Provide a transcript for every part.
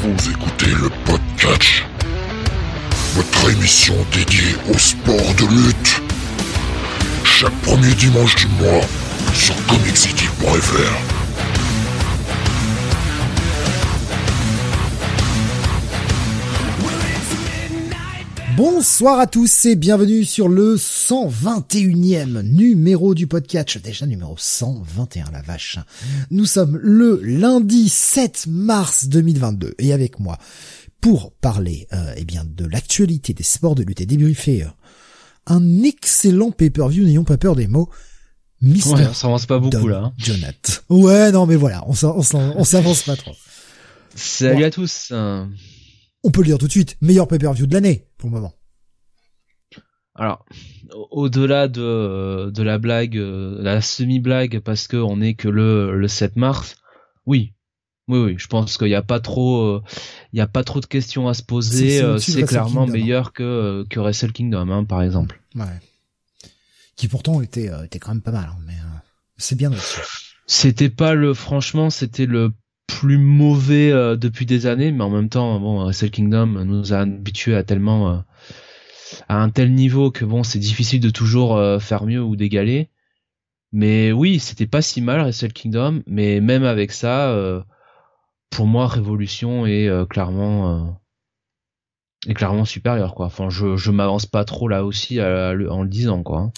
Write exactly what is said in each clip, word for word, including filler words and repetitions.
Vous écoutez le Podcatch, votre émission dédiée au sport de lutte. Chaque premier dimanche du mois sur comic city point f r. Bonsoir à tous et bienvenue sur le cent vingt et unième numéro du Podcatch. Déjà numéro cent vingt et un, la vache. Nous sommes le lundi sept mars deux mille vingt-deux et avec moi pour parler euh, eh bien de l'actualité des sports de lutte et débriefer euh, un excellent pay-per-view, n'ayons pas peur des mots, Mister Ouais, on s'avance pas beaucoup Don là. Hein. Jonathan. Ouais, non mais voilà, on s'en, on s'en, on s'avance pas trop. Salut bon. à tous. On peut le dire tout de suite, meilleur pay-per-view de l'année pour le moment. Alors, au-delà de de la blague, la semi-blague, parce que on est que le le sept mars, oui, oui, oui, je pense qu'il y a pas trop, il y a pas trop de questions à se poser. C'est, c'est, c'est clairement Kingdom, meilleur hein. que que Wrestle Kingdom, hein, par exemple. Ouais. Qui pourtant était euh, était quand même pas mal, hein, mais euh, c'est bien aussi. C'était pas le, franchement, c'était le plus mauvais euh, depuis des années, mais en même temps, bon, Wrestle Kingdom nous a habitués à tellement euh, à un tel niveau que bon, c'est difficile de toujours euh, faire mieux ou d'égaler. Mais oui, c'était pas si mal Wrestle Kingdom, mais même avec ça, euh, pour moi, Révolution est euh, clairement euh, est clairement supérieur, quoi. Enfin, je je m'avance pas trop là aussi à, à, en le disant, quoi.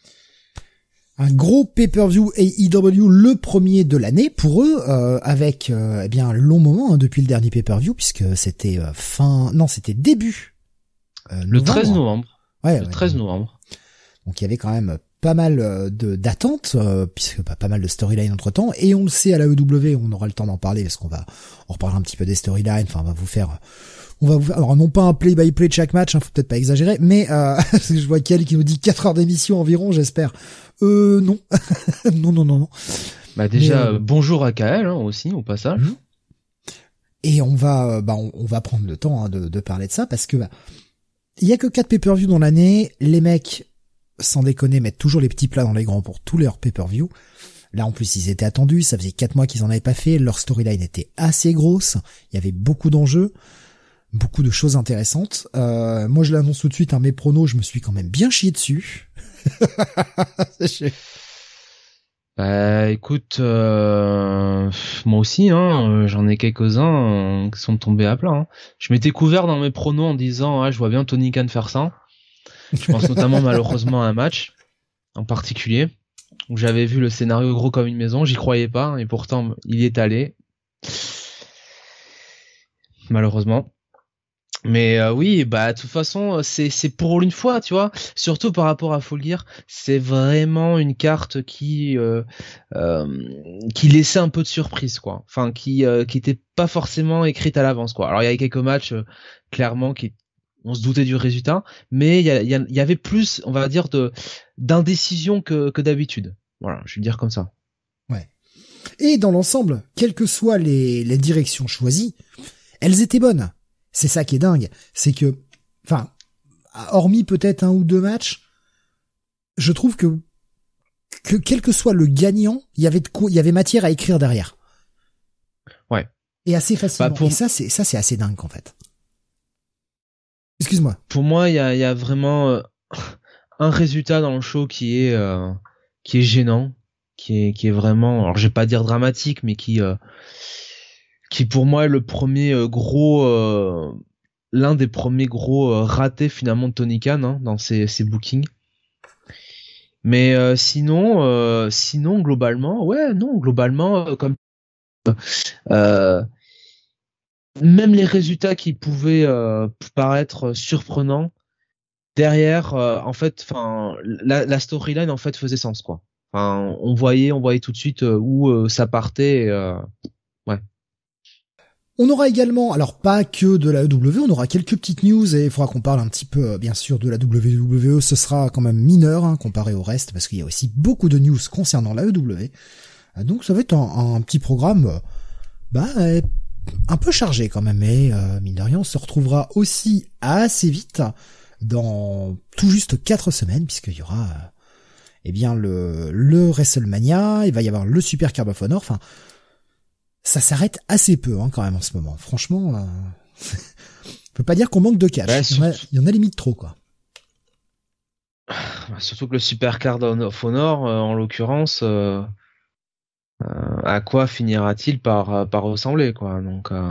Un gros pay-per-view A E W, le premier de l'année pour eux, euh, avec euh, eh bien un long moment hein, depuis le dernier pay-per-view, puisque c'était euh, fin, non, c'était début euh, novembre. Le treize novembre. Ouais, le ouais, treize ouais. novembre. Donc il y avait quand même pas mal de d'attentes, euh, puisque bah, pas mal de storylines entre temps, et on le sait à la E W, on aura le temps d'en parler parce qu'on va on reparlera un petit peu des storylines. Enfin, on va vous faire On va vous faire, alors non pas un play-by-play de chaque match, hein, faut peut-être pas exagérer, mais euh, je vois Kel qui nous dit quatre heures d'émission environ, j'espère. Euh, non. non, non, non, non. Bah déjà, mais, euh, bonjour à K L, hein, aussi, au passage. Et on va, bah, on, on va prendre le temps hein, de, de parler de ça, parce que, bah, il y a que quatre pay-per-view dans l'année, les mecs, sans déconner, mettent toujours les petits plats dans les grands pour tous leurs pay-per-view. Là, en plus, ils étaient attendus, ça faisait quatre mois qu'ils en avaient pas fait, leur storyline était assez grosse, il y avait beaucoup d'enjeux. Beaucoup de choses intéressantes. Euh, moi, je l'annonce tout de suite, hein, mes pronos, je me suis quand même bien chié dessus. Bah, écoute, euh, moi aussi, hein, j'en ai quelques-uns euh, qui sont tombés à plat. Hein. Je m'étais couvert dans mes pronos en disant, ah, je vois bien Tony Khan faire ça. Je pense notamment malheureusement à un match en particulier où j'avais vu le scénario gros comme une maison. J'y croyais pas et pourtant il y est allé. Malheureusement. Mais euh, oui, bah de toute façon, c'est c'est pour une fois, tu vois. Surtout par rapport à Full Gear, c'est vraiment une carte qui euh, euh, qui laissait un peu de surprise, quoi. Enfin, qui euh, qui était pas forcément écrite à l'avance, quoi. Alors il y avait quelques matchs euh, clairement qui on se doutait du résultat, mais il y, a, il y, a, il y avait plus, on va dire, de d'indécision que que d'habitude. Voilà, je vais le dire comme ça. Ouais. Et dans l'ensemble, quelles que soient les les directions choisies, elles étaient bonnes. C'est ça qui est dingue, c'est que, enfin, hormis peut-être un ou deux matchs, je trouve que, que quel que soit le gagnant, il y avait de quoi, il y avait matière à écrire derrière. Ouais. Et assez facilement. Bah pour... Et ça, c'est, ça, c'est assez dingue, en fait. Excuse-moi. Pour moi, il y a, il y a vraiment euh, un résultat dans le show qui est, euh, qui est gênant, qui est, qui est vraiment, alors je vais pas dire dramatique, mais qui, euh, qui pour moi est le premier euh, gros, euh, l'un des premiers gros euh, ratés finalement de Tony Khan hein, dans ses, ses bookings. Mais euh, sinon, euh, sinon globalement, ouais, non, globalement, euh, comme euh, même les résultats qui pouvaient euh, paraître surprenants, derrière, euh, en fait, enfin, la, la storyline en fait faisait sens quoi. Enfin, on voyait, on voyait tout de suite euh, où euh, ça partait. Et, euh, ouais. On aura également, alors pas que de la E W, on aura quelques petites news et il faudra qu'on parle un petit peu, bien sûr, de la W W E. Ce sera quand même mineur hein, comparé au reste parce qu'il y a aussi beaucoup de news concernant la E W. Donc ça va être un, un petit programme, bah, un peu chargé quand même. Mais euh, mine de rien, on se retrouvera aussi assez vite dans tout juste quatre semaines puisqu'il y aura, euh, eh bien, le, le WrestleMania, il va y avoir le Super Card of Honor. Enfin, ça s'arrête assez peu hein, quand même en ce moment. Franchement, euh... on peut pas dire qu'on manque de catch. Ouais, il, y en a, il y en a limite trop quoi. Surtout que le Supercard of Honor, euh, en l'occurrence, euh, euh, à quoi finira-t-il par par ressembler quoi. Donc euh...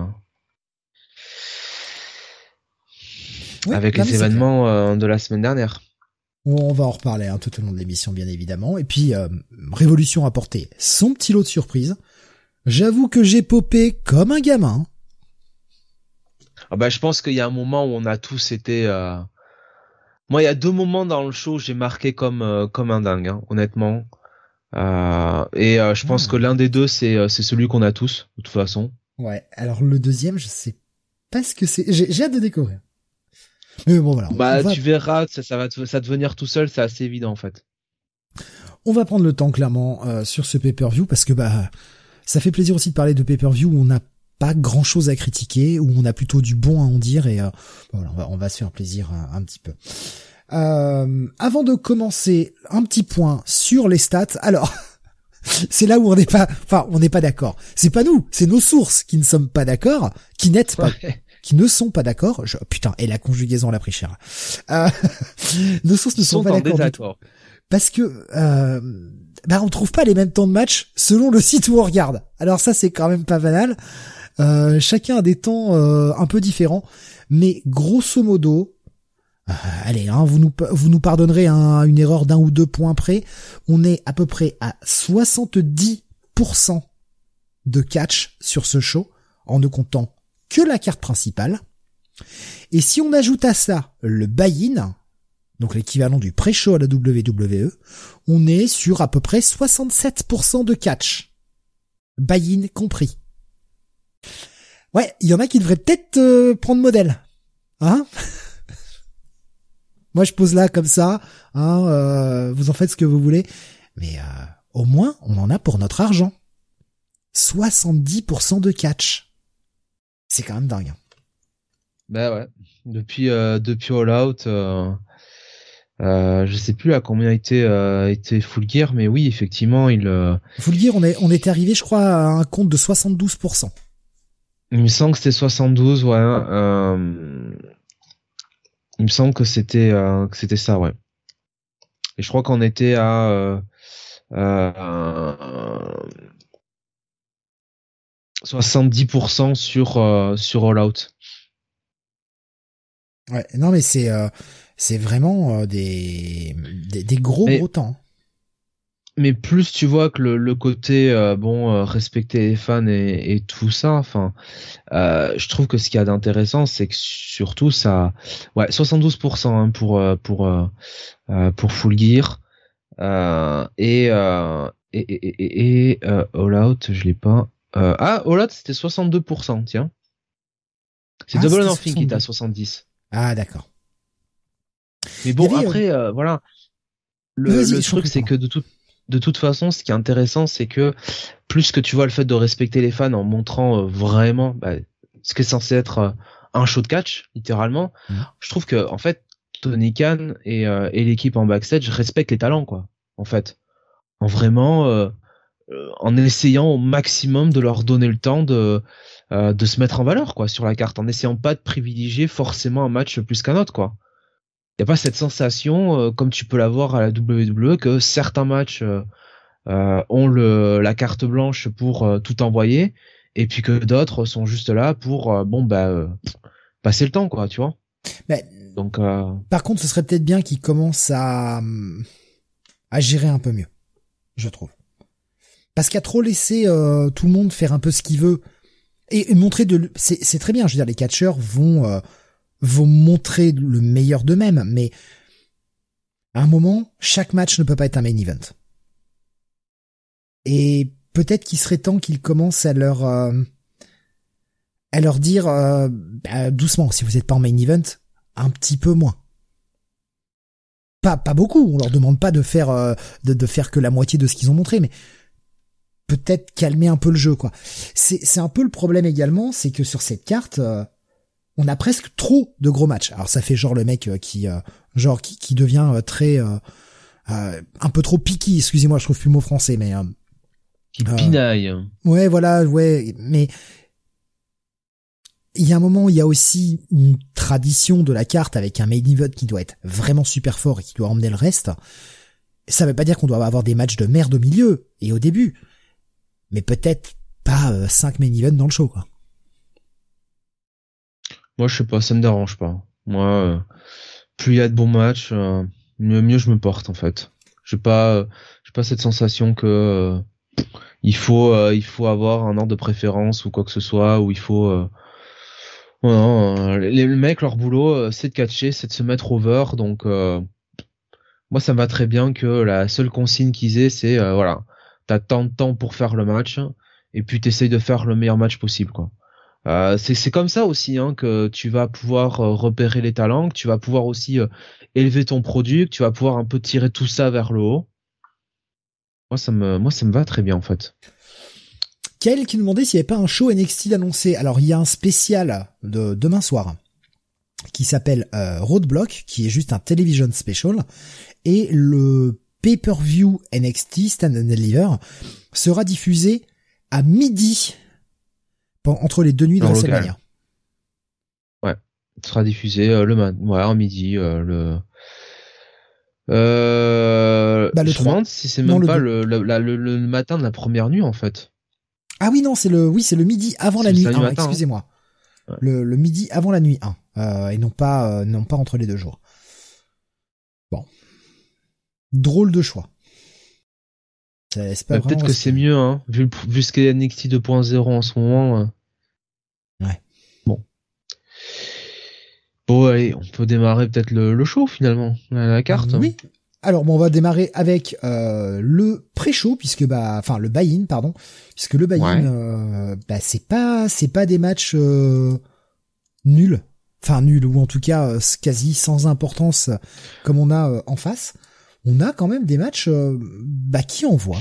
oui, avec les événements euh, de la semaine dernière. On va en reparler hein, tout au long de l'émission bien évidemment. Et puis euh, Révolution a apporté son petit lot de surprises. J'avoue que j'ai popé comme un gamin. Ah bah je pense qu'il y a un moment où on a tous été. Euh... Moi, il y a deux moments dans le show où j'ai marqué comme euh, comme un dingue, hein, honnêtement. Euh, et euh, je pense ah. que l'un des deux, c'est euh, c'est celui qu'on a tous de toute façon. Ouais. Alors le deuxième, je sais pas ce que c'est. J'ai, j'ai hâte de découvrir. Mais bon voilà. Bah va... tu verras, ça, ça va te, ça devenir tout seul, c'est assez évident en fait. On va prendre le temps clairement euh, sur ce pay-per-view parce que bah ça fait plaisir aussi de parler de pay-per-view où on n'a pas grand chose à critiquer, où on a plutôt du bon à en dire et euh, voilà, on va, on va se faire plaisir un, un petit peu. Euh, avant de commencer, un petit point sur les stats. Alors, c'est là où on n'est pas, enfin, on n'est pas d'accord. C'est pas nous, c'est nos sources qui ne sommes pas d'accord, qui n'êtes pas, ouais. qui ne sont pas d'accord. Je, putain, et la conjugaison l'a pris cher. Euh, nos sources ne sont, sont pas d'accord du tout. Parce que, euh, bah, on trouve pas les mêmes temps de match selon le site où on regarde. Alors ça, c'est quand même pas banal. Euh, chacun a des temps euh, un peu différents, mais grosso modo, euh, allez, hein, vous nous vous nous pardonnerez hein, une erreur d'un ou deux points près. On est à peu près à soixante-dix pour cent de catch sur ce show, en ne comptant que la carte principale. Et si on ajoute à ça le buy-in, donc l'équivalent du pré-show à la W W E, on est sur à peu près soixante-sept pour cent de catch. Buy-in compris. Ouais, il y en a qui devraient peut-être euh, prendre modèle. Hein? Moi, je pose là comme ça. Hein, euh, vous en faites ce que vous voulez. Mais euh, au moins, on en a pour notre argent. soixante-dix pour cent de catch. C'est quand même dingue. Bah ouais. Depuis, euh, depuis All Out... Euh... Euh, je sais plus à combien était euh, était Full Gear, mais oui, effectivement, il. Euh... Full Gear, on est on est arrivé, je crois, à un compte de soixante-douze pour cent. Il me semble que c'était soixante-douze, ouais. Euh... Il me semble que c'était euh, que c'était ça, ouais. Et je crois qu'on était à euh, euh, soixante-dix pour cent sur euh, sur All Out. Ouais, non mais c'est euh, c'est vraiment euh, des, des des gros mais, gros temps. Mais plus tu vois que le, le côté euh, bon euh, respecter les fans et, et tout ça, enfin, euh, je trouve que ce qu'il y a d'intéressant, c'est que surtout ça, ouais, soixante-douze pour cent hein, pour euh, pour euh, pour Full Gear euh, et, euh, et et et et euh, All Out, je l'ai pas. Euh, ah, All Out c'était soixante-deux pour cent, tiens. C'est ah, Double or Nothing qui est à soixante-dix. Ah d'accord. Mais bon avait, après euh, voilà. Le, le truc c'est que de toute de toute façon, ce qui est intéressant, c'est que plus que tu vois le fait de respecter les fans en montrant euh, vraiment bah, ce qui est censé être euh, un show de catch, littéralement, mmh. je trouve que en fait Tony Khan et, euh, et l'équipe en backstage respectent les talents, quoi. En fait, en vraiment euh, euh, en essayant au maximum de leur donner le temps de euh, de se mettre en valeur, quoi, sur la carte, en essayant pas de privilégier forcément un match plus qu'un autre, quoi. Il y a pas cette sensation euh, comme tu peux l'avoir à la W W E que certains matchs euh, euh, ont le la carte blanche pour euh, tout envoyer et puis que d'autres sont juste là pour euh, bon bah euh, passer le temps, quoi, tu vois. Mais, donc euh... par contre, ce serait peut-être bien qu'ils commencent à à gérer un peu mieux, je trouve. Parce qu'à trop laisser euh, tout le monde faire un peu ce qu'il veut et, et montrer de c'est c'est très bien, je veux dire les catcheurs vont euh, vont montrer le meilleur d'eux-mêmes, mais à un moment, chaque match ne peut pas être un main event. Et peut-être qu'il serait temps qu'ils commencent à leur euh, à leur dire euh, bah, doucement, si vous n'êtes pas en main event, un petit peu moins. Pas pas beaucoup, on leur demande pas de faire euh, de, de faire que la moitié de ce qu'ils ont montré, mais peut-être calmer un peu le jeu, quoi. C'est c'est un peu le problème également, c'est que sur cette carte euh, on a presque trop de gros matchs. Alors ça fait genre le mec qui euh, genre qui, qui devient euh, très euh, euh, un peu trop picky, excusez-moi, je trouve plus le mot français, mais euh, qui Euh, pinaille. Ouais, voilà, ouais, mais il y a un moment où il y a aussi une tradition de la carte avec un main event qui doit être vraiment super fort et qui doit emmener le reste. Ça veut pas dire qu'on doit avoir des matchs de merde au milieu et au début, mais peut-être pas euh, cinq main events dans le show, quoi. Moi, je sais pas, ça me dérange pas. Moi, euh, plus il y a de bons matchs, euh, mieux, mieux je me porte en fait. J'ai pas, euh, j'ai pas cette sensation que euh, il faut, euh, il faut avoir un ordre de préférence ou quoi que ce soit, ou il faut. Euh... Non, euh, les, les mecs, leur boulot, euh, c'est de catcher, c'est de se mettre over. Donc, euh, moi, ça me va très bien que la seule consigne qu'ils aient, c'est euh, voilà, t'as tant de temps pour faire le match, et puis t'essayes de faire le meilleur match possible, quoi. Euh, c'est c'est comme ça aussi hein, que tu vas pouvoir euh, repérer les talents, que tu vas pouvoir aussi euh, élever ton produit, que tu vas pouvoir un peu tirer tout ça vers le haut. Moi ça me moi ça me va très bien en fait. Kael qui nous demandait s'il n'y avait pas un show N X T d'annoncer. Alors il y a un spécial de demain soir qui s'appelle euh, Roadblock, qui est juste un television special, et le pay-per-view N X T Stand and Deliver sera diffusé à midi entre les deux nuits de WrestleMania. Ouais, ce sera diffusé euh, le matin, ouais, en midi, euh, le. Euh, bah, le je me demande si c'est même non, pas le, le, le, le, le matin de la première nuit en fait. Ah oui non c'est le oui c'est le midi avant c'est la nuit un. Matin, excusez-moi. Hein. Ouais. Le, le midi avant la nuit un euh, et non pas euh, non pas entre les deux jours. Bon, drôle de choix. Bah, peut-être que c'est mieux, hein, vu, vu ce qu'est N X T deux point zéro en ce moment. Euh... Ouais. Bon. Bon, allez, on peut démarrer peut-être le, le show finalement, la, la carte. Oui. Alors bon, on va démarrer avec euh, le pré-show puisque bah, enfin le buy-in, pardon, puisque le buy-in, ouais. euh, bah c'est pas, c'est pas des matchs euh, nuls, enfin nuls ou en tout cas euh, quasi sans importance comme on a euh, en face. On a quand même des matchs euh, bah, qui envoient.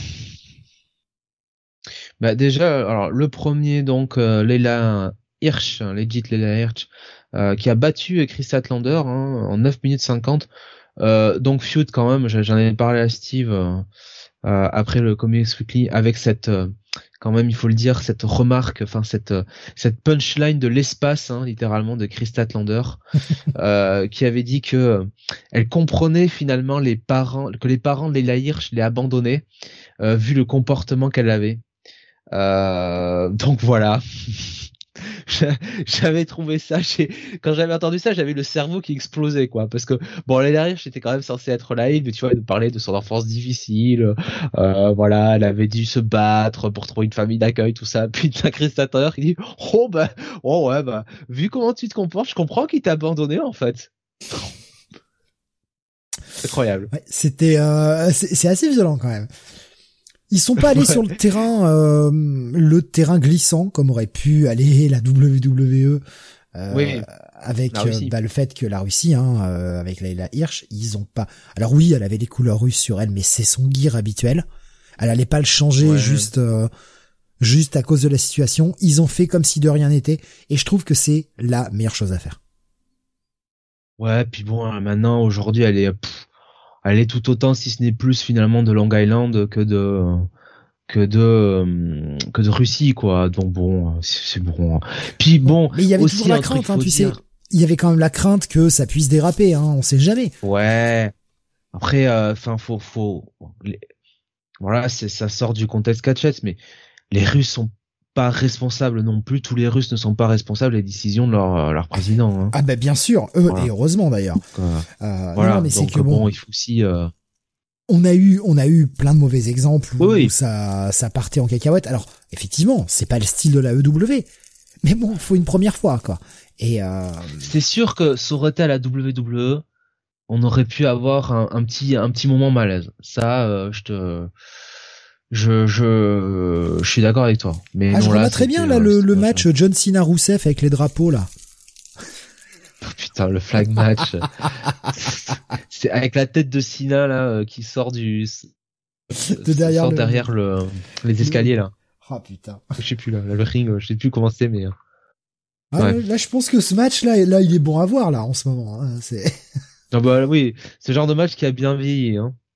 Bah déjà, alors le premier donc euh, Leila Hirsch, legit Leila Hirsch, euh, qui a battu Chris Statlander hein, en neuf minutes cinquante. Euh, donc feud quand même, j'en avais parlé à Steve euh, euh, après le Comics Weekly avec cette euh, quand même il faut le dire cette remarque, enfin cette euh, cette punchline de l'espace hein, littéralement de Chris Statlander euh, qui avait dit que euh, elle comprenait finalement les parents que les parents de Leila Hirsch l'aient abandonnée euh, vu le comportement qu'elle avait. Euh, donc voilà. J'avais trouvé ça, quand j'avais entendu ça, j'avais le cerveau qui explosait quoi, parce que bon l'année dernière j'étais quand même censé être là, mais tu vois, de parler de son enfance difficile, euh, voilà, elle avait dû se battre pour trouver une famille d'accueil, tout ça. Puis t'as Chris Statlander qui dit oh bah oh ouais bah vu comment tu te comportes, je comprends qu'il t'a abandonné en fait. C'est incroyable. Ouais, c'était euh, c'est, c'est assez violent quand même. Ils sont pas allés ouais. sur le terrain, euh, le terrain glissant comme aurait pu aller la W W E euh, oui, avec euh, bah, le fait que la Russie, hein, euh, avec Leila Hirsch, ils ont pas. Alors oui, elle avait des couleurs russes sur elle, mais c'est son gear habituel. Elle allait pas le changer ouais. juste, euh, juste à cause de la situation. Ils ont fait comme si de rien n'était, et je trouve que c'est la meilleure chose à faire. Ouais, puis bon, maintenant aujourd'hui, elle est. Pff, elle est tout autant, si ce n'est plus finalement de Long Island que de que de que de Russie quoi. Donc bon, c'est bon. Puis bon, mais il y avait aussi toujours la crainte, hein, tu dire... sais. Il y avait quand même la crainte que ça puisse déraper, hein. On sait jamais. Ouais. Après, enfin, euh, faut faut les... voilà, c'est ça sort du contexte catchette, mais les Russes sont pas responsables non plus. Tous les Russes ne sont pas responsables des décisions de leur leur président. Hein. Ah bah bien sûr, eux voilà. Et heureusement d'ailleurs. Donc, euh, euh, voilà. Non, mais donc c'est que bon, bon, il faut aussi. Euh... On a eu on a eu plein de mauvais exemples où, oui. où ça ça partait en cacahuète. Alors effectivement, c'est pas le style de la E W, mais bon, faut une première fois quoi. Et euh... c'est sûr que ça aurait été à la W W E, on aurait pu avoir un, un petit un petit moment malaise. Ça, euh, je te Je, je, je suis d'accord avec toi. Mais ah, non, je là, très bien, là, le, le match ça. John Cena Rousseff avec les drapeaux, là. Oh, putain, le flag match. C'est avec la tête de Cena, là, qui sort du, de derrière, sort le... derrière le, les escaliers, là. Oh, putain. Je sais plus, là, le ring, je sais plus comment c'est, mais. Ah, ouais. Là, je pense que ce match, là, là, il est bon à voir, là, en ce moment, hein. C'est. Ah, bah, oui. C'est le genre de match qui a bien vieilli, hein.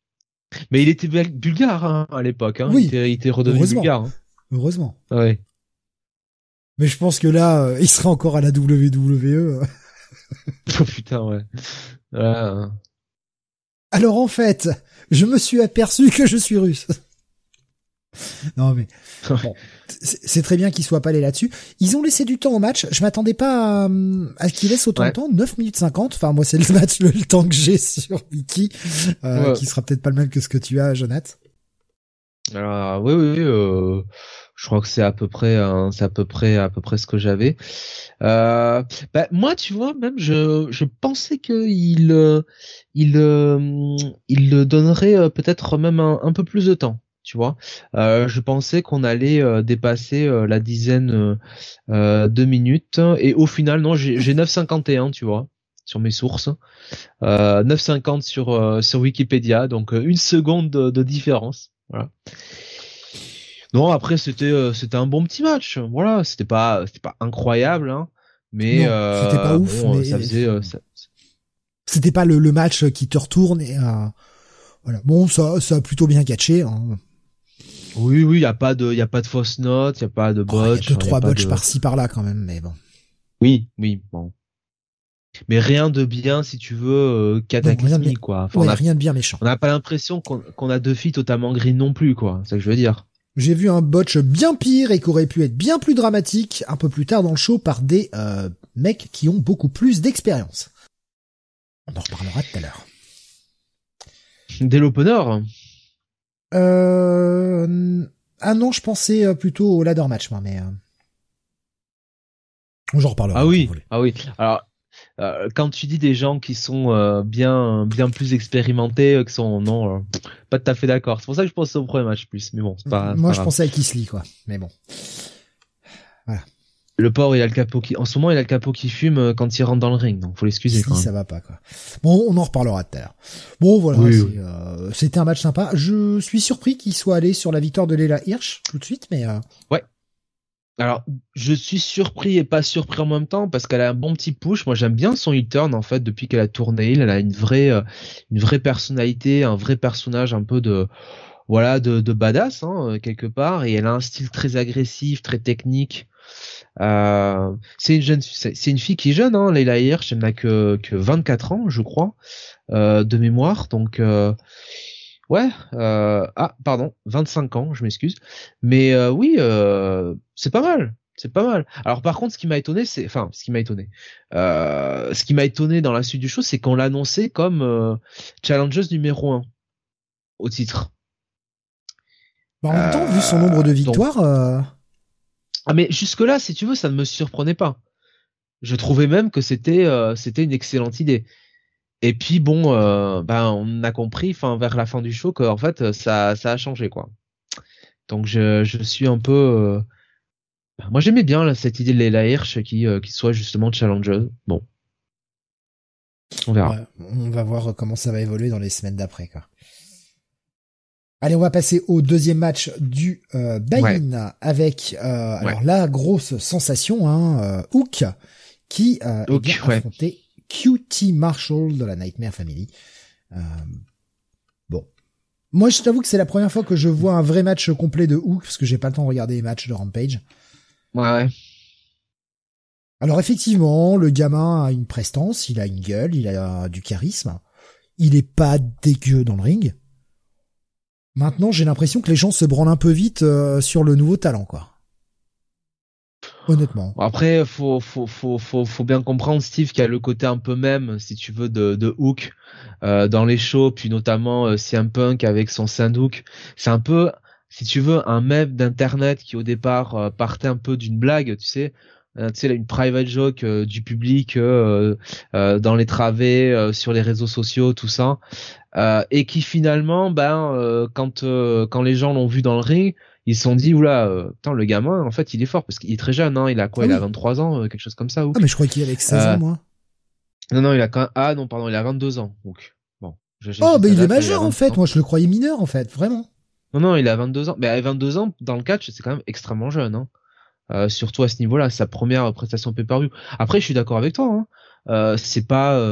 Mais il était bul- bulgare hein, à l'époque. Hein. Oui. Il était, il était redevenu Heureusement. bulgare. Hein. Heureusement. Ouais. Mais je pense que là, euh, il serait encore à la W W E. Oh putain, ouais. Voilà. Alors en fait, je me suis aperçu que je suis russe. Non mais bon, c'est c'est très bien qu'ils soient pas allés là-dessus. Ils ont laissé du temps au match. Je m'attendais pas à, à qu'ils laissent autant Ouais. de temps. neuf minutes cinquante. Enfin moi c'est le match le, le temps que j'ai sur Wiki, euh, Ouais. qui sera peut-être pas le même que ce que tu as, Jonathan. Alors, oui, oui, oui, euh, je crois que c'est à peu près, hein, c'est à peu près, à peu près ce que j'avais. Euh, bah, moi, tu vois, même, je, je pensais que il, euh, il, euh, il le donnerait euh, peut-être même un, un peu plus de temps. Tu vois, euh, je pensais qu'on allait euh, dépasser euh, la dizaine euh, euh, de minutes et au final, non, j'ai, j'ai neuf cinquante et un, tu vois, sur mes sources, euh, neuf cinquante sur euh, sur Wikipédia, donc euh, une seconde de, de différence. Voilà. Non, après c'était euh, c'était un bon petit match. Voilà, c'était pas c'était pas incroyable, hein, mais Non, euh, c'était pas ouf, bon, mais ça faisait euh, ça- c'était pas le, le match qui te retourne et euh, voilà. Bon, ça ça a plutôt bien catché. Hein. Oui, oui, y a pas de y a pas de fausse note, y a pas de Oh, il y a botch, deux y a trois pas botches de... par-ci par-là quand même, mais bon. Oui, oui, bon. Mais rien de bien, si tu veux, euh, Non, rien de bien. cataclysmique, quoi. Enfin, Ouais, on a rien de bien méchant. on n'a pas l'impression qu'on qu'on a deux filles totalement green non plus, quoi. C'est ça que je veux dire. J'ai vu un botch bien pire et qui aurait pu être bien plus dramatique un peu plus tard dans le show par des euh, mecs qui ont beaucoup plus d'expérience. On en reparlera tout à l'heure. Dès l'opener. Euh... Ah non, je pensais euh, plutôt au ladder match, moi, mais... Euh... J'en reparlera. Ah oui, si vous voulez. ah oui. Alors, euh, quand tu dis des gens qui sont euh, bien bien plus expérimentés, euh, qui sont non, euh, pas tout à fait d'accord. C'est pour ça que je pense au premier match plus. Mais bon, c'est pas, c'est Moi, pas je grave. pensais à Kisly, quoi. Mais bon. Le porc, il a le capot qui, en ce moment, il a le capot qui fume euh, quand il rentre dans le ring. Donc, faut l'excuser quand Kisly, même. ça va pas, quoi. Bon, on en reparlera tout à l'heure. Bon, voilà. Oui, c'est, oui. euh, c'était un match sympa. Je suis surpris qu'il soit allé sur la victoire de Leila Hirsch tout de suite, mais... Euh... Alors, je suis surpris et pas surpris en même temps parce qu'elle a un bon petit push. Moi, j'aime bien son heel turn en fait depuis qu'elle a tourné. Elle a une vraie, euh, une vraie personnalité, un vrai personnage un peu de, voilà, de, de badass hein, euh, quelque part. Et elle a un style très agressif, très technique. Euh, c'est une jeune, c'est, c'est une fille qui est jeune, hein, Leila Hirsch. Elle n'a que que vingt-quatre ans, je crois, euh, de mémoire. Donc euh, ouais, euh, ah pardon, vingt-cinq ans, je m'excuse. Mais euh, oui, euh, c'est pas mal, c'est pas mal. Alors par contre, ce qui m'a étonné, c'est, enfin, ce qui m'a étonné, euh, ce qui m'a étonné dans la suite du show, c'est qu'on l'a annoncé comme euh, challengeuse numéro un au titre. Bah, en même temps, Euh, vu son nombre de donc- victoires... Euh... Ah mais jusque là, si tu veux, ça ne me surprenait pas. Je trouvais même que c'était euh, c'était une excellente idée. Et puis bon, euh, ben on a compris, enfin vers la fin du show, qu'en fait ça ça a changé quoi. Donc je je suis un peu, euh, ben, moi j'aimais bien là, cette idée de Leila Hirsch qui euh, qui soit justement challengeuse. Bon, on verra. Ouais, on va voir comment ça va évoluer dans les semaines d'après, quoi. Allez, on va passer au deuxième match du euh, buy-in avec euh, alors la grosse sensation, hein, euh, Hook qui euh, Hook, eh bien, ouais. affrontait Q T Marshall de la Nightmare Family. Euh, bon, moi je t'avoue que c'est la première fois que je vois un vrai match complet de Hook parce que j'ai pas le temps de regarder les matchs de Rampage. Ouais ouais. Alors effectivement, le gamin a une prestance, il a une gueule, il a du charisme. Il est pas dégueu dans le ring. Maintenant, j'ai l'impression que les gens se branlent un peu vite euh, sur le nouveau talent, quoi. Honnêtement. Bon, après faut faut faut faut faut bien comprendre Steve qu'il y a le côté un peu même si tu veux de de Hook euh, dans les shows, puis notamment euh, C M Punk avec son Sandhook. C'est un peu, si tu veux, un mème d'internet qui au départ euh, partait un peu d'une blague, tu sais. Euh, tu sais, là, une private joke euh, du public euh, euh, dans les travées, euh, sur les réseaux sociaux, tout ça, euh, et qui finalement, ben, euh, quand euh, quand les gens l'ont vu dans le ring, ils se sont dit oula, euh, putain, le gamin, en fait, il est fort parce qu'il est très jeune, hein, il a quoi, Ah il oui. a vingt-trois ans, euh, quelque chose comme ça, ou Ah, mais je crois qu'il est avec seize Euh, ans, moi. non, non, il a quand ah non, pardon, il a vingt-deux ans, donc bon. je- j'ai Oh, juste bah la il est date, mais majeur, a en fait. vingt-deux ans. Moi, je le croyais mineur, en fait. Vraiment. Non, non, il a vingt-deux ans, mais à vingt-deux ans dans le catch, c'est quand même extrêmement jeune, hein. Euh, surtout à ce niveau-là, sa première prestation pay-per-view. Après, je suis d'accord avec toi, hein. Euh, c'est pas, euh,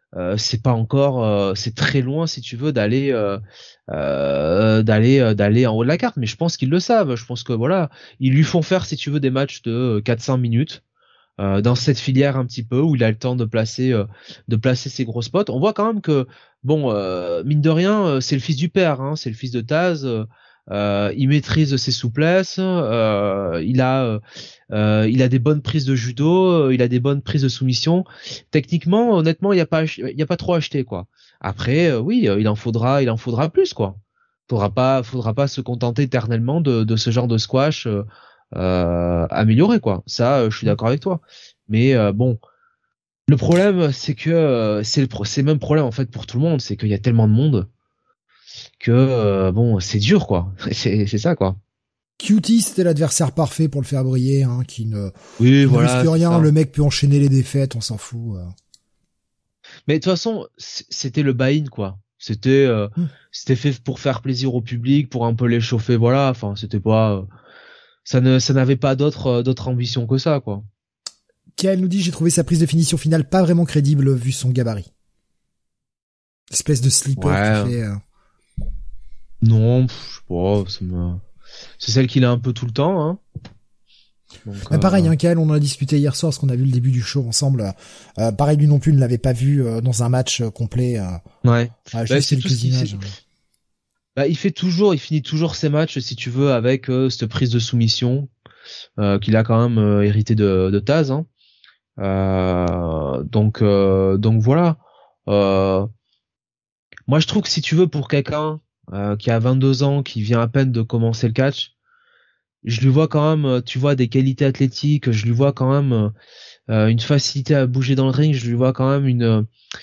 euh, c'est pas encore, euh, c'est très loin si tu veux d'aller, euh, euh, d'aller, euh, d'aller en haut de la carte. Mais je pense qu'ils le savent. Je pense que voilà, ils lui font faire si tu veux des matchs de quatre cinq minutes. Euh, dans cette filière un petit peu où il a le temps de placer euh, de placer ses gros spots. On voit quand même que bon euh, mine de rien euh, c'est le fils du père, hein, c'est le fils de Taz. Euh, euh, il maîtrise ses souplesses. Euh, il a euh, il a des bonnes prises de judo. Euh, il a des bonnes prises de soumission. Techniquement, honnêtement, il y a pas il y a pas trop à acheter quoi. Après, euh, oui, euh, il en faudra il en faudra plus quoi. Faudra pas faudra pas se contenter éternellement de de ce genre de squash. Euh, Euh, amélioré quoi. Ça, euh, je suis d'accord avec toi. Mais euh, bon, le problème, c'est que euh, c'est le pro- c'est le même problème en fait pour tout le monde, c'est qu'il y a tellement de monde que euh, bon, c'est dur quoi. C'est c'est ça quoi. Cutie, c'était l'adversaire parfait pour le faire briller, hein, qui ne, Oui, qui ne voilà. risque c'est rien. ça. Le mec peut enchaîner les défaites, on s'en fout. euh. Mais de toute façon, c- c'était le buy-in quoi. C'était euh, Hmm. c'était fait pour faire plaisir au public, pour un peu les chauffer, voilà. Enfin, c'était pas euh, ça ne ça n'avait pas d'autre euh, d'autre ambition que ça quoi. Kael nous dit, j'ai trouvé sa prise de finition finale pas vraiment crédible vu son gabarit. Espèce de slipper Ouais. qui fait... euh, Non, pff, je sais pas, ça me... c'est celle qu'il a un peu tout le temps, hein. Donc, Bah, pareil, euh, hein, Kael, on en a discuté hier soir parce qu'on a vu le début du show ensemble. Euh, pareil, lui non plus ne l'avait pas vu euh, dans un match euh, complet. Euh, ouais. euh, Bah, juste c'est tout quelques ce qu'il images. fait. Bah, il fait toujours, il finit toujours ses matchs, si tu veux, avec euh, cette prise de soumission euh, qu'il a quand même euh, hérité de, de Taz. Hein. Euh, donc, euh, donc voilà. Euh, moi, je trouve que si tu veux, pour quelqu'un euh, qui a vingt-deux ans, qui vient à peine de commencer le catch, je lui vois quand même, tu vois, des qualités athlétiques. Je lui vois quand même euh, une facilité à bouger dans le ring. Je lui vois quand même une.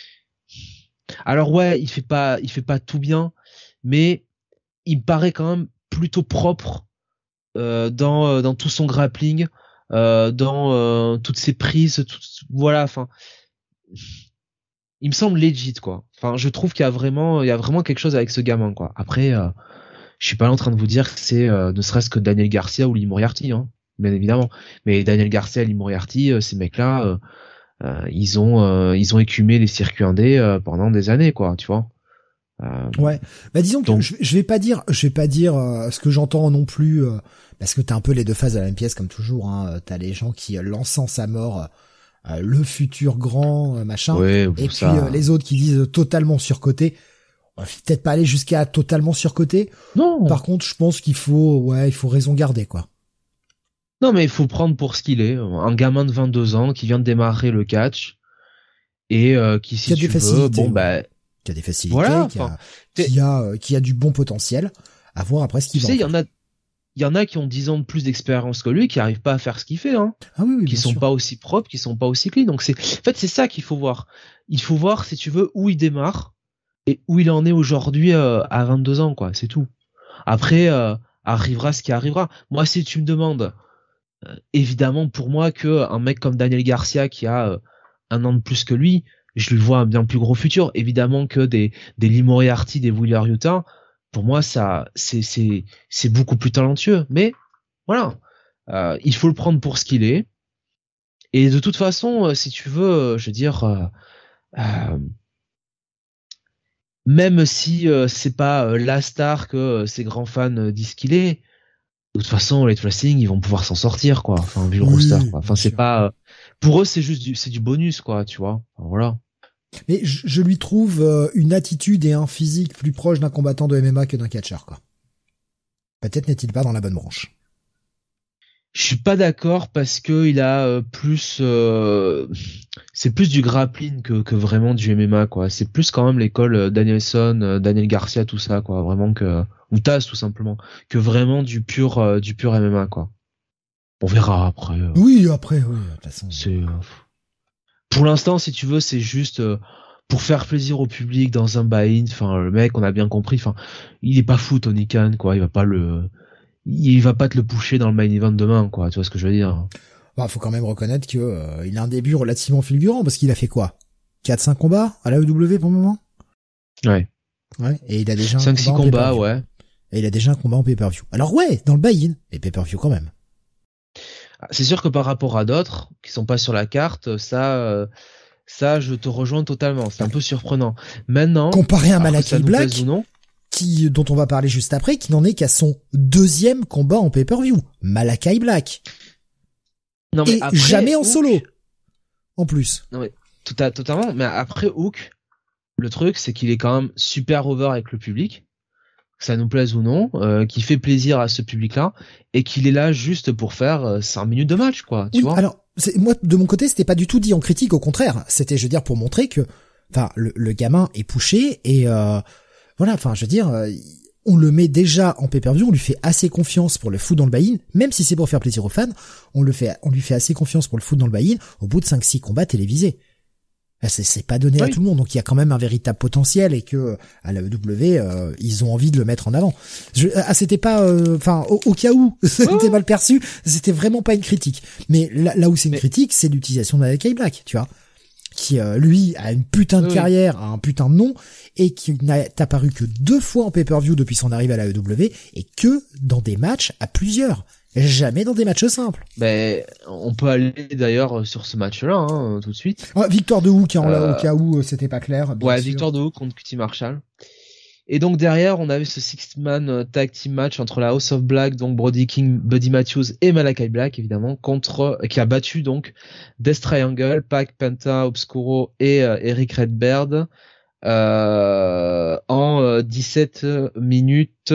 Alors ouais, il fait pas, il fait pas tout bien, mais il me paraît quand même plutôt propre euh, dans euh, dans tout son grappling, euh, dans euh, toutes ses prises, tout, voilà. Enfin, il me semble legit quoi. Enfin, je trouve qu'il y a vraiment, il y a vraiment quelque chose avec ce gamin quoi. Après, euh, je suis pas là en train de vous dire que c'est euh, ne serait-ce que Daniel Garcia ou Lee Moriarty, hein, bien évidemment. Mais Daniel Garcia, Lee Moriarty, euh, ces mecs-là, euh, euh, ils ont euh, ils ont écumé les circuits indés euh, pendant des années quoi, tu vois. Euh, Ouais, bah disons que donc- je, je vais pas dire, je vais pas dire euh, ce que j'entends non plus, euh, parce que t'as un peu les deux phases de la même pièce comme toujours. Hein, t'as les gens qui euh, l'encensent à mort, euh, le futur grand euh, machin, ouais, et ça- puis euh, les autres qui disent euh, totalement surcoté. On va peut-être pas aller jusqu'à totalement surcoté. non. Par contre, je pense qu'il faut, ouais, il faut raison garder quoi. Non, mais il faut prendre pour ce qu'il est. Un gamin de vingt-deux ans qui vient de démarrer le catch et euh, qui, si Qui a tu des veux, facilités, bon, ouais. bah, Qui a des facilités, Voilà, qui, a, enfin, t'es- qui a, euh, qui a du bon potentiel. À voir après ce tu qu'il va. sais, en il y faire. en a, il y en a qui ont dix ans de plus d'expérience que lui, qui arrivent pas à faire ce qu'il fait, hein, Ah oui, oui, qui bien sont sûr. pas aussi propres, qui sont pas aussi clean. Donc c'est, en fait, c'est ça qu'il faut voir. Il faut voir, si tu veux, où il démarre et où il en est aujourd'hui euh, à vingt-deux ans, quoi. C'est tout. Après, euh, arrivera ce qui arrivera. Moi, si tu me demandes, euh, évidemment, pour moi, que un mec comme Daniel Garcia qui a euh, un an de plus que lui, je lui vois un bien plus gros futur. Évidemment que des des Lee Moriarty, des Wheeler Yuta, pour moi, ça, c'est c'est c'est beaucoup plus talentueux. Mais voilà, euh, il faut le prendre pour ce qu'il est. Et de toute façon, euh, si tu veux, euh, je veux dire, euh, euh, même si euh, c'est pas euh, la star que euh, ces grands fans euh, disent qu'il est, de toute façon, les Wrestling, ils vont pouvoir s'en sortir, quoi. Enfin, vu le Oui, roster, quoi. Enfin, bien c'est sûr. pas, euh, pour eux, c'est juste du, c'est du bonus, quoi, tu vois. Enfin, voilà. Mais je, je lui trouve euh, une attitude et un physique plus proche d'un combattant de M M A que d'un catcheur, quoi. Peut-être n'est-il pas dans la bonne branche. Je suis pas d'accord parce que il a euh, plus, euh, c'est plus du grappling que, que vraiment du M M A, quoi. C'est plus quand même l'école euh, Danielson, euh, Daniel Garcia, tout ça, quoi. Vraiment que, ou Taz, tout simplement, que vraiment du pur, euh, du pur M M A, quoi. On verra après. euh, Oui, après, oui, de toute façon. C'est, euh, pour l'instant, si tu veux, c'est juste euh, pour faire plaisir au public dans un buy-in. Enfin, le mec, on a bien compris. Enfin, il est pas fou, Tony Khan, quoi. Il va pas le, il va pas te le pusher dans le main event demain, quoi. Tu vois ce que je veux dire? Bah, faut quand même reconnaître que euh, il a un début relativement fulgurant parce qu'il a fait quoi? quatre cinq combats à la E W pour le moment? Ouais. Ouais. Et il a déjà un cinq six combat en combats, pay-per-view. ouais. Et il a déjà un combat en pay-per-view. Alors ouais, dans le buy-in, et pay-per-view quand même. C'est sûr que par rapport à d'autres qui sont pas sur la carte, ça, euh, Ça, je te rejoins totalement. C'est un peu surprenant. Maintenant, comparé à Malakai Black, ou non, qui, dont on va parler juste après, qui n'en est qu'à son deuxième combat en pay-per-view. Malakai Black. Non, mais et après, jamais en Hook, solo. En plus. Non, mais tout à, totalement. Mais après Hook, le truc, c'est qu'il est quand même super over avec le public, que ça nous plaise ou non, euh, qui fait plaisir à ce public-là, et qu'il est là juste pour faire euh, cinq minutes de match, quoi. Tu oui, vois. alors, c'est, moi, de mon côté, c'était pas du tout dit en critique, au contraire. C'était, je veux dire, pour montrer que, enfin, le, le gamin est pushé, et euh, voilà, enfin, je veux dire, euh, on le met déjà en pay-per-view, on lui fait assez confiance pour le foutre dans le buy-in, même si c'est pour faire plaisir aux fans, on le fait, on lui fait assez confiance pour le foutre dans le buy-in au bout de cinq six combats télévisés. C'est, c'est pas donné oui. à tout le monde, donc il y a quand même un véritable potentiel et que à la E W euh, ils ont envie de le mettre en avant. Je, ah, c'était pas, enfin euh, au, au cas où c'était oh. mal perçu, c'était vraiment pas une critique. Mais là, là où c'est une Mais... critique, c'est l'utilisation de Malakai Black, tu vois, qui euh, lui a une putain de oui. carrière, a un putain de nom et qui n'a apparu que deux fois en pay-per-view depuis son arrivée à la E W et que dans des matchs à plusieurs. Jamais dans des matchs simples. Ben, on peut aller d'ailleurs sur ce match-là, hein, tout de suite. Ah, victoire de Hook, hein, euh... là, au cas où c'était pas clair. Ouais, sûr. victoire de Hook contre Q T Marshall. Et donc derrière, on avait ce six-man tag team match entre la House of Black, donc Brody King, Buddy Matthews et Malakai Black, évidemment, contre, qui a battu donc Death Triangle, Pac, Penta, Obscuro et euh, Eric Redbeard, euh, en euh, dix-sept minutes,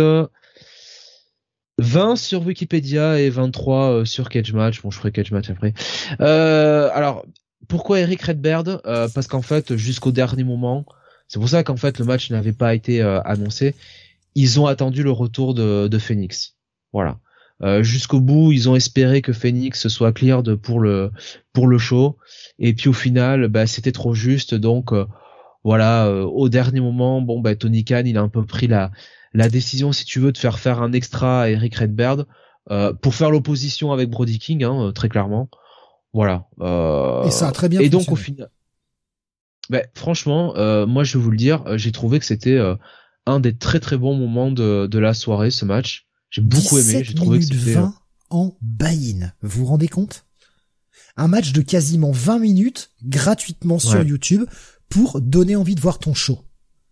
vingt sur Wikipédia et vingt-trois euh, sur Cage Match. Bon, je ferai Cage Match après. Euh, alors, pourquoi Eric Redbeard euh, Parce qu'en fait, jusqu'au dernier moment, c'est pour ça qu'en fait le match n'avait pas été euh, annoncé. Ils ont attendu le retour de, de Phoenix. Voilà. Euh, jusqu'au bout, ils ont espéré que Phoenix soit cleared pour le pour le show. Et puis au final, bah, c'était trop juste. Donc euh, voilà, euh, au dernier moment, bon, bah, Tony Khan, il a un peu pris la la décision, si tu veux, de faire faire un extra à Eric Redbeard euh, pour faire l'opposition avec Brody King, hein, très clairement. Voilà. Euh, et ça a très bien et fonctionné. donc au final, ben franchement, euh, moi je vais vous le dire, j'ai trouvé que c'était euh, un des très très bons moments de de la soirée, ce match. J'ai beaucoup aimé. J'ai trouvé que c'était vingt en buy-in. Vous vous rendez compte? Un match de quasiment vingt minutes gratuitement sur ouais. YouTube pour donner envie de voir ton show.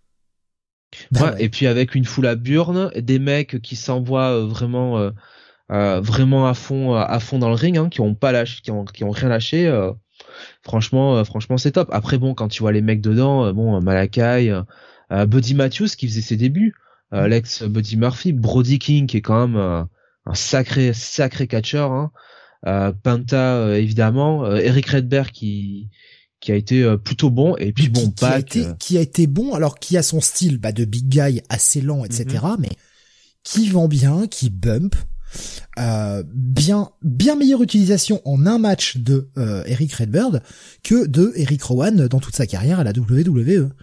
Bah ouais, ouais. Et puis avec une foule à burne, des mecs qui s'envoient vraiment euh, euh, vraiment à fond à fond dans le ring, hein, qui ont pas lâché, qui ont qui ont rien lâché. Euh, franchement, euh, franchement, c'est top. Après bon, quand tu vois les mecs dedans, euh, bon, Malakai, euh, Buddy Matthews qui faisait ses débuts, euh, mmh. l'ex Buddy Murphy, Brody King qui est quand même euh, un sacré sacré catcheur, hein, euh, Penta euh, évidemment, euh, Eric Redbeard qui qui a été euh, plutôt bon, et puis bon, qui, Pac, qui, a été, euh... qui a été bon, alors qui a son style bah, de big guy assez lent, et cetera, mm-hmm. mais qui vend bien, qui bump, euh, bien bien meilleure utilisation en un match de euh, Eric Redbeard que de Eric Rowan dans toute sa carrière à la W W E.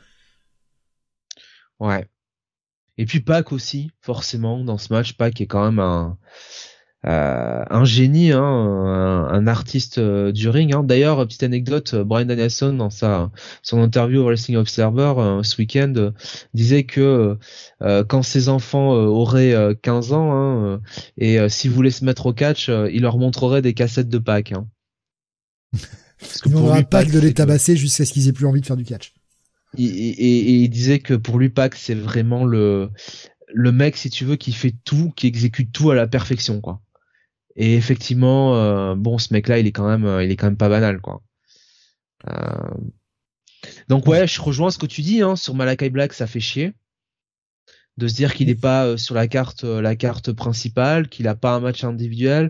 Ouais. Et puis Pac aussi, forcément, dans ce match, Pac est quand même un Euh, un génie, hein, un, un artiste euh, du ring. Hein. D'ailleurs, petite anecdote, Bryan Danielson dans sa son interview au Wrestling Observer euh, ce week-end euh, disait que euh, quand ses enfants euh, auraient euh, quinze ans hein, euh, et euh, s'ils voulaient se mettre au catch, euh, il leur montrerait des cassettes de Pac. Hein. Parce que il n'aura pas de les tabasser jusqu'à ce qu'ils aient plus envie de faire du catch. Et, et, et il disait que pour lui Pac c'est vraiment le le mec, si tu veux, qui fait tout, qui exécute tout à la perfection, quoi. Et effectivement, euh, bon, ce mec-là, il est quand même, il est quand même pas banal, quoi. Euh... Donc ouais, je rejoins ce que tu dis, hein, sur Malakai Black, ça fait chier de se dire qu'il n'est pas euh, sur la carte, euh, la carte principale, qu'il a pas un match individuel.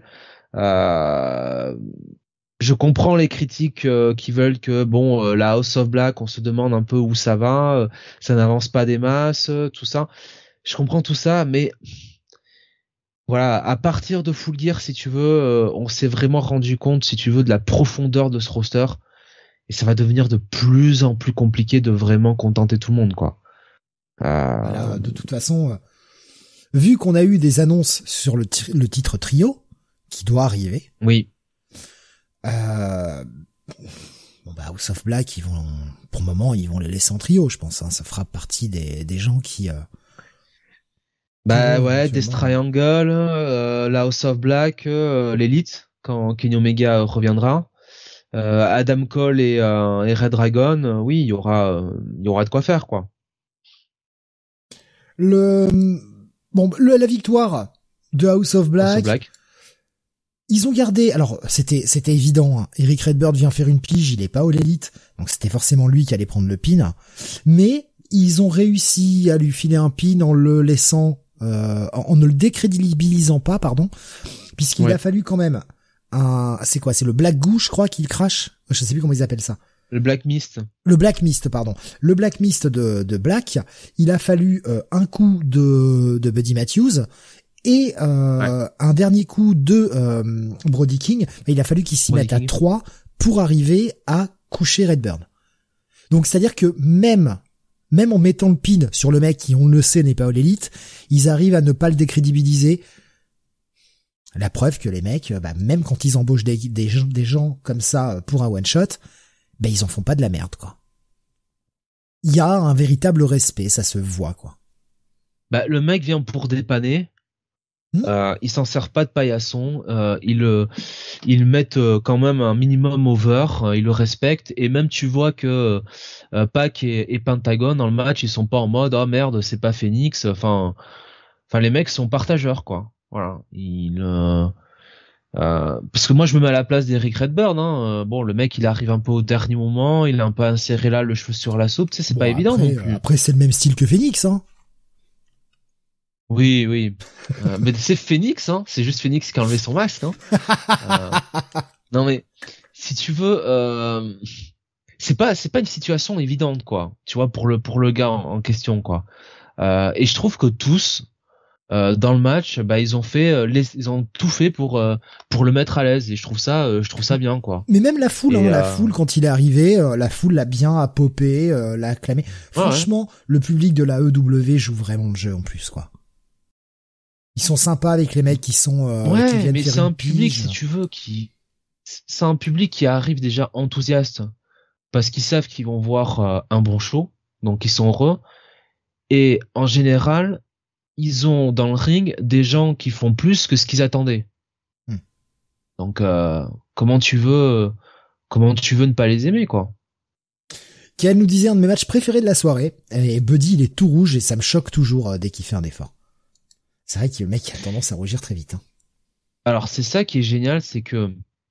Euh... Je comprends les critiques euh, qui veulent que bon, euh, la House of Black, on se demande un peu où ça va, euh, ça n'avance pas des masses, euh, tout ça. Je comprends tout ça, mais voilà, à partir de Full Gear, si tu veux, euh, on s'est vraiment rendu compte, si tu veux, de la profondeur de ce roster, et ça va devenir de plus en plus compliqué de vraiment contenter tout le monde, quoi. Euh... Voilà, de toute façon, euh, vu qu'on a eu des annonces sur le, t- le titre trio, qui doit arriver. Oui. Euh, bon bah House of Black, ils vont, pour le moment, ils vont les laisser en trio, je pense. Hein, ça fera partie des, des gens qui. Euh, Bah ouais, Death Triangle, euh, la House of Black, euh, l'Elite, quand Kenny Omega reviendra. euh, Adam Cole et, euh, et Red Dragon, euh, oui, il y aura, il euh, y aura de quoi faire, quoi. Le bon, le, la victoire de House of Black. House of Black. Ils ont gardé, alors c'était c'était évident, hein. Eric Redbird vient faire une pige, il est pas All Elite, donc c'était forcément lui qui allait prendre le pin. Mais ils ont réussi à lui filer un pin en le laissant, euh, en ne le décrédibilisant pas, pardon, puisqu'il ouais. a fallu quand même un, c'est quoi, c'est le Black Goo, je crois, qu'il crache. Je sais plus comment ils appellent ça. Le Black Mist. Le Black Mist, pardon. Le Black Mist de de Black. Il a fallu euh, un coup de de Buddy Matthews. Et euh, ouais. un dernier coup de euh, Brody King, il a fallu qu'il s'y mette à trois pour arriver à coucher Redburn. Donc c'est-à-dire que même même en mettant le pin sur le mec qui, on le sait, n'est pas All Elite, ils arrivent à ne pas le décrédibiliser. La preuve que les mecs, bah, même quand ils embauchent des, des, gens, des gens comme ça pour un one-shot, bah, ils en font pas de la merde, quoi. Il y a un véritable respect, ça se voit, quoi. Bah, le mec vient pour dépanner. Euh, ils s'en servent pas de paillasson, euh, ils euh, ils mettent euh, quand même un minimum over, euh, ils le respectent, et même tu vois que euh, Pac et, et Pentagon dans le match, ils sont pas en mode oh merde c'est pas Phoenix, enfin enfin les mecs sont partageurs, quoi. Voilà, ils euh, euh, parce que moi je me mets à la place d'Eric Redburn, hein. Bon, le mec il arrive un peu au dernier moment, il a un peu inséré là le cheveu sur la soupe, tu sais, c'est bon, pas après, évident non plus. Après c'est le même style que Phoenix, hein. Oui, oui. Euh, mais c'est Phoenix, hein. C'est juste Phoenix qui a enlevé son masque, hein. euh, non mais, si tu veux, euh, c'est pas, c'est pas une situation évidente, quoi. Tu vois, pour le, pour le gars en, en question, quoi. Euh, et je trouve que tous, euh, dans le match, bah ils ont fait, les, ils ont tout fait pour, euh, pour le mettre à l'aise. Et je trouve ça, euh, je trouve ça bien, quoi. Mais même la foule, et hein, euh... la foule quand il est arrivé, euh, la foule l'a bien appopé, euh, l'a acclamé. Franchement, ouais, ouais. Le public de la E W joue vraiment le jeu en plus, quoi. Ils sont sympas avec les mecs qui sont euh, ouais, qui viennent mais faire c'est un une public, pige. si tu veux, qui c'est un public qui arrive déjà enthousiaste parce qu'ils savent qu'ils vont voir euh, un bon show, donc ils sont heureux. Et en général, ils ont dans le ring des gens qui font plus que ce qu'ils attendaient. Hmm. Donc euh, comment tu veux comment tu veux ne pas les aimer, quoi. Ken nous disait un de mes matchs préférés de la soirée, et Buddy il est tout rouge et ça me choque toujours euh, dès qu'il fait un effort. C'est vrai que le mec a tendance à rougir très vite, hein. Alors c'est ça qui est génial, c'est que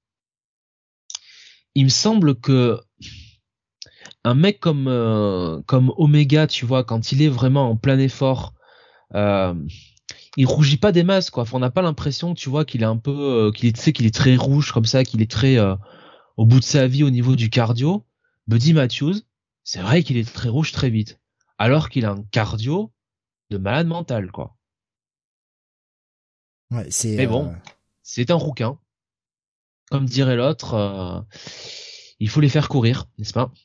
il me semble que un mec comme euh, comme Omega, tu vois, quand il est vraiment en plein effort, euh, il rougit pas des masses, quoi. Enfin, on n'a pas l'impression, tu vois, qu'il est un peu, euh, qu'il est, tu sais, qu'il est très rouge comme ça, qu'il est très euh, au bout de sa vie au niveau du cardio. Buddy Matthews, c'est vrai qu'il est très rouge très vite, alors qu'il a un cardio de malade mental, quoi. Ouais, c'est. Mais bon, euh... c'est un rouquin. Comme dirait l'autre, euh, il faut les faire courir, n'est-ce pas?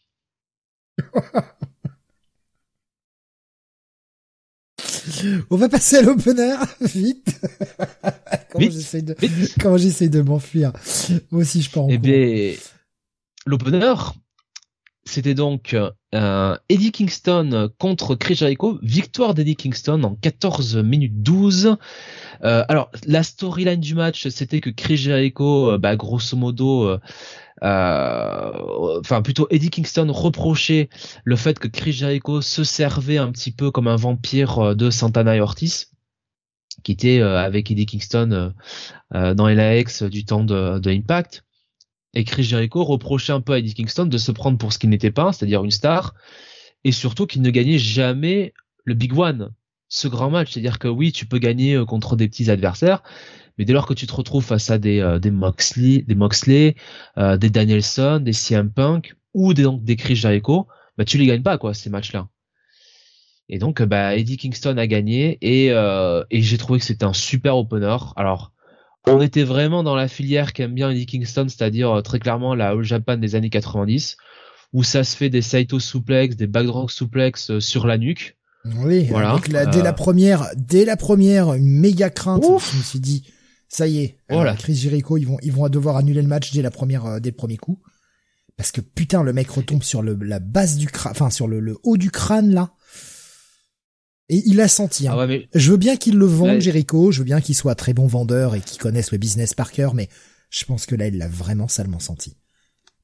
On va passer à l'opener, vite. Comment vite, j'essaie de, vite. Comment j'essaie de m'enfuir. Moi aussi, je pars en Eh cours. bien, l'opener, c'était donc euh, Eddie Kingston contre Chris Jericho. Victoire d'Eddie Kingston en quatorze minutes douze. Euh, alors, la storyline du match, c'était que Chris Jericho, euh, bah, grosso modo, euh, euh, enfin plutôt Eddie Kingston reprochait le fait que Chris Jericho se servait un petit peu comme un vampire de Santana et Ortiz, qui était euh, avec Eddie Kingston euh, euh, dans L A X du temps de, de Impact. Et Chris Jericho reprochait un peu à Eddie Kingston de se prendre pour ce qu'il n'était pas, c'est-à-dire une star, et surtout qu'il ne gagnait jamais le Big One, ce grand match. C'est-à-dire que oui, tu peux gagner contre des petits adversaires, mais dès lors que tu te retrouves face à des euh, des Moxley, des Moxley, euh, des Danielson, des C M Punk ou des donc des Chris Jericho, bah tu les gagnes pas, quoi, ces matchs-là. Et donc bah Eddie Kingston a gagné, et euh, et j'ai trouvé que c'était un super opener. Alors on était vraiment dans la filière qu'aime bien Eddie Kingston, c'est-à-dire euh, très clairement la All Japan des années quatre-vingt-dix, où ça se fait des Saito suplex, des backdrop suplex euh, sur la nuque. Oui, voilà. Donc là, euh... dès la première, dès la première, une méga crainte. Ouf. Je me suis dit, ça y est, voilà. euh, Chris Jericho, ils vont, ils vont devoir annuler le match dès la première, euh, dès le premier coup, parce que putain, le mec retombe sur le la base du crâne, enfin sur le, le haut du crâne là. Et il l'a senti, hein. Ah ouais, mais... Je veux bien qu'il le vende, ouais. Jericho, je veux bien qu'il soit très bon vendeur et qu'il connaisse le business par cœur, mais je pense que là, il l'a vraiment salement senti.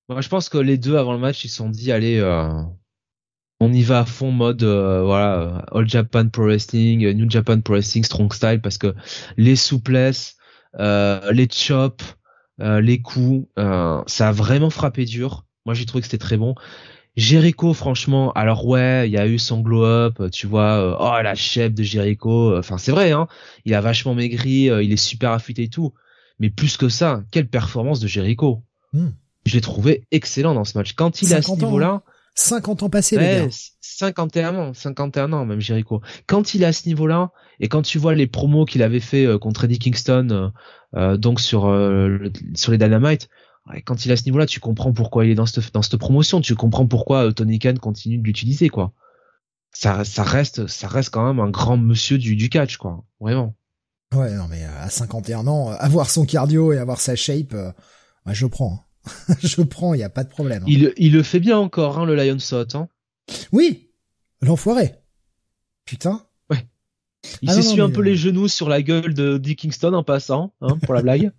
Moi, je pense que les deux avant le match, ils se sont dit, allez, euh, on y va à fond mode, euh, voilà, All Japan Pro Wrestling, New Japan Pro Wrestling, Strong Style, parce que les souplesses, euh, les chops, euh, les coups, euh, ça a vraiment frappé dur. Moi, j'ai trouvé que c'était très bon. Jericho, franchement, alors ouais, il y a eu son glow-up, tu vois, euh, oh la shape de Jericho, enfin c'est vrai, hein, il a vachement maigri, euh, il est super affûté et tout, mais plus que ça, quelle performance de Jericho. Hmm. Je l'ai trouvé excellent dans ce match. Quand il est à ce niveau-là, ans, cinquante ans passés, ouais, les gars. cinquante et un ans, cinquante et un ans même Jericho. Quand il est à ce niveau-là, et quand tu vois les promos qu'il avait fait euh, contre Eddie Kingston, euh, euh, donc sur euh, le, sur les Dynamite, ouais, quand il est à ce niveau-là, tu comprends pourquoi il est dans cette dans cette promotion, tu comprends pourquoi euh, Tony Khan continue de l'utiliser, quoi. Ça ça reste ça reste quand même un grand monsieur du du catch, quoi, vraiment. Ouais, non mais euh, à cinquante et un ans, euh, avoir son cardio et avoir sa shape, euh, ouais, je prends. Je prends, il y a pas de problème. Hein. Il il le fait bien encore, hein, le Lionsault, hein. Oui, l'enfoiré. Putain. Ouais. Il ah s'essuie un peu euh... les genoux sur la gueule de Dick Kingston en passant, hein, pour la blague.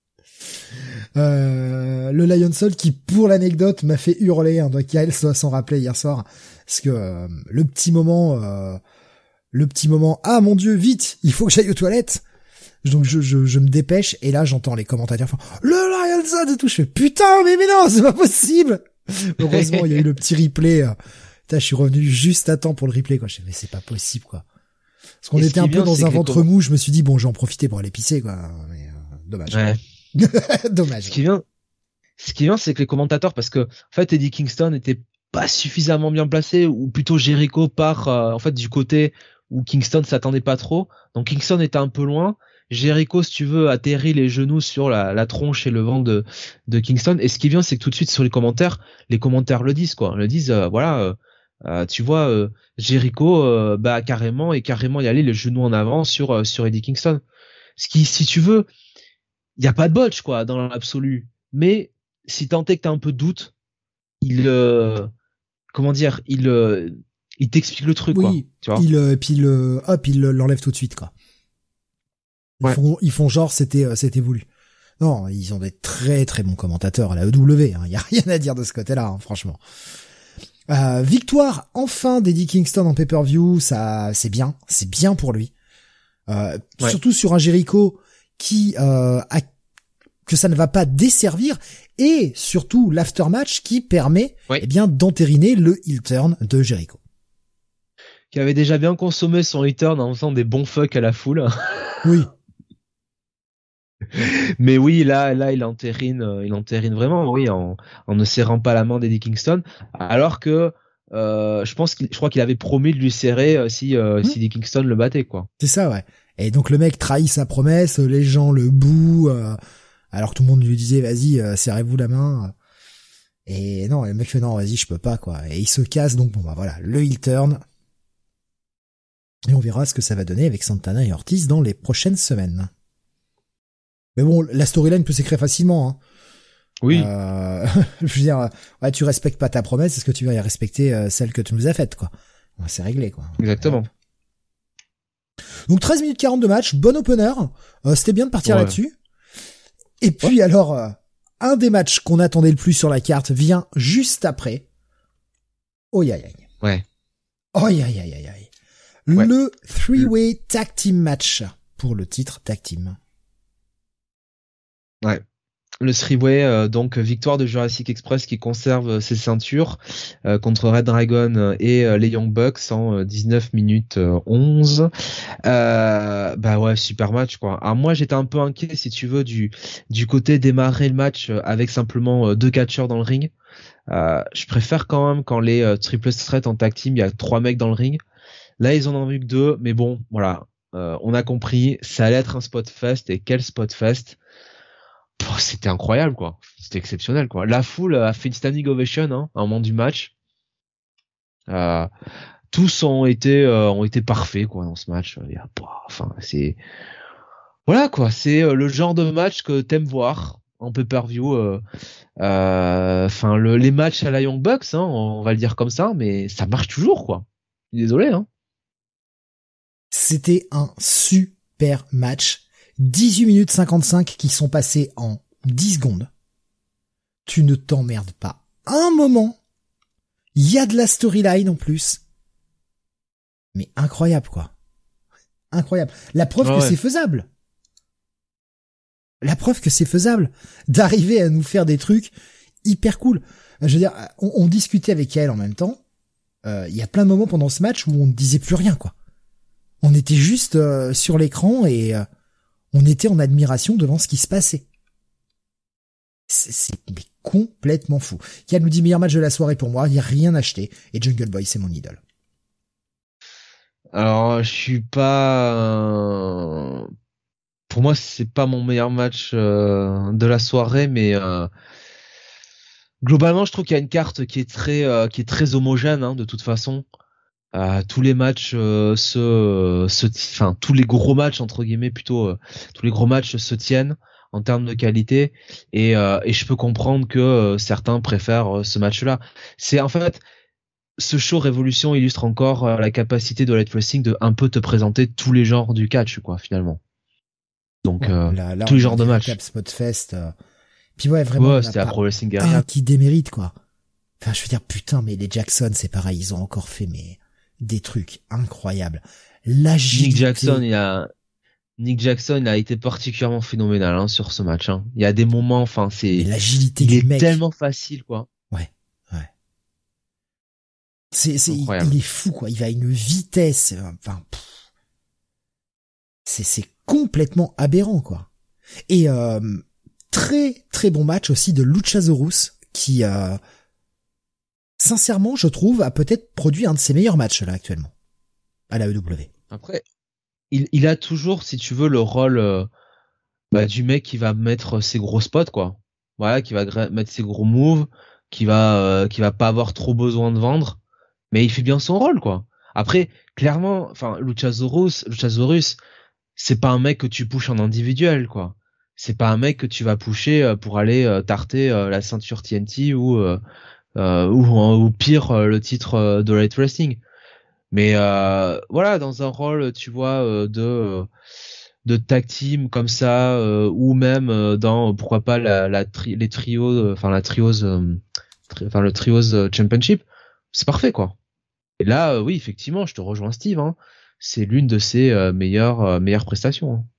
Euh, le Lionsault qui, pour l'anecdote, m'a fait hurler, hein, donc Kyle doit s'en rappeler hier soir, parce que euh, le petit moment, euh, le petit moment, ah mon dieu, vite, il faut que j'aille aux toilettes. Donc je, je, je me dépêche et là j'entends les commentateurs faire le Lionsault et tout. Je fais putain mais mais non c'est pas possible. Heureusement il y a eu le petit replay. Putain, je suis revenu juste à temps pour le replay quoi. Je fais mais c'est pas possible quoi. Parce qu'on et était un peu dans un ventre mou. Je me suis dit bon j'ai en profité pour aller pisser quoi. Mais euh, dommage. Ouais. Dommage. Ce qui vient, ce qui vient c'est que les commentateurs parce que en fait Eddie Kingston était pas suffisamment bien placé ou plutôt Jericho part euh, en fait du côté où Kingston s'attendait pas trop. Donc Kingston était un peu loin. Jericho, si tu veux, atterrit les genoux sur la, la tronche et le ventre de, de Kingston. Et ce qui vient, c'est que tout de suite sur les commentaires, les commentaires le disent, quoi. Le disent, euh, voilà, euh, euh, tu vois, euh, Jericho, euh, bah carrément et carrément y aller les genoux en avant sur euh, sur Eddie Kingston. Ce qui, si tu veux, il y a pas de botch, quoi, dans l'absolu. Mais si tant est que t'as un peu de doute, il, euh, comment dire, il, euh, il t'explique le truc, oui, quoi. Tu vois. Il, euh, puis le, hop, il l'enlève tout de suite, quoi. Ils ouais. font, ils font genre c'était, euh, c'était voulu. Non, ils ont des très très bons commentateurs à la E W. Il hein. y a rien à dire de ce côté-là, hein, franchement. Euh, victoire enfin d'Eddie Kingston en pay-per-view, ça, c'est bien, c'est bien pour lui. Euh, ouais. Surtout sur un Jericho qui euh, a, que ça ne va pas desservir, et surtout l'aftermatch qui permet, ouais. eh bien, d'entériner le heel turn de Jericho. Qui avait déjà bien consommé son heel turn en faisant des bons fuck à la foule. Oui. Mais oui, là, là, il entérine, il entérine vraiment, oui, en, en ne serrant pas la main d'Eddie Kingston, alors que euh, je pense qu'il, je crois qu'il avait promis de lui serrer euh, si, euh, mmh. si Eddie Kingston le battait, quoi. C'est ça, ouais. Et donc le mec trahit sa promesse, les gens le bouent, euh, alors que tout le monde lui disait vas-y, euh, serrez-vous la main. Et non, le mec fait non, vas-y, je peux pas, quoi. Et il se casse, donc bon bah voilà, le heel turn. Et on verra ce que ça va donner avec Santana et Ortiz dans les prochaines semaines. Mais bon, la storyline peut s'écrire facilement, hein. Oui. Euh, je veux dire, ouais, tu respectes pas ta promesse, est-ce que tu vas y respecter euh, celle que tu nous as faite, quoi. Ouais, c'est réglé, quoi. Exactement. Ouais. Donc treize minutes quarante de match, bon opener. Euh, c'était bien de partir ouais. là-dessus. Et puis ouais. alors, euh, un des matchs qu'on attendait le plus sur la carte vient juste après. Oh aïe aïe. Ouais. Oh aïe aïe aïe aïe. Ouais. Le three-way tag team match pour le titre tag team. Ouais. Le three-way, euh, donc victoire de Jurassic Express qui conserve ses ceintures euh, contre Red Dragon et euh, les Young Bucks en euh, dix-neuf minutes onze. Euh, bah ouais, super match quoi. Alors moi j'étais un peu inquiet si tu veux du du côté démarrer le match avec simplement euh, deux catcheurs dans le ring. Euh, je préfère quand même quand les euh, triple threat en tag team, il y a trois mecs dans le ring. Là ils en ont vu que deux, mais bon voilà, euh, on a compris, ça allait être un spot fest et quel spot fest. Oh, c'était incroyable quoi, c'était exceptionnel quoi. La foule a fait une standing ovation hein, à un moment du match. Euh, tous ont été euh, ont été parfaits quoi dans ce match. Il y a, enfin c'est voilà quoi, c'est le genre de match que t'aimes voir en pay-per-view. Euh, euh, enfin le les matchs à la Young Bucks, hein, on va le dire comme ça, mais ça marche toujours quoi. Désolé hein. C'était un super match. dix-huit minutes cinquante-cinq qui sont passées en dix secondes. tu ne t'emmerdes pas un moment. Il y a de la storyline en plus. Mais incroyable, quoi. Incroyable. La preuve ah que ouais. c'est faisable. La preuve que c'est faisable d'arriver à nous faire des trucs hyper cool. Je veux dire, on, on discutait avec elle en même temps. Euh, il y a plein de moments pendant ce match où on ne disait plus rien, quoi. On était juste euh, sur l'écran et euh, on était en admiration devant ce qui se passait. C'est, c'est mais complètement fou. Qui nous dit meilleur match de la soirée pour moi, il n'y a rien acheté. Et Jungle Boy, c'est mon idole. Alors, je suis pas... euh, Pour moi, c'est pas mon meilleur match euh, de la soirée, mais... Euh... Globalement, je trouve qu'il y a une carte qui est très, euh, qui est très homogène, hein, de toute façon. Euh, tous les matchs euh, se, se, enfin tous les gros matchs entre guillemets plutôt, euh, tous les gros matchs se tiennent en termes de qualité et, euh, et je peux comprendre que euh, certains préfèrent euh, ce match-là. C'est en fait ce show Révolution illustre encore euh, la capacité de Elite Wrestling de un peu te présenter tous les genres du catch, quoi, finalement. Donc ouais, euh, là, là, tous les genres de matchs. Spotfest. Euh... Puis ouais, vraiment. Ouais, c'était la Pro Wrestling Guerrilla. Un qui démérite, quoi. Enfin, je veux dire, putain, mais les Jackson, c'est pareil, ils ont encore fait mais des trucs incroyables. L'agilité. Nick Jackson, il a Nick Jackson, il a été particulièrement phénoménal, hein, sur ce match, hein. Il y a des moments, enfin, c'est mais l'agilité il du est mec. tellement facile, quoi. Ouais, ouais. C'est, c'est, il, Incroyable. il est fou, quoi. Il va à une vitesse, enfin, pff. c'est, c'est complètement aberrant, quoi. Et euh, très, très bon match aussi de Luchasaurus, qui, euh, sincèrement, je trouve, a peut-être produit un de ses meilleurs matchs là actuellement à la E W. Après, il, il a toujours, si tu veux, le rôle euh, bah, du mec qui va mettre ses gros spots, quoi. Voilà, qui va gra- mettre ses gros moves, qui va, euh, qui va pas avoir trop besoin de vendre, mais il fait bien son rôle, quoi. Après, clairement, enfin, Luchasaurus, Luchasaurus, c'est pas un mec que tu pushes en individuel, quoi. C'est pas un mec que tu vas pusher euh, pour aller euh, tarter euh, la ceinture T N T ou euh, euh, ou, ou pire euh, le titre euh, de Elite Wrestling. Mais euh, voilà, dans un rôle, tu vois, euh, de euh, de tag team comme ça, euh, ou même euh, dans pourquoi pas la, la tri- les trios, enfin la trios, euh, tri- enfin le trios euh, championship, c'est parfait, quoi. Et là, euh, oui, effectivement, je te rejoins, Steve. Hein, c'est l'une de ses euh, meilleures euh, meilleures prestations. Hein.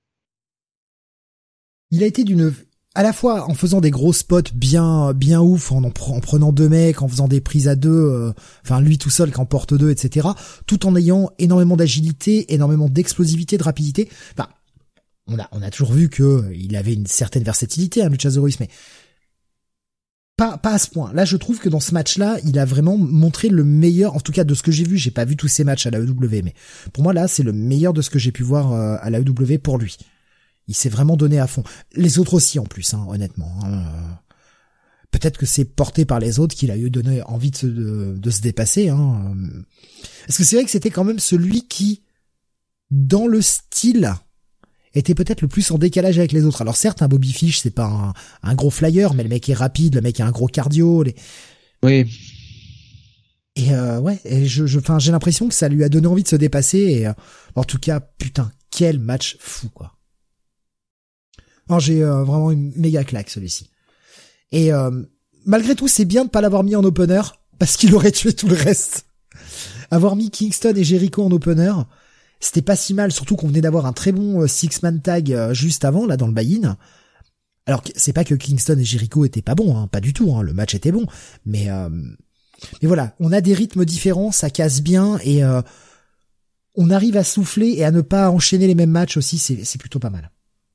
Il a été d'une, à la fois en faisant des gros spots bien bien ouf, en, en, en prenant deux mecs, en faisant des prises à deux, euh, enfin lui tout seul qui en porte deux, et cetera. Tout en ayant énormément d'agilité, énormément d'explosivité, de rapidité. Enfin, on a on a toujours vu que il avait une certaine versatilité, hein, Luchasaurus, mais pas pas à ce point. Là, je trouve que dans ce match-là, il a vraiment montré le meilleur, en tout cas de ce que j'ai vu. J'ai pas vu tous ces matchs à la E W, mais pour moi là, c'est le meilleur de ce que j'ai pu voir euh, à la E W pour lui. Il s'est vraiment donné à fond. Les autres aussi, en plus, hein, honnêtement. Hein. Peut-être que c'est porté par les autres qu'il a eu donné envie de se, de, de se dépasser. Hein. Parce que c'est vrai que c'était quand même celui qui, dans le style, était peut-être le plus en décalage avec les autres. Alors certes, un Bobby Fish, c'est pas un, un gros flyer, mais le mec est rapide, le mec a un gros cardio. Les... Oui. Et euh, ouais, et je, je, enfin, j'ai l'impression que ça lui a donné envie de se dépasser. Et euh, en tout cas, putain, quel match fou, quoi. Alors j'ai euh, vraiment une méga claque celui-ci. Et euh, malgré tout, c'est bien de pas l'avoir mis en opener parce qu'il aurait tué tout le reste. Avoir mis Kingston et Jericho en opener, c'était pas si mal, surtout qu'on venait d'avoir un très bon euh, six-man tag euh, juste avant là dans le buy-in. Alors c'est pas que Kingston et Jericho étaient pas bons, hein, pas du tout. Hein, le match était bon, mais euh, mais voilà, on a des rythmes différents, ça casse bien et euh, on arrive à souffler et à ne pas enchaîner les mêmes matchs aussi. C'est c'est plutôt pas mal.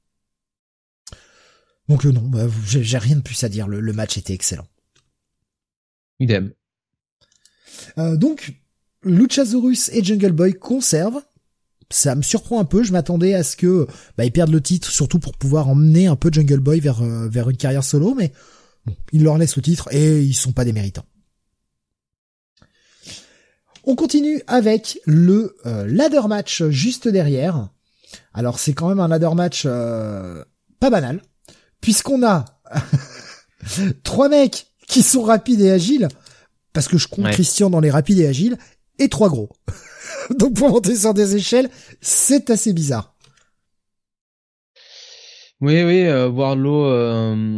Donc euh, non, bah, j'ai, j'ai rien de plus à dire. Le, le match était excellent. Idem. Euh, donc, Luchasaurus et Jungle Boy conservent. Ça me surprend un peu. Je m'attendais à ce que bah, ils perdent le titre, surtout pour pouvoir emmener un peu Jungle Boy vers euh, vers une carrière solo. Mais bon, ils leur laissent le titre et ils sont pas des méritants. On continue avec le euh, ladder match juste derrière. Alors c'est quand même un ladder match euh, pas banal. Puisqu'on a trois mecs qui sont rapides et agiles, parce que je compte ouais. Christian dans les rapides et agiles, et trois gros. Donc pour monter sur des échelles, c'est assez bizarre. Oui, oui, euh, Wardlow, euh,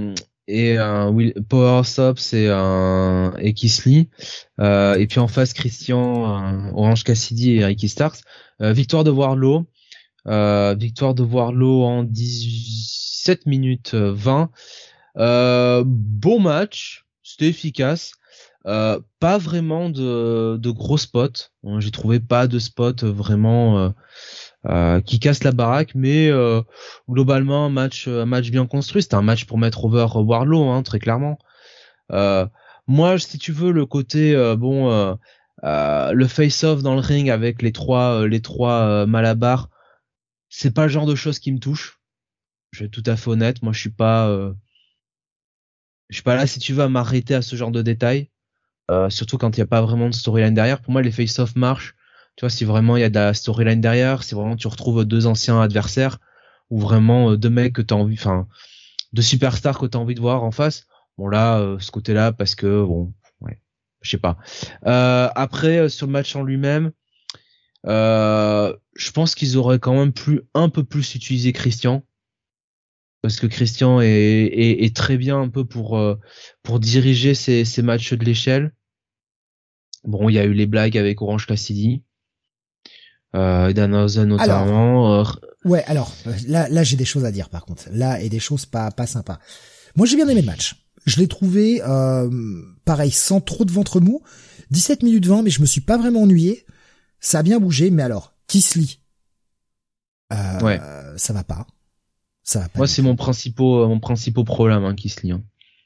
et un Will, Powerhouse Hobbs et un et Keith Lee. Euh, et puis en face Christian, euh, Orange Cassidy et Ricky Starks. Euh, victoire de Wardlow. Euh, victoire de Wardlow en dix-sept minutes vingt. Euh, bon match, c'était efficace. Euh, pas vraiment de, de gros spots. J'ai trouvé pas de spots vraiment euh, euh, qui cassent la baraque, mais euh, globalement un match, un match bien construit. C'était un match pour mettre over Wardlow, hein, très clairement. Euh, moi, si tu veux, le côté euh, bon, euh, euh, le face-off dans le ring avec les trois, euh, les trois euh, Malabar, c'est pas le genre de choses qui me touche. Je vais être tout à fait honnête. Moi, je suis pas, euh, je suis pas là si tu veux à m'arrêter à ce genre de détails. Euh, surtout quand il n'y a pas vraiment de storyline derrière. Pour moi, les face-off marchent. Tu vois, si vraiment il y a de la storyline derrière, si vraiment tu retrouves deux anciens adversaires ou vraiment euh, deux mecs que t'as envie, enfin, deux superstars que t'as envie de voir en face. Bon là, euh, ce côté-là, parce que bon, ouais, je sais pas. Euh, après, euh, sur le match en lui-même, euh, je pense qu'ils auraient quand même plus un peu plus utilisé Christian. Parce que Christian est, est, est très bien un peu pour euh, pour diriger ces, ces matchs de l'échelle. Bon, il y a eu les blagues avec Orange Cassidy, euh, Danhausen notamment. Alors, euh... ouais, alors là, là j'ai des choses à dire par contre. Là, et des choses pas pas sympas. Moi, j'ai bien aimé le match. Je l'ai trouvé euh, pareil, sans trop de ventre mou. dix-sept minutes vingt, mais je me suis pas vraiment ennuyé. Ça a bien bougé, mais alors, Keith Lee, euh, ouais. ça va pas. Ça va pas. Moi, c'est mon principal, mon principal problème, hein, Keith Lee. Hein.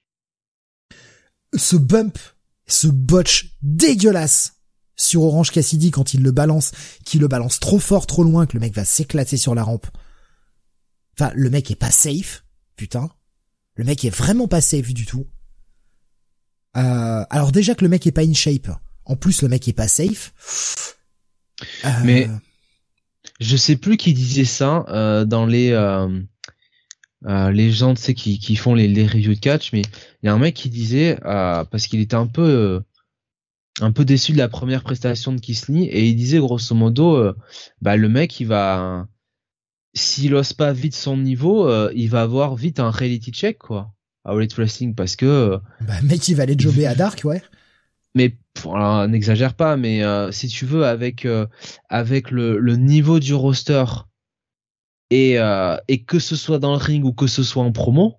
Ce bump, ce botch dégueulasse sur Orange Cassidy quand il le balance, qu'il le balance trop fort, trop loin, que le mec va s'éclater sur la rampe. Enfin, le mec est pas safe, putain. Le mec est vraiment pas safe du tout. Euh, alors déjà que le mec est pas in shape. En plus, le mec est pas safe. Euh... Mais je sais plus qui disait ça euh, dans les euh, euh, les gens, tu sais, qui qui font les les reviews de catch. Mais il y a un mec qui disait euh, parce qu'il était un peu euh, un peu déçu de la première prestation de Keith Lee et il disait grosso modo, euh, bah le mec il va s'il ose pas vite son niveau, euh, il va avoir vite un reality check quoi à All Elite Wrestling parce que euh, bah mec il va aller jobber à Dark, ouais. Mais alors, n'exagère pas, mais euh, si tu veux avec euh, avec le le niveau du roster et euh, et que ce soit dans le ring ou que ce soit en promo,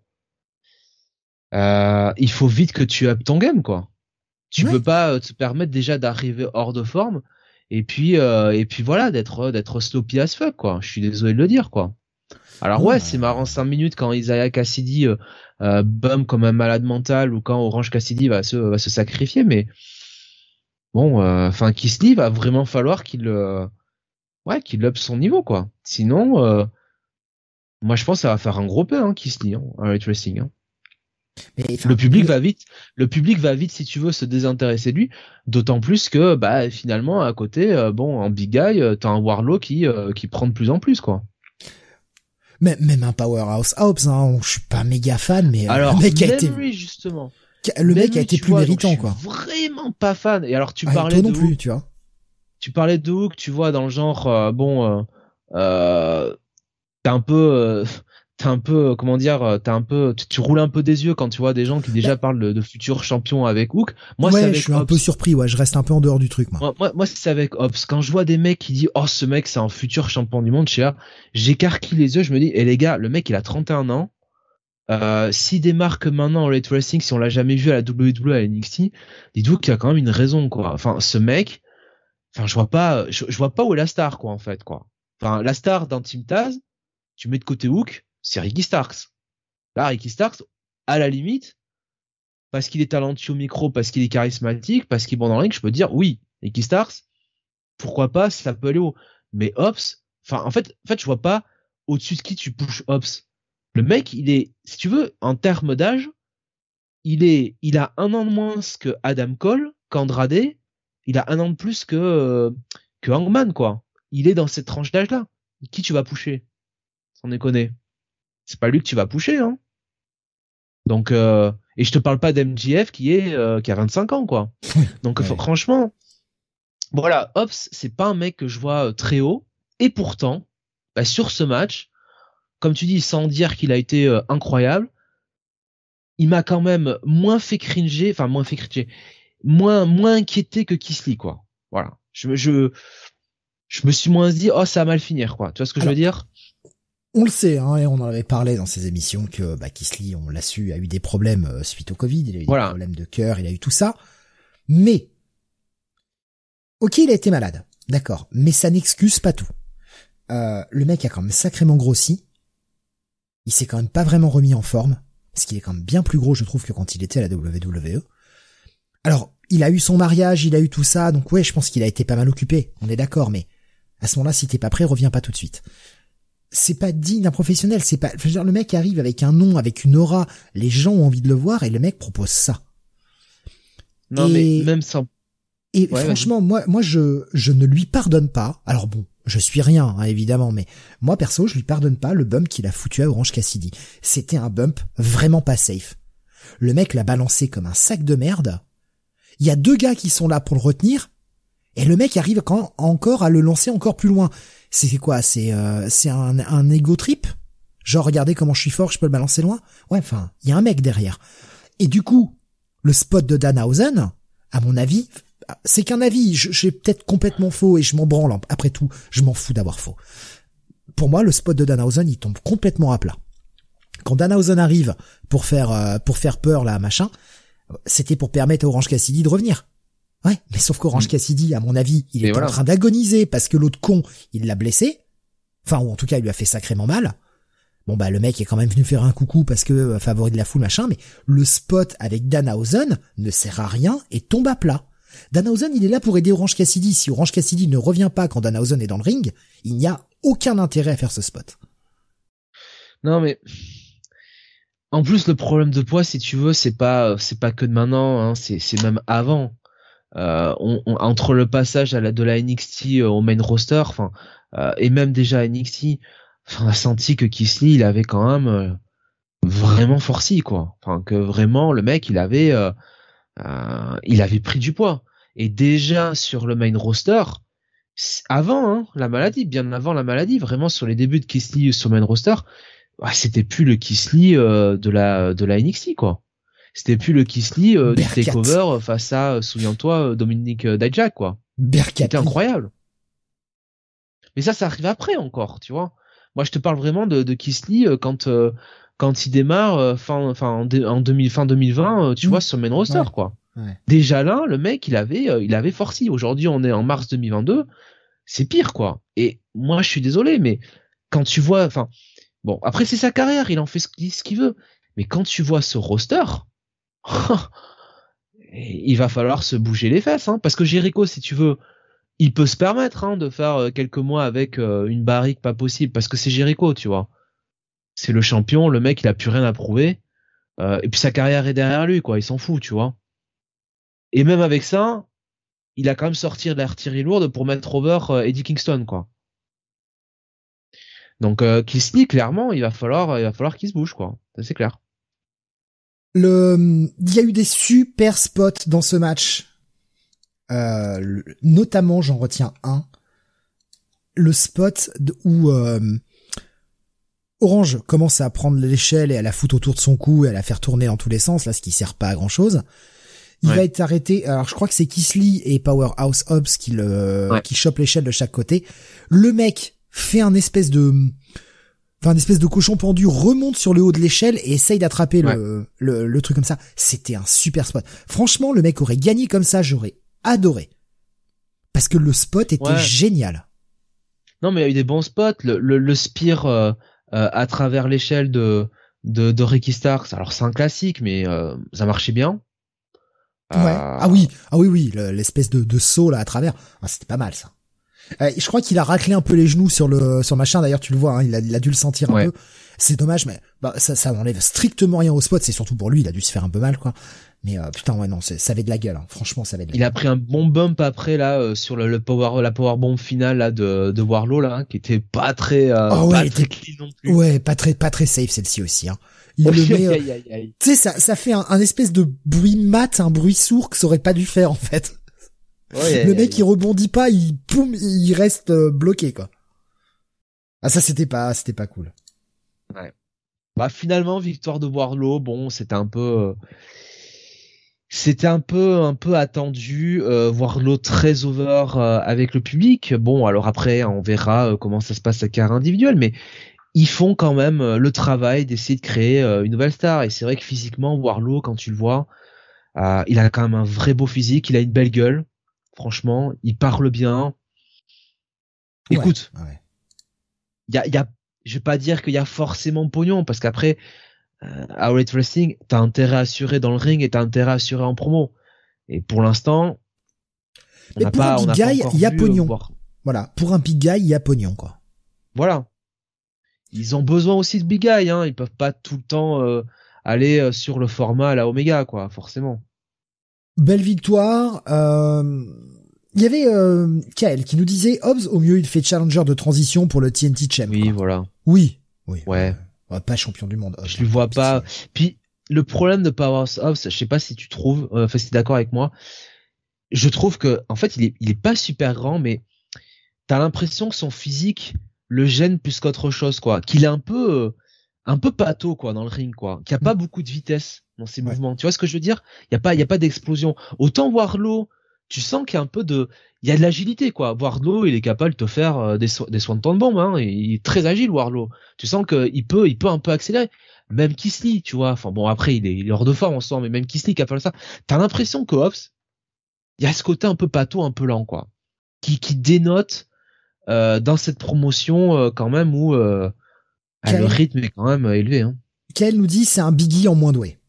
euh, il faut vite que tu up ton game quoi. Tu ouais. peux pas te permettre déjà d'arriver hors de forme et puis euh, et puis voilà d'être d'être sloppy as fuck quoi. Je suis désolé de le dire quoi. Alors ouais, ouais c'est marrant cinq minutes quand Isaiah Cassidy euh, euh, bum comme un malade mental ou quand Orange Cassidy va se va se sacrifier, mais bon, enfin, euh, Keith Lee va vraiment falloir qu'il, euh, ouais, qu'il up son niveau quoi. Sinon, euh, moi je pense que ça va faire un gros peu, hein, Keith Lee, hein, à Elite Wrestling. Hein. Mais, enfin, le public le... va vite, le public va vite si tu veux se désintéresser de lui. D'autant plus que, bah, finalement à côté, euh, bon, en big guy, euh, t'as un Wardlow qui euh, qui prend de plus en plus quoi. Mais même un Powerhouse Hobbs, hein, je suis pas méga fan, mais alors le mec a même été lui justement. Le Même mec a lui, été plus vois, méritant, je suis quoi. Vraiment pas fan. Et alors, tu ah, parlais toi de non plus, Hook, tu vois. Tu parlais de Hook, tu vois, dans le genre, euh, bon, euh, euh, t'as un peu, euh, t'as un peu, comment dire, t'as un peu, tu, tu roules un peu des yeux quand tu vois des gens qui déjà bah, parlent de, de futurs champions avec Hook. Moi, ouais, c'est avec je suis Hobbs. un peu surpris, ouais, je reste un peu en dehors du truc, moi. Moi, moi, moi c'est avec Hobbs. Quand je vois des mecs qui disent, oh, ce mec, c'est un futur champion du monde, je sais pas, j'écarquille les yeux, je me dis, eh les gars, le mec, il a trente et un ans. Euh, s'il démarque maintenant en Elite Wrestling, si on l'a jamais vu à la W W E, à N X T, dites-vous qu'il y a quand même une raison, quoi. Enfin, ce mec, enfin, je vois pas, je, je vois pas où est la star, quoi, en fait, quoi. Enfin, la star d'un Team Taz, tu mets de côté Hook, c'est Ricky Starks. Là, Ricky Starks, à la limite, parce qu'il est talentueux au micro, parce qu'il est charismatique, parce qu'il est bon dans le ring, je peux dire, oui, Ricky Starks, pourquoi pas, ça peut aller haut. Mais Hobbs, enfin, en fait, en fait, je vois pas au-dessus de qui tu pushes Hobbs. Le mec, il est, si tu veux, en termes d'âge, il est, il a un an de moins que Adam Cole, qu'Andrade, il a un an de plus que, euh, que Hangman, quoi. Il est dans cette tranche d'âge-là. Qui tu vas pusher? Sans déconner. C'est pas lui que tu vas pusher, hein. Donc, euh, et je te parle pas d'M J F qui est, euh, qui a vingt-cinq ans, quoi. Donc, ouais. Franchement, voilà, Hobbs, c'est pas un mec que je vois très haut. Et pourtant, bah, sur ce match, comme tu dis, sans dire qu'il a été euh, incroyable, il m'a quand même moins fait cringer, enfin moins fait cringer, moins moins inquiété que Keith Lee, quoi. Voilà. Je je je me suis moins dit oh ça va mal finir, quoi. Tu vois ce que Alors, je veux dire? On le sait, hein, et on en avait parlé dans ces émissions que bah, Keith Lee, on l'a su, a eu des problèmes euh, suite au Covid, il a eu voilà. des problèmes de cœur, il a eu tout ça. Mais ok, il a été malade, d'accord, mais ça n'excuse pas tout. Euh, le mec a quand même sacrément grossi. Il s'est quand même pas vraiment remis en forme, parce qu'il est quand même bien plus gros, je trouve, que quand il était à la W W E. Alors, il a eu son mariage, il a eu tout ça, donc ouais, je pense qu'il a été pas mal occupé, on est d'accord, mais à ce moment-là, si t'es pas prêt, reviens pas tout de suite. C'est pas digne d'un professionnel, c'est pas, je veux dire, le mec arrive avec un nom, avec une aura, les gens ont envie de le voir, et le mec propose ça. Non, et... mais même sans... Et ouais, franchement, vas-y. moi, moi, je, je ne lui pardonne pas, alors bon, je suis rien, hein, évidemment, mais moi, perso, je lui pardonne pas le bump qu'il a foutu à Orange Cassidy. C'était un bump vraiment pas safe. Le mec l'a balancé comme un sac de merde. Il y a deux gars qui sont là pour le retenir, et le mec arrive quand encore à le lancer encore plus loin. C'est quoi? C'est euh, c'est un, un ego trip? Genre, regardez comment je suis fort, je peux le balancer loin? Ouais, enfin, il y a un mec derrière. Et du coup, le spot de Danhausen, à mon avis... c'est qu'un avis, je, je suis peut-être complètement faux et je m'en branle. Après tout, je m'en fous d'avoir faux. Pour moi, le spot de Danhausen, il tombe complètement à plat. Quand Danhausen arrive pour faire euh, pour faire peur là, machin, c'était pour permettre à Orange Cassidy de revenir. Ouais, mais sauf qu'Orange mmh. Cassidy, à mon avis, il est voilà. en train d'agoniser parce que l'autre con, il l'a blessé. Enfin, ou en tout cas, il lui a fait sacrément mal. Bon bah le mec est quand même venu faire un coucou parce que euh, favori de la foule, machin, mais le spot avec Danhausen ne sert à rien et tombe à plat. Danhausen, il est là pour aider Orange Cassidy. Si Orange Cassidy ne revient pas quand Danhausen est dans le ring, il n'y a aucun intérêt à faire ce spot. Non, mais en plus le problème de poids, si tu veux, c'est pas c'est pas que de maintenant, hein, c'est c'est même avant. Euh, on, on, entre le passage à la, de la N X T au main roster, enfin, euh, et même déjà à N X T, enfin, on a senti que Keith Lee, il avait quand même euh, vraiment forci, quoi. Enfin, que vraiment le mec, il avait euh, euh, il avait pris du poids. Et déjà sur le main roster, avant hein, la maladie, bien avant la maladie, vraiment sur les débuts de Keith Lee sur le main roster, bah, c'était plus le Keith Lee euh, de la de la N X T, quoi. C'était plus le Keith Lee euh, du takeover face à, souviens-toi, Dominique Dijak, quoi. Berkat. C'était incroyable. Mais ça, ça arrive après encore, tu vois. Moi, je te parle vraiment de, de Keith Lee euh, quand euh, quand il démarre euh, fin enfin en, en deux mille, fin deux mille vingt, euh, tu mmh. vois, sur le main roster, ouais. quoi. Ouais. Déjà là, le mec, il avait euh, il avait forci. Aujourd'hui, on est en mars deux mille vingt-deux, c'est pire, quoi. Et moi, je suis désolé, mais quand tu vois, enfin, bon, après c'est sa carrière, il en fait ce qu'il veut. Mais quand tu vois ce roster, il va falloir se bouger les fesses, hein, parce que Jericho, si tu veux, il peut se permettre hein, de faire quelques mois avec euh, une barrique pas possible, parce que c'est Jericho, tu vois. C'est le champion, le mec, il a plus rien à prouver, euh, et puis sa carrière est derrière lui, quoi. Il s'en fout, tu vois. Et même avec ça, il a quand même sorti de l'artillerie lourde pour mettre over euh, Eddie Kingston, quoi. Donc, euh, Keith Lee, clairement, il va falloir, il va falloir qu'il se bouge, quoi. Ça, c'est clair. Le, il y a eu des super spots dans ce match. Euh, le, notamment, j'en retiens un. Le spot de, où euh, Orange commence à prendre l'échelle et à la foutre autour de son cou et à la faire tourner dans tous les sens, là, ce qui sert pas à grand chose. Il ouais. va être arrêté. Alors, je crois que c'est Keith Lee et Powerhouse Hobbs qui le, ouais. qui chopent l'échelle de chaque côté. Le mec fait un espèce de, enfin, une espèce de cochon pendu, remonte sur le haut de l'échelle et essaye d'attraper ouais. le, le, le truc comme ça. C'était un super spot. Franchement, le mec aurait gagné comme ça, j'aurais adoré. Parce que le spot était ouais. génial. Non, mais il y a eu des bons spots. Le, le, le spear, euh, euh, à travers l'échelle de, de, de Ricky Starks. Alors, c'est un classique, mais, euh, ça marchait bien. Ouais. Euh... Ah oui, ah oui, oui, le, l'espèce de, de saut là à travers. Ah, c'était pas mal ça. Euh, je crois qu'il a raclé un peu les genoux sur le sur machin. D'ailleurs, tu le vois, hein, il a il a dû le sentir un ouais. peu. C'est dommage, mais bah ça ça n'enlève strictement rien au spot. C'est surtout pour lui, il a dû se faire un peu mal, quoi. Mais euh, putain, ouais, non, c'est, ça avait de la gueule. Hein. Franchement, ça avait de la il gueule. a pris un bon bump après là euh, sur le, le power la power bomb finale là de de Warlow là, hein, qui était pas très euh, oh, pas ouais, très était... clean non plus. Ouais, pas très pas très safe celle-ci aussi. Hein. Il le met, euh, tu sais, ça, ça fait un, un espèce de bruit mat, un bruit sourd que ça aurait pas dû faire, en fait. Ouais, le mec, il rebondit pas, il, poum, il reste euh, bloqué, quoi. Ah, ça, c'était pas, c'était pas cool. Ouais. Bah finalement victoire de Wardlow, bon c'était un peu euh, c'était un peu un peu attendu, euh, Wardlow très over euh, avec le public. Bon alors après on verra euh, comment ça se passe à carrière individuelle, mais ils font quand même euh, le travail d'essayer de créer euh, une nouvelle star. Et c'est vrai que physiquement Wardlow quand tu le vois, euh, il a quand même un vrai beau physique, il a une belle gueule. Franchement, il parle bien. Ouais, Écoute, ouais. il y a, y a, je vais pas dire qu'il y a forcément pognon parce qu'après, euh, à Elite Wrestling, t'as intérêt à assurer dans le ring et t'as intérêt à assurer en promo. Et pour l'instant, on Mais n'a pour pas, un on big n'a pas guy, encore il y a vu, pognon. euh, voir. Voilà, pour un big guy, il y a pognon, quoi. Voilà. Ils ont besoin aussi de big guy, hein. Ils peuvent pas tout le temps euh, aller euh, sur le format à la Omega, quoi, forcément. Belle victoire. Euh... Il y avait euh, Kael qui nous disait Hobbs, au mieux il fait challenger de transition pour le T N T Champ. Oui, quoi. voilà. Oui. Oui. Ouais. Euh, pas champion du monde. Hobbs, Je lui vois pitié. pas. Puis le problème de Powerhouse Hobbs, je sais pas si tu trouves, euh, enfin si t'es d'accord avec moi. Je trouve que en fait il est, il est pas super grand, mais t'as l'impression que son physique le gêne plus qu'autre chose, quoi. Qu'il est un peu, euh, un peu pâteau, quoi, dans le ring, quoi. Qu'il y a pas Mm. beaucoup de vitesse dans ses Ouais. mouvements. Tu vois ce que je veux dire? Il y a pas, il y a pas d'explosion. Autant Wardlow, tu sens qu'il y a un peu de, il y a de l'agilité, quoi. Wardlow, il est capable de te faire euh, des, so- des swanton bombs, hein. Il est très agile, Wardlow. Tu sens que il peut, il peut un peu accélérer. Même Kisly, tu vois. Enfin bon, après il est, il est hors de forme en ce moment, mais même Kisly qui a fait ça. T'as l'impression que Hobbs, il y a ce côté un peu pâteau, un peu lent, quoi. Qui, qui dénote euh, dans cette promotion euh, quand même où euh, ah, le Kael, rythme est quand même euh, élevé. Hein. Kael nous dit c'est un biggie en moins doué.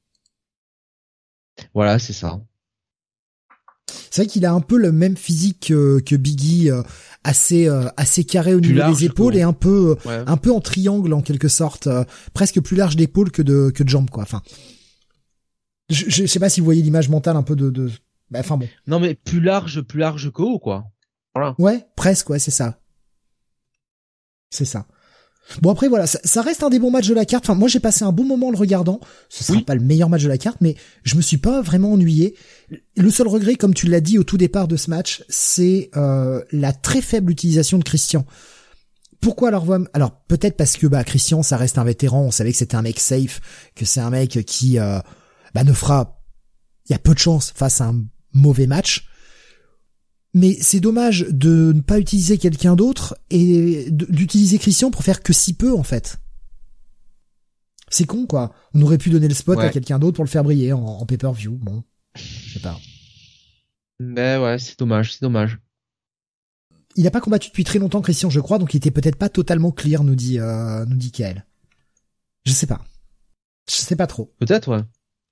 Voilà, c'est ça. C'est vrai qu'il a un peu le même physique que, que Biggie, euh, assez euh, assez carré au Plus niveau large, des épaules quoi. et un peu euh, Ouais. un peu en triangle en quelque sorte, euh, presque plus large d'épaules que de que de jambes, quoi. Enfin, je, je sais pas si vous voyez l'image mentale un peu de de. Bah, enfin bon. Non mais plus large, plus large que haut, quoi. Voilà. Ouais, presque, ouais, c'est ça. C'est ça. Bon après voilà, ça, ça reste un des bons matchs de la carte. Enfin moi j'ai passé un bon moment en le regardant. Ce sera Oui. pas le meilleur match de la carte, mais je me suis pas vraiment ennuyé. Le seul regret, comme tu l'as dit au tout départ de ce match, c'est euh, la très faible utilisation de Christian. Pourquoi alors Alors peut-être parce que bah Christian ça reste un vétéran. On savait que c'était un mec safe, que c'est un mec qui euh, bah ne fera, il y a peu de chance face à un mauvais match. Mais c'est dommage de ne pas utiliser quelqu'un d'autre et d'utiliser Christian pour faire que si peu, en fait. C'est con, quoi. On aurait pu donner le spot Ouais. à quelqu'un d'autre pour le faire briller en, en pay-per-view. Bon, je sais pas. Mais ouais, c'est dommage, c'est dommage. Il n'a pas combattu depuis très longtemps, Christian, je crois, donc il était peut-être pas totalement clear, nous dit, euh, nous dit Kael. Je sais pas. Je sais pas trop. Peut-être, ouais.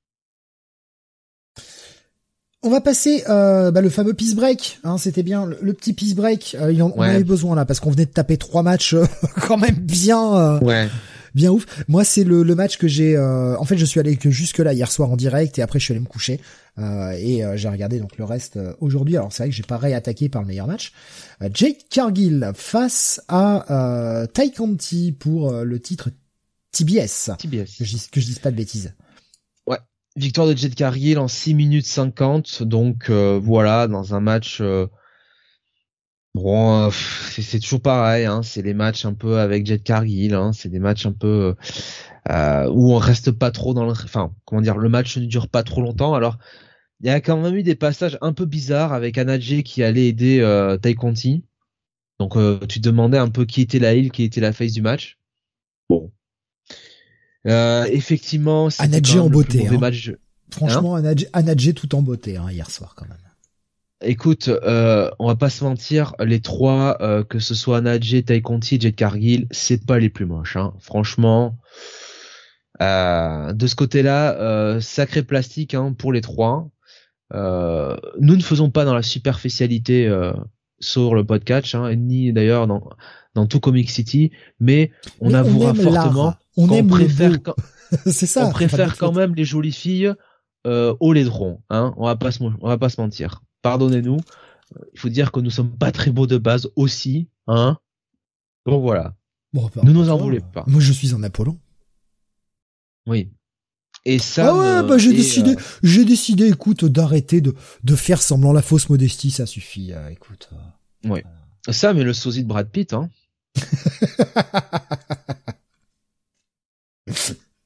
On va passer euh, bah, le fameux peace break, hein, c'était bien le, le petit peace break. Euh, il en, on Ouais. avait besoin là parce qu'on venait de taper trois matchs euh, quand même bien, euh, Ouais. bien ouf. Moi, c'est le, le match que j'ai. Euh, en fait, je suis allé que jusque là hier soir en direct et après je suis allé me coucher euh, et euh, j'ai regardé donc le reste euh, aujourd'hui. Alors c'est vrai que j'ai pas réattaqué par le meilleur match. Euh, Jake Cargill face à euh, Ty Conti pour euh, le titre T B S. T B S. Que je, dise- que je dise pas de bêtises. Victoire de Jade Cargill en six minutes cinquante, donc euh, voilà, dans un match euh, bon, euh, c'est, c'est toujours pareil, hein, c'est les matchs un peu avec Jade Cargill, hein, c'est des matchs un peu euh, où on reste pas trop dans le, enfin, comment dire, le match ne dure pas trop longtemps. Alors, il y a quand même eu des passages un peu bizarres avec Anna Jay qui allait aider euh, Ty Conti. Donc euh, tu te demandais un peu qui était la heel, qui était la face du match. Bon. Euh, effectivement, c'était Anna quand Jay même en le beauté, plus mauvais hein. match. Franchement, Anna Jay- Anna Jay tout en beauté hein, hier soir quand même. Écoute, euh, on va pas se mentir, les trois, euh, que ce soit Anna Jay, Ty Conti et Jade Cargill, c'est pas les plus moches. Hein. Franchement, euh, de ce côté-là, euh, sacré plastique hein, pour les trois. Euh, nous ne faisons pas dans la superficialité euh, sur le podcast, hein, ni d'ailleurs dans dans tout Comic City, mais on Mais avouera aime fortement l'art, on qu'on aime le préfère beau. quand, C'est ça. on préfère Enfin, quand même les jolies filles euh, aux laidrons. Hein. On va pas se on va pas se mentir. Pardonnez-nous. Il faut dire que nous sommes pas très beaux de base aussi, hein. Donc voilà. Bon, peu Ne nous importe, en hein. voulez pas. Moi, je suis un Apollon. Oui. Et ça. Ah ouais, bah j'ai décidé, euh... j'ai décidé, écoute, d'arrêter de de faire semblant la fausse modestie, ça suffit. Euh, écoute. Euh... Oui. Euh... Ça, mais le sosie de Brad Pitt, hein.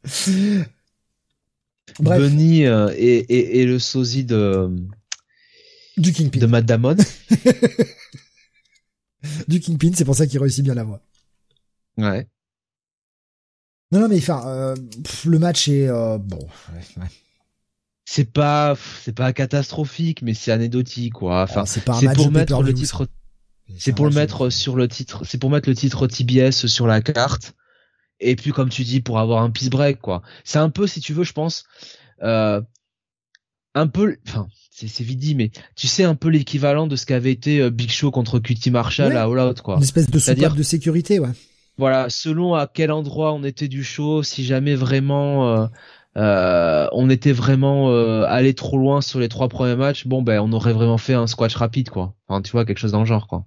Bref. Bunny euh, et, et, et le sosie de du Kingpin. De Matt Damon. Du Kingpin, c'est pour ça qu'il réussit bien la voix. Ouais. Non, non, mais enfin, euh, pff, le match est euh, bon. Ouais, ouais. C'est pas, c'est pas catastrophique, mais c'est anecdotique, quoi. Enfin, oh, c'est pas un c'est match pour de mettre le pay-per-view, titre. C'est, c'est pour le mettre de... sur le titre. C'est pour mettre le titre T B S sur la carte. Et puis, comme tu dis, pour avoir un peace break, quoi. C'est un peu, si tu veux, je pense, euh, un peu, enfin, c'est, c'est vite dit, mais tu sais, un peu l'équivalent de ce qu'avait été euh, Big Show contre Q T Marshall ouais. à All Out, quoi. Une espèce de C'est-à-dire soupape de sécurité, ouais. Voilà, selon à quel endroit on était du show, si jamais vraiment euh, euh, on était vraiment euh, allé trop loin sur les trois premiers matchs, bon ben on aurait vraiment fait un squash rapide, quoi. Enfin, tu vois, quelque chose dans le genre, quoi.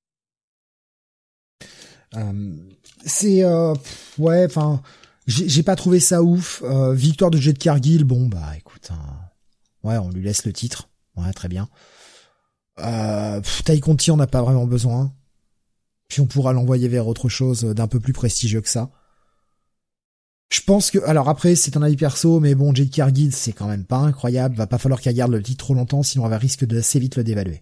Euh, c'est euh, ouais, enfin, j'ai, j'ai pas trouvé ça ouf. Euh, victoire de Jade Cargill, bon bah écoute, hein, ouais, on lui laisse le titre, ouais, très bien. Euh, Tay Conti, on n'a pas vraiment besoin. Puis on pourra l'envoyer vers autre chose d'un peu plus prestigieux que ça. Je pense que, alors après, c'est un avis perso, mais bon, Jade Cargill, c'est quand même pas incroyable. Va pas falloir qu'elle garde le titre trop longtemps, sinon elle va risque de assez vite le dévaluer.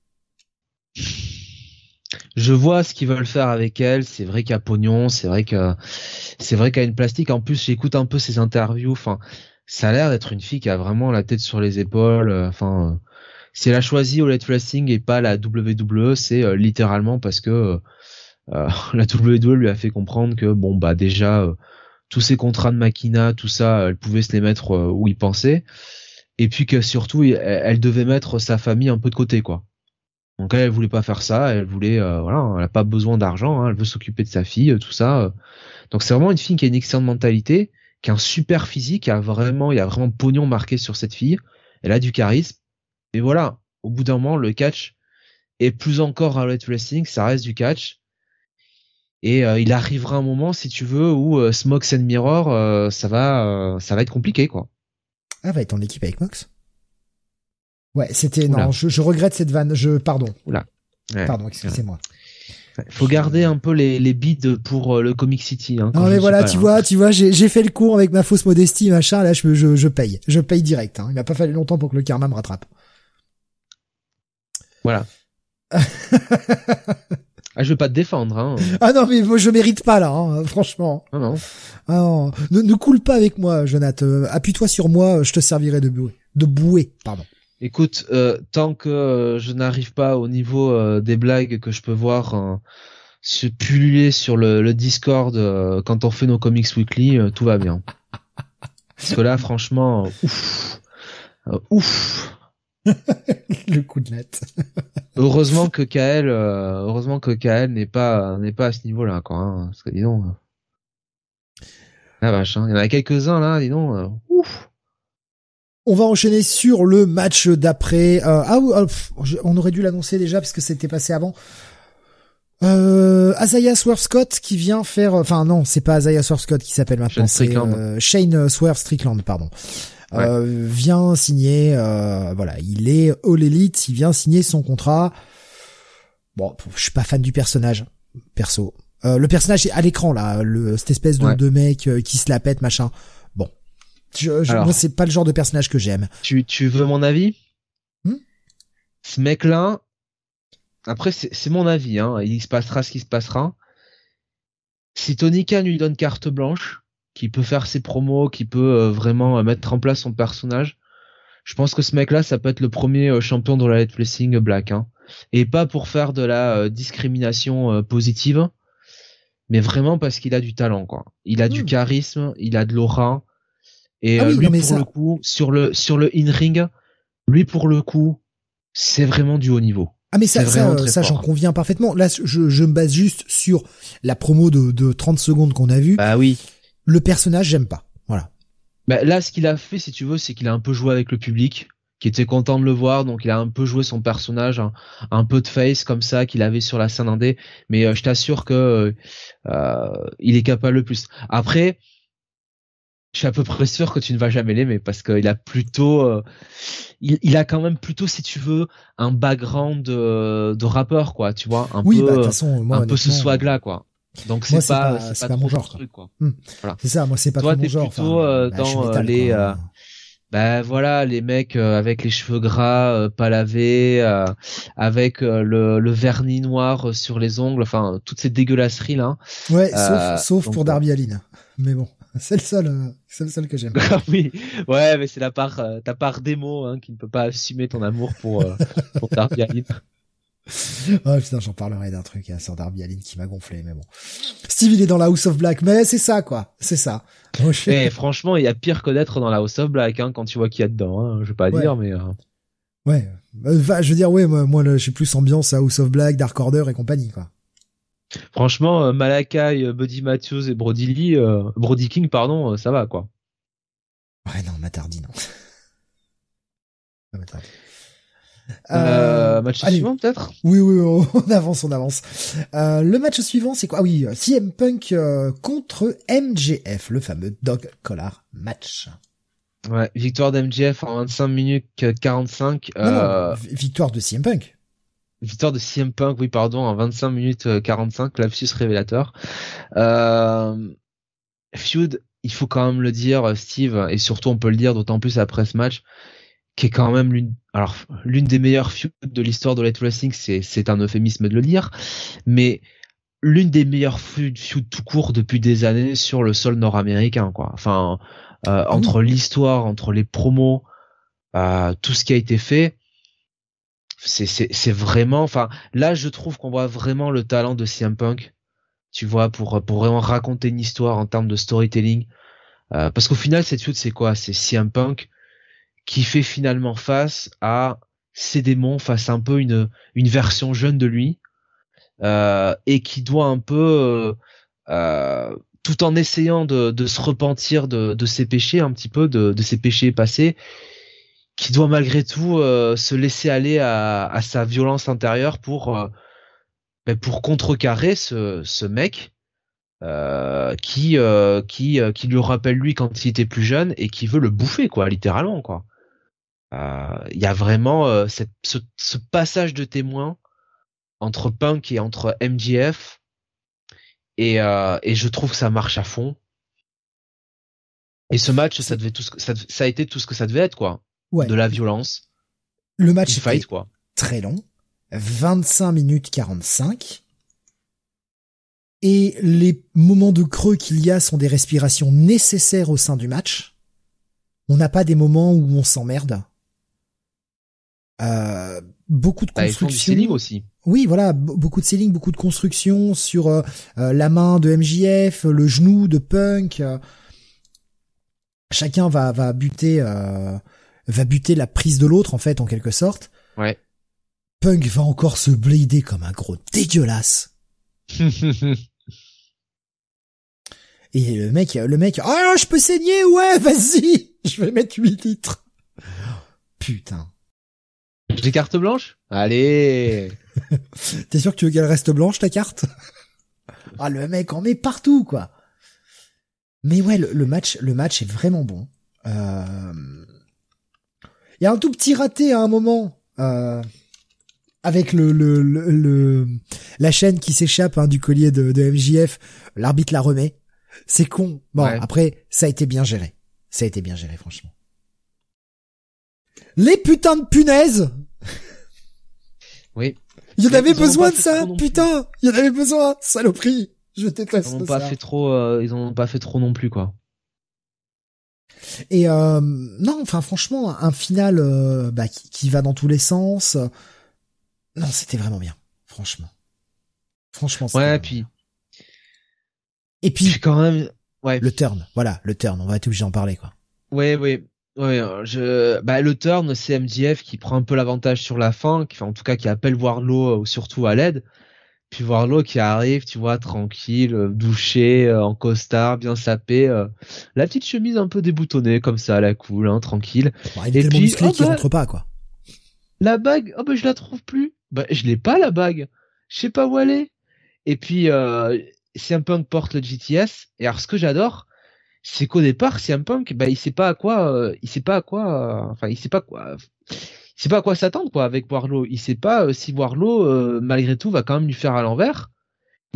Je vois ce qu'ils veulent faire avec elle. C'est vrai qu'il y a pognon, c'est vrai que c'est vrai qu'il y a une plastique. En plus, j'écoute un peu ses interviews. Enfin, ça a l'air d'être une fille qui a vraiment la tête sur les épaules. Enfin, euh, si elle a choisi All Elite Wrestling et pas la W W E, c'est euh, littéralement parce que euh, la W W E lui a fait comprendre que bon bah déjà euh, tous ces contrats de Makina, tout ça, elle pouvait se les mettre euh, où il pensait, et puis que surtout elle, elle devait mettre sa famille un peu de côté, quoi. Donc elle, elle voulait pas faire ça, elle voulait euh, voilà, elle a pas besoin d'argent, hein, elle veut s'occuper de sa fille, tout ça. Donc c'est vraiment une fille qui a une excellente mentalité, qui a un super physique, qui a vraiment, il y a vraiment pognon marqué sur cette fille. Elle a du charisme. Mais voilà, au bout d'un moment, le catch, et plus encore à All Elite Wrestling, ça reste du catch. Et euh, il arrivera un moment, si tu veux, où euh, Smokes and Mirror, euh, ça va, euh, ça va être compliqué, quoi. Ah, va être en équipe avec Mox. Ouais, c'était Oula. non, je, je regrette cette vanne. Je pardon. Oula. Ouais. Pardon, excusez-moi. Faut garder un peu les les bids pour euh, le Comic City. Hein, non mais voilà, tu là. vois, tu vois, j'ai j'ai fait le cours avec ma fausse modestie, machin. Là, je je je paye, je paye direct. Hein. Il m'a pas fallu longtemps pour que le karma me rattrape. Voilà. Ah, je vais pas te défendre, hein. Ah non, mais moi, je mérite pas, là, hein, franchement. Ah non. Ah non. Ne, ne coule pas avec moi, Jonathan. Euh, appuie-toi sur moi, je te servirai de bouée. De bouée, pardon. Écoute, euh, tant que euh, je n'arrive pas au niveau euh, des blagues que je peux voir euh, se pulluler sur le, le Discord euh, quand on fait nos Comics Weekly, euh, tout va bien. Parce que là, franchement, euh, ouf. Euh, ouf. Le coup de latte. Heureusement que K L, euh, heureusement que K L n'est pas n'est pas à ce niveau-là, quoi. Hein, parce que dis donc, euh... la vache, hein, il y en a quelques-uns là, dis donc. Euh... Ouf. On va enchaîner sur le match d'après. Euh, ah, oh, pff, on aurait dû l'annoncer déjà parce que c'était passé avant. Euh, Isaiah Swerve Scott qui vient faire. Enfin non, c'est pas Isaiah Swerve Scott qui s'appelle maintenant. C'est euh, Shane Swerve Strickland, pardon. Ouais. Euh, vient signer, euh, voilà, il est All Elite, il vient signer son contrat. Bon, je suis pas fan du personnage, perso. Euh, le personnage est à l'écran là, le, cette espèce de, ouais. de mec euh, qui se la pète, machin. Bon, je, je, Alors, moi c'est pas le genre de personnage que j'aime. Tu, tu veux mon avis? hmm Ce mec-là, après c'est, c'est mon avis, hein. Il se passera ce qui se passera. Si Tony Khan lui donne carte blanche, qui peut faire ses promos, qui peut euh, vraiment euh, mettre en place son personnage, je pense que ce mec-là, ça peut être le premier euh, champion de la Elite Wrestling Black, hein. Et pas pour faire de la euh, discrimination euh, positive, mais vraiment parce qu'il a du talent, quoi. Il a mmh. du charisme, il a de l'aura, et ah euh, oui, lui non, pour ça... le coup, sur le sur le in-ring, lui pour le coup, c'est vraiment du haut niveau. Ah mais ça, ça, ça fort, j'en hein. conviens parfaitement. Là, je, je me base juste sur la promo de, de trente secondes qu'on a vue. Bah oui. Le personnage, j'aime pas. Voilà. Bah là, ce qu'il a fait, si tu veux, c'est qu'il a un peu joué avec le public, qui était content de le voir, donc il a un peu joué son personnage, un, un peu de face comme ça qu'il avait sur la scène indé. Mais euh, je t'assure que euh, il est capable le plus. Après, je suis à peu près sûr que tu ne vas jamais l'aimer parce qu'il a plutôt, euh, il, il a quand même plutôt, si tu veux, un background de, de rappeur, quoi. Tu vois, un oui, peu, bah, de toute façon, moi, un peu ce swag là, quoi. Donc c'est moi, c'est pas, pas, c'est c'est pas, pas mon trop genre. truc, quoi. Hmm. Voilà. C'est ça, moi c'est pas Toi, trop mon t'es genre. plutôt enfin, euh, bah, je suis dans euh, métal, les, quoi. euh, ben voilà, les mecs euh, avec les cheveux gras, euh, pas lavés, euh, avec euh, le, le vernis noir euh, sur les ongles, enfin toutes ces dégueulasseries là. Ouais, sauf, Euh, sauf donc, pour euh, Darby Allin. Mais bon, c'est le seul, euh, c'est le seul que j'aime. Ah oui, ouais, mais c'est la part, euh, ta part démo hein, qui ne peut pas assumer ton amour pour euh, pour Darby Allin. Oh putain, j'en parlerai d'un truc hein, sur Darby Allin qui m'a gonflé, mais bon. Steve, il est dans la House of Black, mais c'est ça, quoi. C'est ça. Oh, je... Et franchement, il y a pire que d'être dans la House of Black hein, quand tu vois qu'il y a dedans. Hein, je vais pas Ouais. dire, mais euh... ouais. Enfin, je veux dire, ouais, moi, moi, là, j'ai plus ambiance à House of Black, Dark Order et compagnie, quoi. franchement, euh, Malakai, euh, Buddy Matthews et Brody Lee, euh, Brody King, pardon, euh, ça va quoi. Ouais, non, Matardi, non. non Matardi. Euh, match allez. suivant peut-être. Oui, oui, oui, on avance, on avance. Euh, le match suivant, c'est quoi? Ah oui, C M Punk euh, contre M J F, le fameux Dog Collar match. Ouais, victoire d'M J F en vingt-cinq minutes quarante-cinq. Non, Euh... non, victoire de C M Punk. Victoire de C M Punk, oui, pardon, en vingt-cinq minutes quarante-cinq, lapsus révélateur. Euh... Feud, il faut quand même le dire, Steve, et surtout on peut le dire d'autant plus après ce match, qui est quand même l'une, alors l'une des meilleures feuds de l'histoire de Elite Wrestling, c'est c'est un euphémisme de le dire, mais l'une des meilleures feuds tout court depuis des années sur le sol nord-américain, quoi. Enfin, euh, entre l'histoire, entre les promos, euh, tout ce qui a été fait, c'est c'est c'est vraiment, enfin là je trouve qu'on voit vraiment le talent de C M Punk, tu vois, pour pour vraiment raconter une histoire en termes de storytelling, euh, parce qu'au final cette feud c'est quoi? C'est C M Punk qui fait finalement face à ses démons, face à un peu une une version jeune de lui, euh, et qui doit un peu euh, euh, tout en essayant de, de se repentir de, de ses péchés un petit peu, de, de ses péchés passés, qui doit malgré tout euh, se laisser aller à, à sa violence intérieure pour euh, ben pour contrecarrer ce, ce mec euh, qui euh, qui euh, qui lui rappelle lui quand il était plus jeune et qui veut le bouffer quoi, littéralement quoi. Il euh, y a vraiment euh, cette, ce, ce passage de témoin entre Punk et entre M J F, et, euh, et je trouve que ça marche à fond. Et ce match, ça devait tout ce que, ça, ça a été tout ce que ça devait être quoi. Ouais. De la violence. Le match du fight quoi. Très long, vingt-cinq minutes quarante-cinq. Et les moments de creux qu'il y a sont des respirations nécessaires au sein du match. On n'a pas des moments où on s'emmerde. Euh, beaucoup de construction. Bah, ils font du selling aussi. Oui, voilà, beaucoup de selling, beaucoup de construction sur euh, euh, la main de M J F, le genou de Punk. Euh, chacun va va buter euh, va buter la prise de l'autre en fait en quelque sorte. Ouais. Punk va encore se blader comme un gros dégueulasse. Et le mec, le mec, ah, oh, je peux saigner, ouais, vas-y, je vais mettre huit litres. Putain. J'ai carte blanche? Allez. T'es sûr que tu veux qu'elle reste blanche, ta carte? Ah, le mec en met partout, quoi. Mais ouais, le, le match, le match est vraiment bon. Euh... Il y a un tout petit raté à un moment, euh... avec le, le, le, le, la chaîne qui s'échappe hein, du collier de, de M J F. L'arbitre la remet. C'est con. Bon, ouais. Après, ça a été bien géré. Ça a été bien géré, franchement. Les putains de punaises! Oui. Il y en avait besoin de ça, putain! Il y en avait besoin, saloperie! Je déteste ça. Ils ont pas fait trop, euh, ils ont pas fait trop non plus, quoi. Et, euh, non, enfin, franchement, un final, euh, bah, qui, qui va dans tous les sens. Non, c'était vraiment bien. Franchement. Franchement, c'était ouais, puis. Bien. Et puis. puis quand même, ouais. Le turn. Voilà, le turn. On va être obligé d'en parler, quoi. Ouais, ouais. Ouais, je, bah, le turn, c'est M J F qui prend un peu l'avantage sur la fin, qui, enfin, en tout cas, qui appelle Wardlow, surtout à l'aide. Puis Wardlow qui arrive, tu vois, tranquille, douché, en costard, bien sapé, euh, la petite chemise un peu déboutonnée, comme ça, à la cool, hein, tranquille. Bon, il est tellement musclé oh, qu'il bah, rentre pas, quoi. La bague, oh, bah, je la trouve plus. Bah, je l'ai pas, la bague. Je sais pas où elle est. Et puis, euh, C M Punk porte le G T S. Et alors, ce que j'adore, c'est qu'au départ, C M Punk, bah, il sait pas à quoi, euh, il sait pas à quoi, euh, enfin, il sait pas quoi, euh, il sait pas à quoi s'attendre, quoi, avec Wardlow. Il sait pas euh, si Wardlow, euh, malgré tout, va quand même lui faire à l'envers.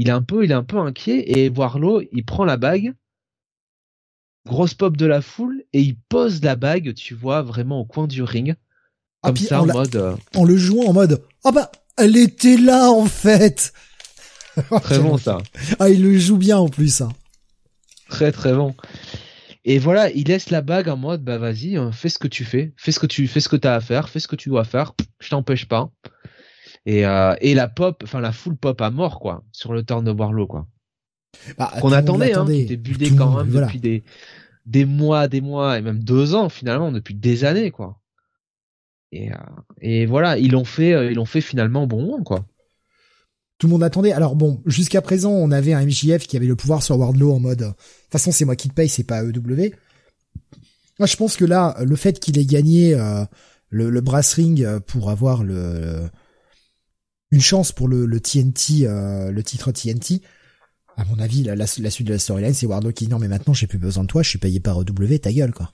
il est un peu, il est un peu inquiet et Wardlow, il prend la bague, grosse pop de la foule et il pose la bague, tu vois, vraiment au coin du ring, comme ah, ça en mode, euh... en le jouant en mode, ah oh bah, elle était là en fait. Très bon ça. Ah, il le joue bien en plus. Hein. Très très bon. Et voilà, il laisse la bague en mode, bah vas-y, fais ce que tu fais, fais ce que tu, fais ce que t'as à faire, fais ce que tu dois faire, je t'empêche pas. Et euh, et la pop, enfin la full pop à mort quoi, sur le turn de Wardlow quoi. Bah, qu'on attendait, hein, qui était buildé tout quand même voilà. depuis des des mois, des mois et même deux ans finalement, depuis des années quoi. Et euh, et voilà, ils l'ont fait, euh, ils l'ont fait finalement bon quoi. Tout le monde attendait. Alors bon, jusqu'à présent, on avait un M J F qui avait le pouvoir sur Wardlow en mode, de toute façon, c'est moi qui te paye, c'est pas E W. Moi, je pense que là, le fait qu'il ait gagné euh, le, le brass ring pour avoir le une chance pour le, le T N T, euh, le titre T N T, à mon avis, la, la, la suite de la storyline, c'est Wardlow qui dit non, mais maintenant, j'ai plus besoin de toi, je suis payé par E W, ta gueule, quoi.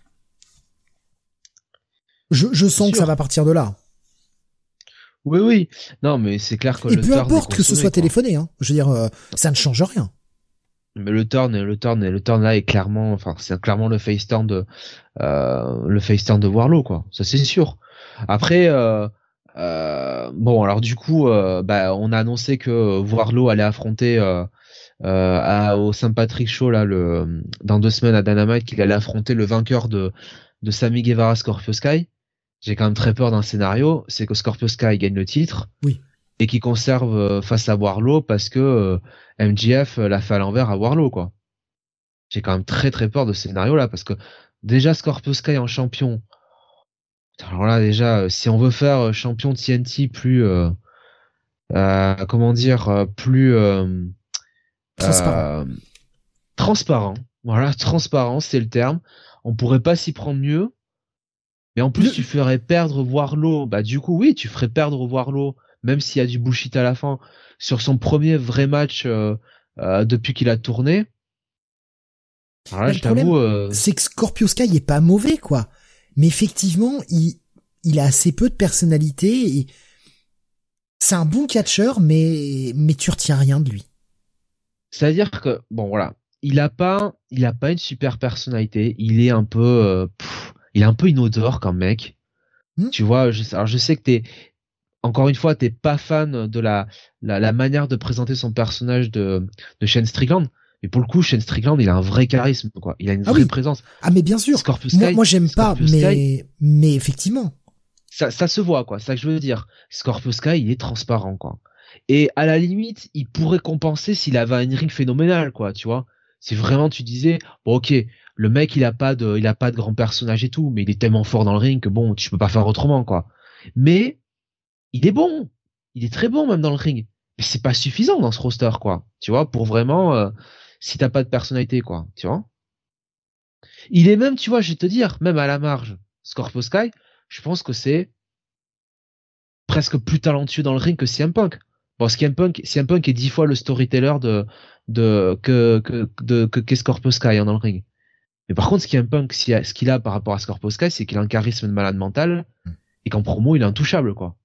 Je, je sens que ça va partir de là. Oui, oui. Non, mais c'est clair que et le peu turn importe que ce soit quoi. téléphoné, hein. Je veux dire, euh, ça ne change rien. Mais le turn, le turn, le turn là est clairement, enfin, c'est clairement le face turn de, euh, le face turn de Wardlow, quoi. Ça, c'est sûr. Après, euh, euh, bon, alors du coup, euh, bah, on a annoncé que Wardlow allait affronter, euh, euh, à, au Saint Patrick Show, là, le, dans deux semaines à Dynamite, qu'il allait affronter le vainqueur de, de Sammy Guevara Scorpio Sky. J'ai quand même très peur d'un scénario, c'est que Scorpio Sky gagne le titre. Oui. Et qu'il conserve euh, face à Wardlow parce que euh, M J F l'a fait à l'envers à Wardlow, quoi. J'ai quand même très très peur de ce scénario-là parce que déjà Scorpio Sky en champion. Alors là déjà, si on veut faire champion T N T plus, euh, euh, comment dire, euh, plus euh, transparent. Euh, transparent. Voilà, transparent, c'est le terme. On pourrait pas s'y prendre mieux. Mais en plus, le... tu ferais perdre Wardlow. Bah du coup, oui, tu ferais perdre Wardlow, même s'il y a du bullshit à la fin, sur son premier vrai match euh, euh, depuis qu'il a tourné. Alors là, le je t'avoue, euh... c'est que Scorpio Sky est pas mauvais, quoi. Mais effectivement, il, il a assez peu de personnalité. Et... c'est un bon catcheur, mais mais tu retiens rien de lui. C'est-à-dire que bon, voilà, il a pas, il a pas une super personnalité. Il est un peu, euh, pff, il est un peu inodore comme mec. Hmm. Tu vois, je, alors je sais que t'es encore une fois, t'es pas fan de la, la, la manière de présenter son personnage de, de Shane Strickland. Mais pour le coup, Shane Strickland, il a un vrai charisme, quoi. Il a une ah vraie oui. présence. Ah, mais bien sûr. Scorpio Sky, moi, moi, j'aime Scorpio pas, Sky, mais, mais effectivement. Ça, ça se voit, quoi. C'est ça que je veux dire. Scorpio Sky, il est transparent, quoi. Et à la limite, il pourrait compenser s'il avait un ring phénoménal, quoi, tu vois. Si vraiment tu disais, bon, ok, le mec, il a pas de, il a pas de grand personnage et tout, mais il est tellement fort dans le ring que bon, tu peux pas faire autrement, quoi. Mais, il est bon. Il est très bon, même dans le ring. Mais c'est pas suffisant dans ce roster, quoi. Tu vois, pour vraiment, euh, si t'as pas de personnalité, quoi. Tu vois. Il est même, tu vois, je vais te dire, même à la marge, Scorpio Sky, je pense que c'est presque plus talentueux dans le ring que C M Punk. Bon, C M Punk, C M Punk est dix fois le storyteller de, de, que, que, de, que, qu'est Scorpio Sky, hein, dans le ring. Mais par contre, C M Punk, ce qu'il a par rapport à Scorpio Sky, c'est qu'il a un charisme de malade mental, et qu'en promo, il est intouchable, quoi.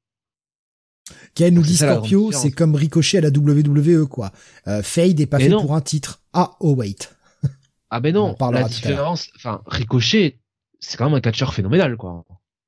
Ken nous dit Scorpio, c'est comme Ricochet à la W W E, quoi. Euh, Fade est pas mais fait non. pour un titre. Ah, oh wait. Ah ben non, la différence, enfin, Ricochet, c'est quand même un catcheur phénoménal, quoi.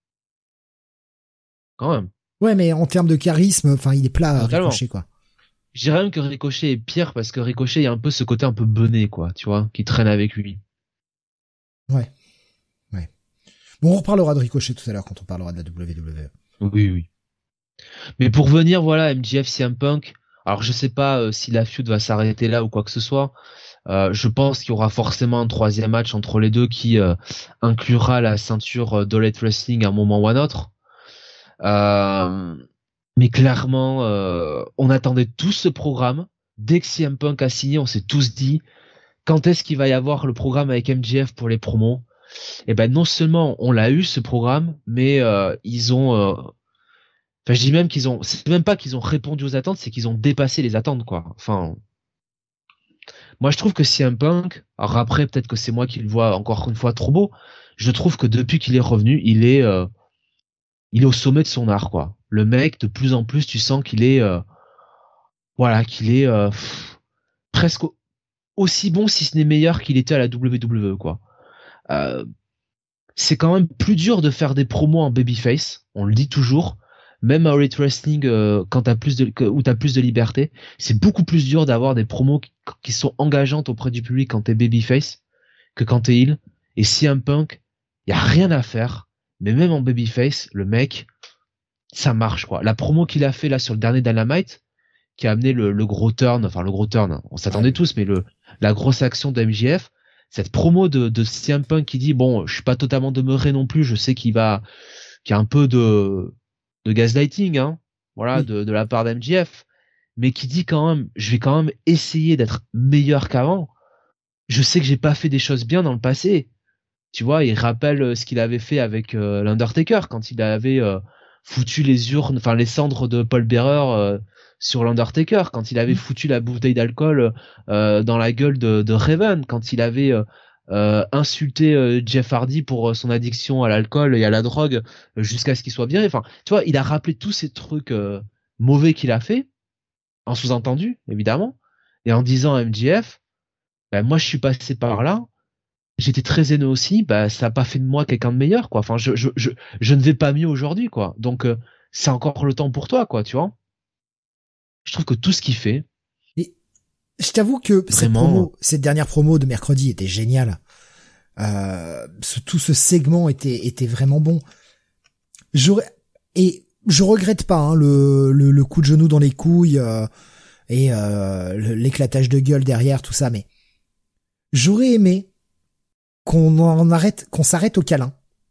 Quand même. Ouais, mais en termes de charisme, enfin, il est plat, totalement. Ricochet, quoi. Je dirais même que Ricochet est pire parce que Ricochet, il y a un peu ce côté un peu bené, quoi, tu vois, qui traîne avec lui. Ouais. Ouais. Bon, on reparlera de Ricochet tout à l'heure quand on parlera de la W W E. Oui, oui. Mais pour venir, voilà, M J F, C M Punk, alors je sais pas euh, si la feud va s'arrêter là ou quoi que ce soit. Euh, je pense qu'il y aura forcément un troisième match entre les deux qui euh, inclura la ceinture euh, d'All Elite Wrestling à un moment ou à un autre. Euh, mais clairement, euh, on attendait tous ce programme. Dès que C M Punk a signé, on s'est tous dit quand est-ce qu'il va y avoir le programme avec M J F pour les promos. Et ben non seulement on l'a eu ce programme, mais euh, ils ont euh, Enfin, je dis même qu'ils ont, c'est même pas qu'ils ont répondu aux attentes, c'est qu'ils ont dépassé les attentes, quoi. Enfin, moi, je trouve que C M Punk, alors après, peut-être que c'est moi qui le vois encore une fois trop beau, je trouve que depuis qu'il est revenu, il est, euh, il est au sommet de son art, quoi. Le mec, de plus en plus, tu sens qu'il est, euh, voilà, qu'il est, euh, pff, presque aussi bon, si ce n'est meilleur qu'il était à la W W E, quoi. Euh, c'est quand même plus dur de faire des promos en babyface, on le dit toujours. Même à Elite Wrestling, euh, quand t'as plus de, que, où t'as plus de liberté, c'est beaucoup plus dur d'avoir des promos qui, qui sont engageantes auprès du public quand t'es babyface que quand t'es heel. Et C M Punk, y a rien à faire. Mais même en babyface, le mec, ça marche, quoi. La promo qu'il a fait là sur le dernier Dynamite, qui a amené le, le gros turn, enfin le gros turn, on s'attendait ouais. tous, mais le, la grosse action de M J F, cette promo de, de C M Punk qui dit, bon, je suis pas totalement demeuré non plus, je sais qu'il va, qu'il y a un peu de, de gaslighting, hein, voilà, oui. de, de la part d'M J F, mais qui dit quand même, je vais quand même essayer d'être meilleur qu'avant. Je sais que j'ai pas fait des choses bien dans le passé. Tu vois, il rappelle ce qu'il avait fait avec euh, l'Undertaker quand il avait euh, foutu les urnes, enfin les cendres de Paul Bearer euh, sur l'Undertaker, quand il avait mmh. foutu la bouteille d'alcool euh, dans la gueule de, de Raven, quand il avait euh, Euh, insulter euh, Jeff Hardy pour euh, son addiction à l'alcool et à la drogue euh, jusqu'à ce qu'il soit bien. Enfin, tu vois, il a rappelé tous ces trucs euh, mauvais qu'il a fait, en sous-entendu, évidemment, et en disant à M J F, bah, moi je suis passé par là, j'étais très haineux aussi, bah ça a pas fait de moi quelqu'un de meilleur, quoi. Enfin, je je je je ne vais pas mieux aujourd'hui, quoi. Donc euh, c'est encore le temps pour toi, quoi, tu vois. Je trouve que tout ce qu'il fait. Je t'avoue que cette, promo, cette dernière promo de mercredi était géniale. Euh, ce, tout ce segment était, était vraiment bon. J'aurais, et je regrette pas hein, le, le, le coup de genou dans les couilles euh, et euh, l'éclatage de gueule derrière, tout ça, mais j'aurais aimé qu'on en arrête, qu'on s'arrête au câlin,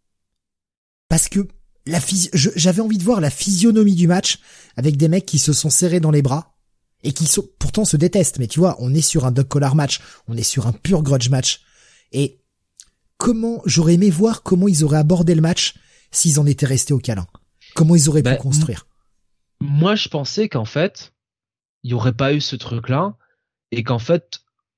parce que la physio- je, j'avais envie de voir la physionomie du match avec des mecs qui se sont serrés dans les bras. Et qui sont, pourtant se détestent, mais tu vois, on est sur un dog collar match, on est sur un pur grudge match. Et comment, j'aurais aimé voir comment ils auraient abordé le match s'ils en étaient restés au câlin. Comment ils auraient bah, pu construire. M- moi, je pensais qu'en fait, il y aurait pas eu ce truc-là, et qu'en fait,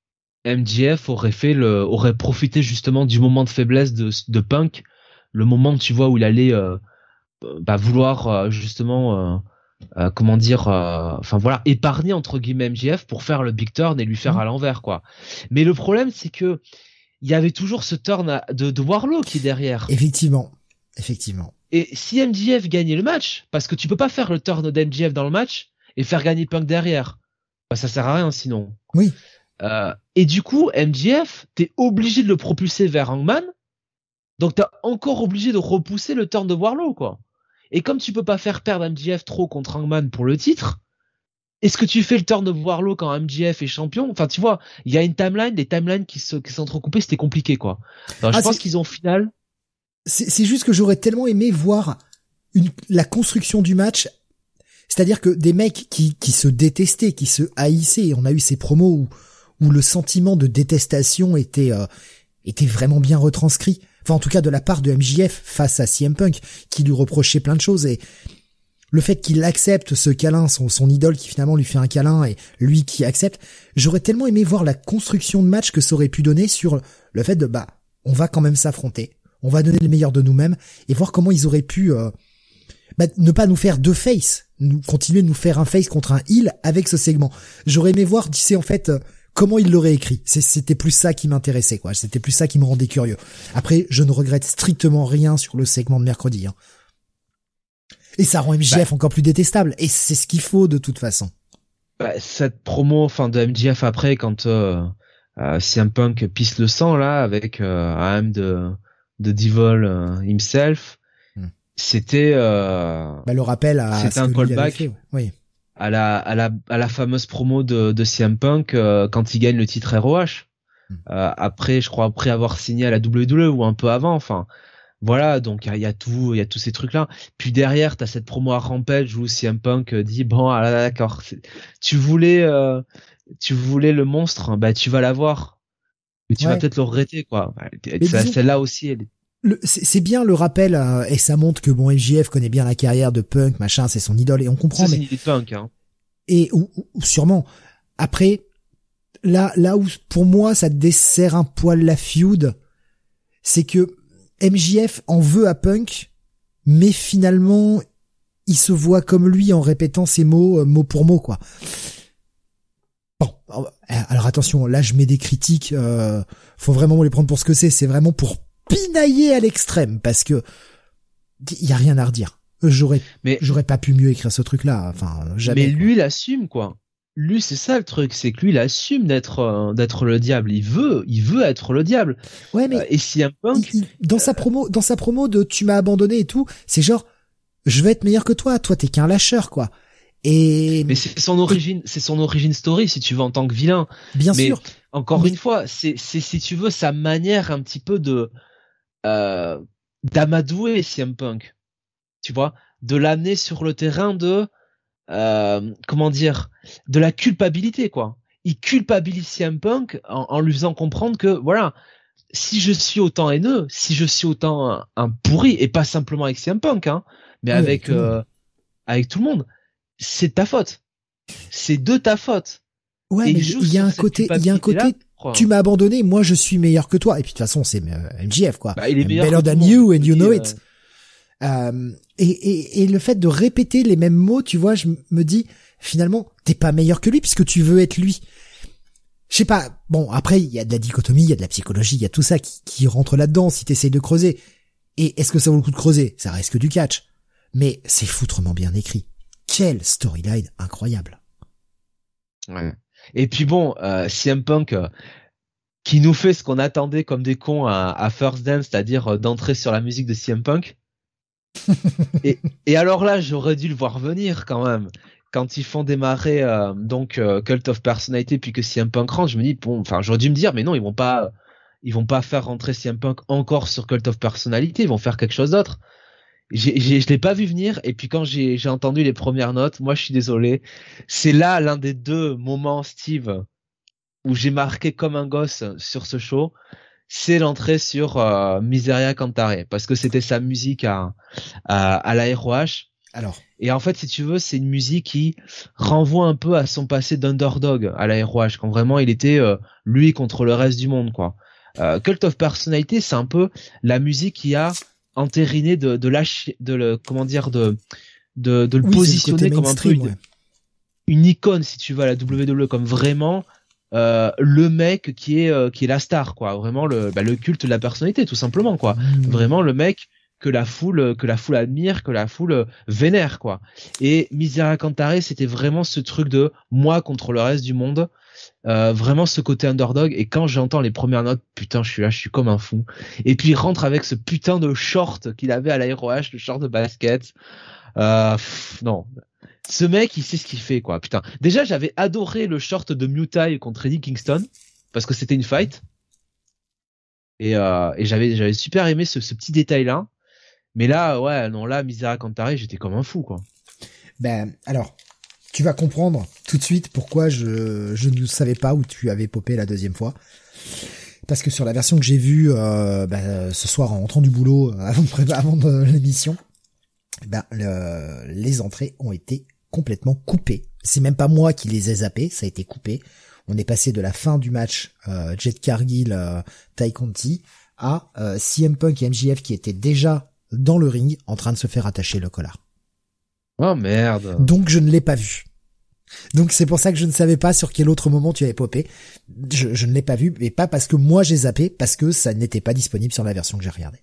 M J F aurait fait le, aurait profité justement du moment de faiblesse de, de Punk, le moment, tu vois, où il allait, euh, bah, vouloir, euh, justement, euh, Euh, comment dire, enfin euh, voilà, épargner entre guillemets M J F pour faire le big turn et lui faire mmh. à l'envers, quoi. Mais le problème, c'est que il y avait toujours ce turn à, de, de Wardlow qui est derrière. Effectivement, effectivement. Et si M J F gagnait le match, parce que tu peux pas faire le turn d'M J F dans le match et faire gagner Punk derrière, bah, ça sert à rien sinon. Oui. Euh, et du coup, M J F, t'es obligé de le propulser vers Hangman, donc t'es encore obligé de repousser le turn de Wardlow, quoi. Et comme tu peux pas faire perdre M J F trop contre Hangman pour le titre, est-ce que tu fais le turn de Wardlow quand M J F est champion? Enfin, tu vois, il y a une timeline, des timelines qui se, qui s'entrecoupées, c'était compliqué, quoi. Alors, je ah, pense c'est... qu'ils ont au final. C'est, c'est juste que j'aurais tellement aimé voir une, la construction du match. C'est-à-dire que des mecs qui, qui se détestaient, qui se haïssaient, on a eu ces promos où, où le sentiment de détestation était, euh, était vraiment bien retranscrit. Enfin, en tout cas, de la part de M J F face à C M Punk, qui lui reprochait plein de choses. Et le fait qu'il accepte ce câlin, son, son idole qui finalement lui fait un câlin, et lui qui accepte, j'aurais tellement aimé voir la construction de match que ça aurait pu donner sur le fait de, bah, on va quand même s'affronter, on va donner le meilleur de nous-mêmes, et voir comment ils auraient pu euh, bah, ne pas nous faire deux faces, nous continuer de nous faire un face contre un heel avec ce segment. J'aurais aimé voir, tu sais, en fait... Euh, comment il l'aurait écrit. C'est, c'était plus ça qui m'intéressait, quoi. C'était plus ça qui me rendait curieux. Après, je ne regrette strictement rien sur le segment de mercredi, hein. Et ça rend M J F bah, encore plus détestable. Et c'est ce qu'il faut, de toute façon. Bah, cette promo, enfin, de M J F après, quand, euh, euh, C M Punk pisse le sang, là, avec, euh, I am de, de Devil uh, himself, hmm. c'était, euh, bah, le rappel à, c'était un callback. Oui. à la à la à la fameuse promo de de C M Punk euh, quand il gagne le titre R O H mm. euh, après je crois après avoir signé à la W W E ou un peu avant, enfin voilà, donc il y, y a tout il y a tous ces trucs là, puis derrière t'as cette promo à Rampage où C M Punk dit bon ah là, d'accord tu voulais euh, tu voulais le monstre, bah tu vas l'avoir mais tu ouais. vas peut-être le regretter, quoi. Ça, celle-là aussi elle est... Le, c'est, c'est bien le rappel, euh, et ça montre que bon, M J F connaît bien la carrière de Punk, machin, c'est son idole, et on comprend. Ça, c'est mais... une idée de Punk, hein. Et, ou, ou, sûrement. Après, là, là où, pour moi, ça dessert un poil la feud, c'est que M J F en veut à Punk, mais finalement, il se voit comme lui en répétant ses mots, euh, mot pour mot, quoi. Bon. alors attention, là je mets des critiques, euh, faut vraiment les prendre pour ce que c'est, c'est vraiment pour pinailler à l'extrême, parce que il y a rien à redire. J'aurais, mais j'aurais pas pu mieux écrire ce truc-là, enfin jamais. Mais quoi. lui, il assume quoi. Lui, c'est ça le truc, c'est que lui, il assume d'être euh, d'être le diable. Il veut, il veut être le diable. Ouais, mais euh, et C M Punk, il, il, dans euh... sa promo, dans sa promo de tu m'as abandonné et tout, c'est genre je vais être meilleur que toi. Toi, t'es qu'un lâcheur, quoi. Et mais c'est son origine, c'est son origine story si tu veux en tant que vilain. Bien mais sûr. Encore mais... une fois, c'est c'est si tu veux sa manière un petit peu de euh, d'amadouer C M Punk. Tu vois, de l'amener sur le terrain de euh, comment dire, de la culpabilité quoi. Il culpabilise C M Punk en, en lui faisant comprendre que voilà, si je suis autant haineux, si je suis autant un, un pourri et pas simplement avec C M Punk hein, mais oui, avec avec tout, euh, avec tout le monde, c'est de ta faute. C'est de ta faute. Ouais, et mais il y a un côté, il y a un côté, tu m'as abandonné, moi je suis meilleur que toi. Et puis de toute façon, c'est euh, M J F quoi. Bah, il est meilleur Better que than you and you know euh... it. Euh, et, et, et le fait de répéter les mêmes mots, tu vois, je me dis, finalement, t'es pas meilleur que lui puisque tu veux être lui. Je sais pas, bon, après, il y a de la dichotomie, il y a de la psychologie, il y a tout ça qui, qui rentre là-dedans si t'essayes de creuser. Et est-ce que ça vaut le coup de creuser? Ça reste que du catch. Mais c'est foutrement bien écrit. Quelle storyline incroyable. Ouais. Et puis bon, euh, C M Punk, euh, qui nous fait ce qu'on attendait comme des cons à, à First Dance, c'est-à-dire euh, d'entrer sur la musique de C M Punk. et, et alors là, j'aurais dû le voir venir quand même. Quand ils font démarrer euh, donc euh, Cult of Personality puis que C M Punk rentre, je me dis bon, enfin j'aurais dû me dire mais non, ils vont pas, ils vont pas faire rentrer C M Punk encore sur Cult of Personality, ils vont faire quelque chose d'autre. J'ai, j'ai, je l'ai pas vu venir et puis quand j'ai, j'ai entendu les premières notes, moi je suis désolé, c'est là l'un des deux moments Steve où j'ai marqué comme un gosse sur ce show. C'est l'entrée sur euh, Miseria Cantare parce que c'était sa musique à à, à la R O H. Alors. Et en fait, si tu veux, c'est une musique qui renvoie un peu à son passé d'underdog à la R O H quand vraiment il était euh, lui contre le reste du monde quoi. Euh, Cult of Personality, c'est un peu la musique qui a entériné de de lâcher de le comment dire de de de le oui, positionner le comme un peu une, ouais. une icône si tu veux à la W W E comme vraiment Euh, le mec qui est euh, qui est la star quoi, vraiment le bah, le culte de la personnalité tout simplement quoi, mmh. Vraiment le mec que la foule que la foule admire, que la foule vénère quoi. Et Miseria Cantare, c'était vraiment ce truc de moi contre le reste du monde, euh, vraiment ce côté underdog. Et quand j'entends les premières notes, putain je suis là, je suis comme un fou. Et puis il rentre avec ce putain de short qu'il avait à la R O H, le short de basket. Euh, pff, non. Ce mec, il sait ce qu'il fait, quoi. Putain. Déjà, j'avais adoré le short de Muay Thai contre Eddie Kingston parce que c'était une fight. Et, euh, et j'avais, j'avais super aimé ce, ce petit détail-là. Mais là, ouais, non, là, Miseria Cantare, j'étais comme un fou, quoi. Ben, alors, tu vas comprendre tout de suite pourquoi je, je ne savais pas où tu avais popé la deuxième fois. Parce que sur la version que j'ai vue, euh, ben, ce soir en rentrant du boulot, avant de, avant de l'émission, ben, le, les entrées ont été complètement coupées. C'est même pas moi qui les ai zappées, ça a été coupé. On est passé de la fin du match euh, Jet Cargill euh, Ty Conti à euh, C M Punk et M J F qui étaient déjà dans le ring en train de se faire attacher le collar. Oh merde. Donc je ne l'ai pas vu. Donc c'est pour ça que je ne savais pas sur quel autre moment tu avais popé. Je, je ne l'ai pas vu, mais pas parce que moi j'ai zappé, parce que ça n'était pas disponible sur la version que j'ai regardée.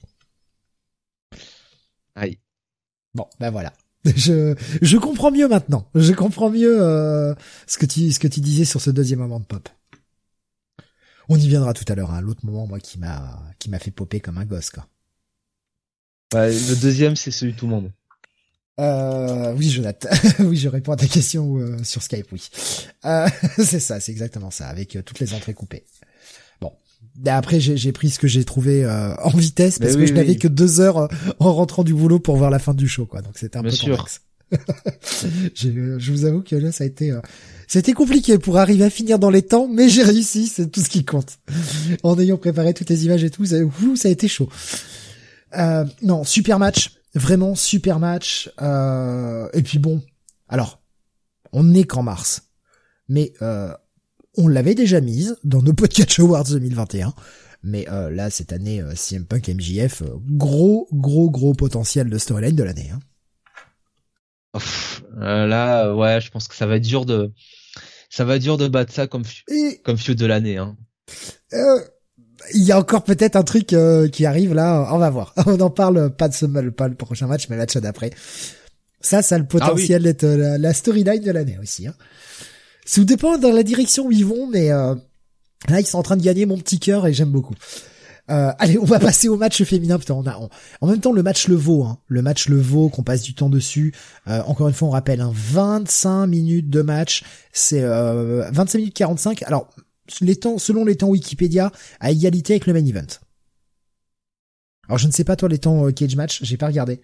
Aïe. Bon, ben voilà. Je je comprends mieux maintenant. Je comprends mieux euh, ce que tu ce que tu disais sur ce deuxième moment de pop. On y viendra tout à l'heure, hein, l'autre moment moi qui m'a qui m'a fait popper comme un gosse quoi. Ouais, le deuxième c'est celui de tout le monde. Euh, oui, Jonathan. Oui, je réponds à ta question euh, sur Skype, oui. Euh, c'est ça, c'est exactement ça, avec euh, toutes les entrées coupées. Bon. Après, j'ai, j'ai pris ce que j'ai trouvé euh, en vitesse, parce Mais que oui, je n'avais oui. que deux heures euh, en rentrant du boulot pour voir la fin du show, quoi. Donc c'était un Bien peu sûr. complexe. j'ai, euh, je vous avoue que là, ça a été, euh, c'était compliqué pour arriver à finir dans les temps, mais j'ai réussi, c'est tout ce qui compte. En ayant préparé toutes les images et tout, ça, ouh, ça a été chaud. Euh, non, super match. Vraiment super match. Euh, et puis bon, alors, on n'est qu'en mars. Mais euh, on l'avait déjà mise dans nos Podcast Awards deux mille vingt et un. Mais euh, là, cette année, euh, C M Punk M J F, euh, gros, gros, gros potentiel de storyline de l'année. Hein. Ouf, euh, là, ouais, je pense que ça va être dur de... ça va être dur de battre ça comme Et... comme feud de l'année. Hein. Euh, il y a encore peut-être un truc euh, qui arrive là, on va voir. On en parle pas de ce pas le prochain match, mais le match d'après. Ça, ça a le potentiel ah oui. d'être la, la storyline de l'année aussi. Hein. Tout dépend dans la direction où ils vont, mais euh, là ils sont en train de gagner mon petit cœur et j'aime beaucoup. Euh, allez, on va passer au match féminin. Putain, on a on, en même temps le match le vaut, hein, le match le vaut qu'on passe du temps dessus. Euh, encore une fois, on rappelle, hein, vingt-cinq minutes de match, c'est euh, vingt-cinq minutes quarante-cinq. Alors les temps, selon les temps Wikipédia, à égalité avec le main event. Alors je ne sais pas toi les temps euh, cage match, j'ai pas regardé.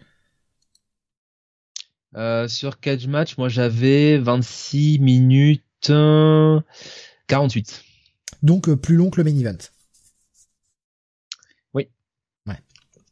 Euh, sur cage match, moi j'avais vingt-six minutes euh, quarante-huit. Donc euh, plus long que le main event. Oui. Ouais.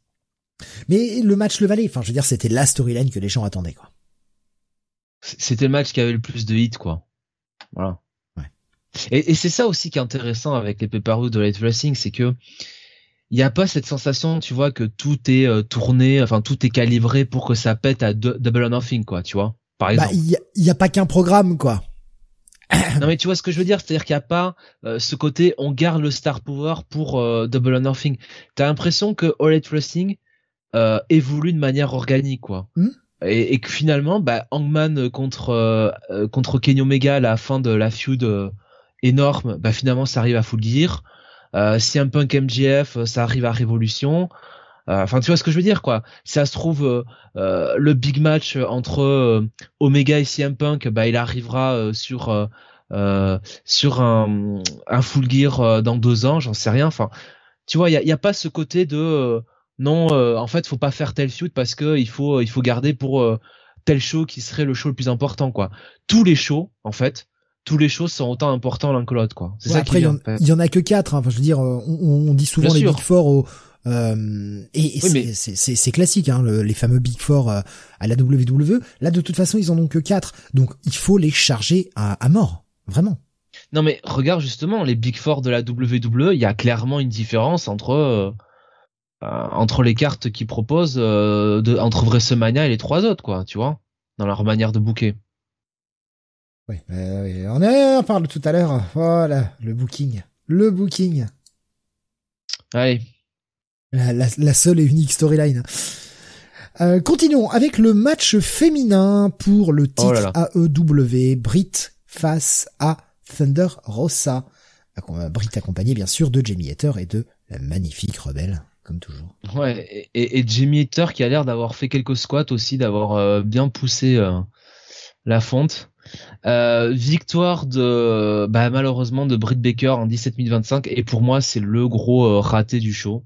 Mais le match le valait. Enfin, je veux dire, c'était la storyline que les gens attendaient, quoi. C'était le match qui avait le plus de hits, quoi. Voilà. Ouais. Et, et c'est ça aussi qui est intéressant avec les pay-per-view de Elite Wrestling, c'est que il y a pas cette sensation, tu vois, que tout est euh, tourné, enfin tout est calibré pour que ça pète à de, Double or Nothing, quoi, tu vois. Par exemple. Bah, il y a, y a pas qu'un programme, quoi. Non mais tu vois ce que je veux dire, c'est-à-dire qu'il n'y a pas euh, ce côté on garde le star power pour euh, Double or Nothing. T'as l'impression que All Elite Wrestling euh, évolue de manière organique, quoi. Mm. Et, et que finalement, bah, Hangman contre euh, contre Kenny Omega à la fin de la feud euh, énorme, bah finalement ça arrive à Full Gear. Euh, C M Punk M J F, ça arrive à Révolution. Enfin, euh, tu vois ce que je veux dire, quoi. Si ça se trouve, euh, euh, le big match entre euh, Omega et C M Punk, bah, il arrivera euh, sur euh, euh, sur un, un Full Gear euh, dans deux ans, j'en sais rien. Enfin, tu vois, il y a, y a pas ce côté de euh, non, euh, en fait, faut pas faire tel feud parce que il faut il faut garder pour euh, tel show qui serait le show le plus important, quoi. Tous les shows, en fait. Tous les shows sont autant importants l'un que l'autre, quoi. C'est ouais, ça après, qui il y, y en a que quatre. Hein. Enfin, je veux dire, on, on dit souvent Bien les sûr. Big Four au Euh, et, et oui, c'est, c'est, c'est, c'est classique, hein, le, les fameux Big Four euh, à la W W E. Là, de toute façon, ils en ont que quatre, donc il faut les charger à, à mort, vraiment. Non, mais regarde justement les Big Four de la W W E, il y a clairement une différence entre euh, euh, entre les cartes qu'ils proposent euh, de, entre WrestleMania et les trois autres, quoi, tu vois, dans leur manière de booker. Oui, euh, on, est, on parle tout à l'heure. Voilà, le booking, le booking. Allez. La, la, la seule et unique storyline. Euh, continuons avec le match féminin pour le titre oh là là. A E W. Britt face à Thunder Rosa. Britt accompagnée bien sûr de Jamie Hayter et de la magnifique Rebelle, comme toujours. Ouais, et, et Jamie Hayter qui a l'air d'avoir fait quelques squats aussi, d'avoir euh, bien poussé euh, la fonte. Euh, victoire de bah malheureusement de Britt Baker en dix-sept minutes vingt-cinq, et pour moi c'est le gros euh, raté du show.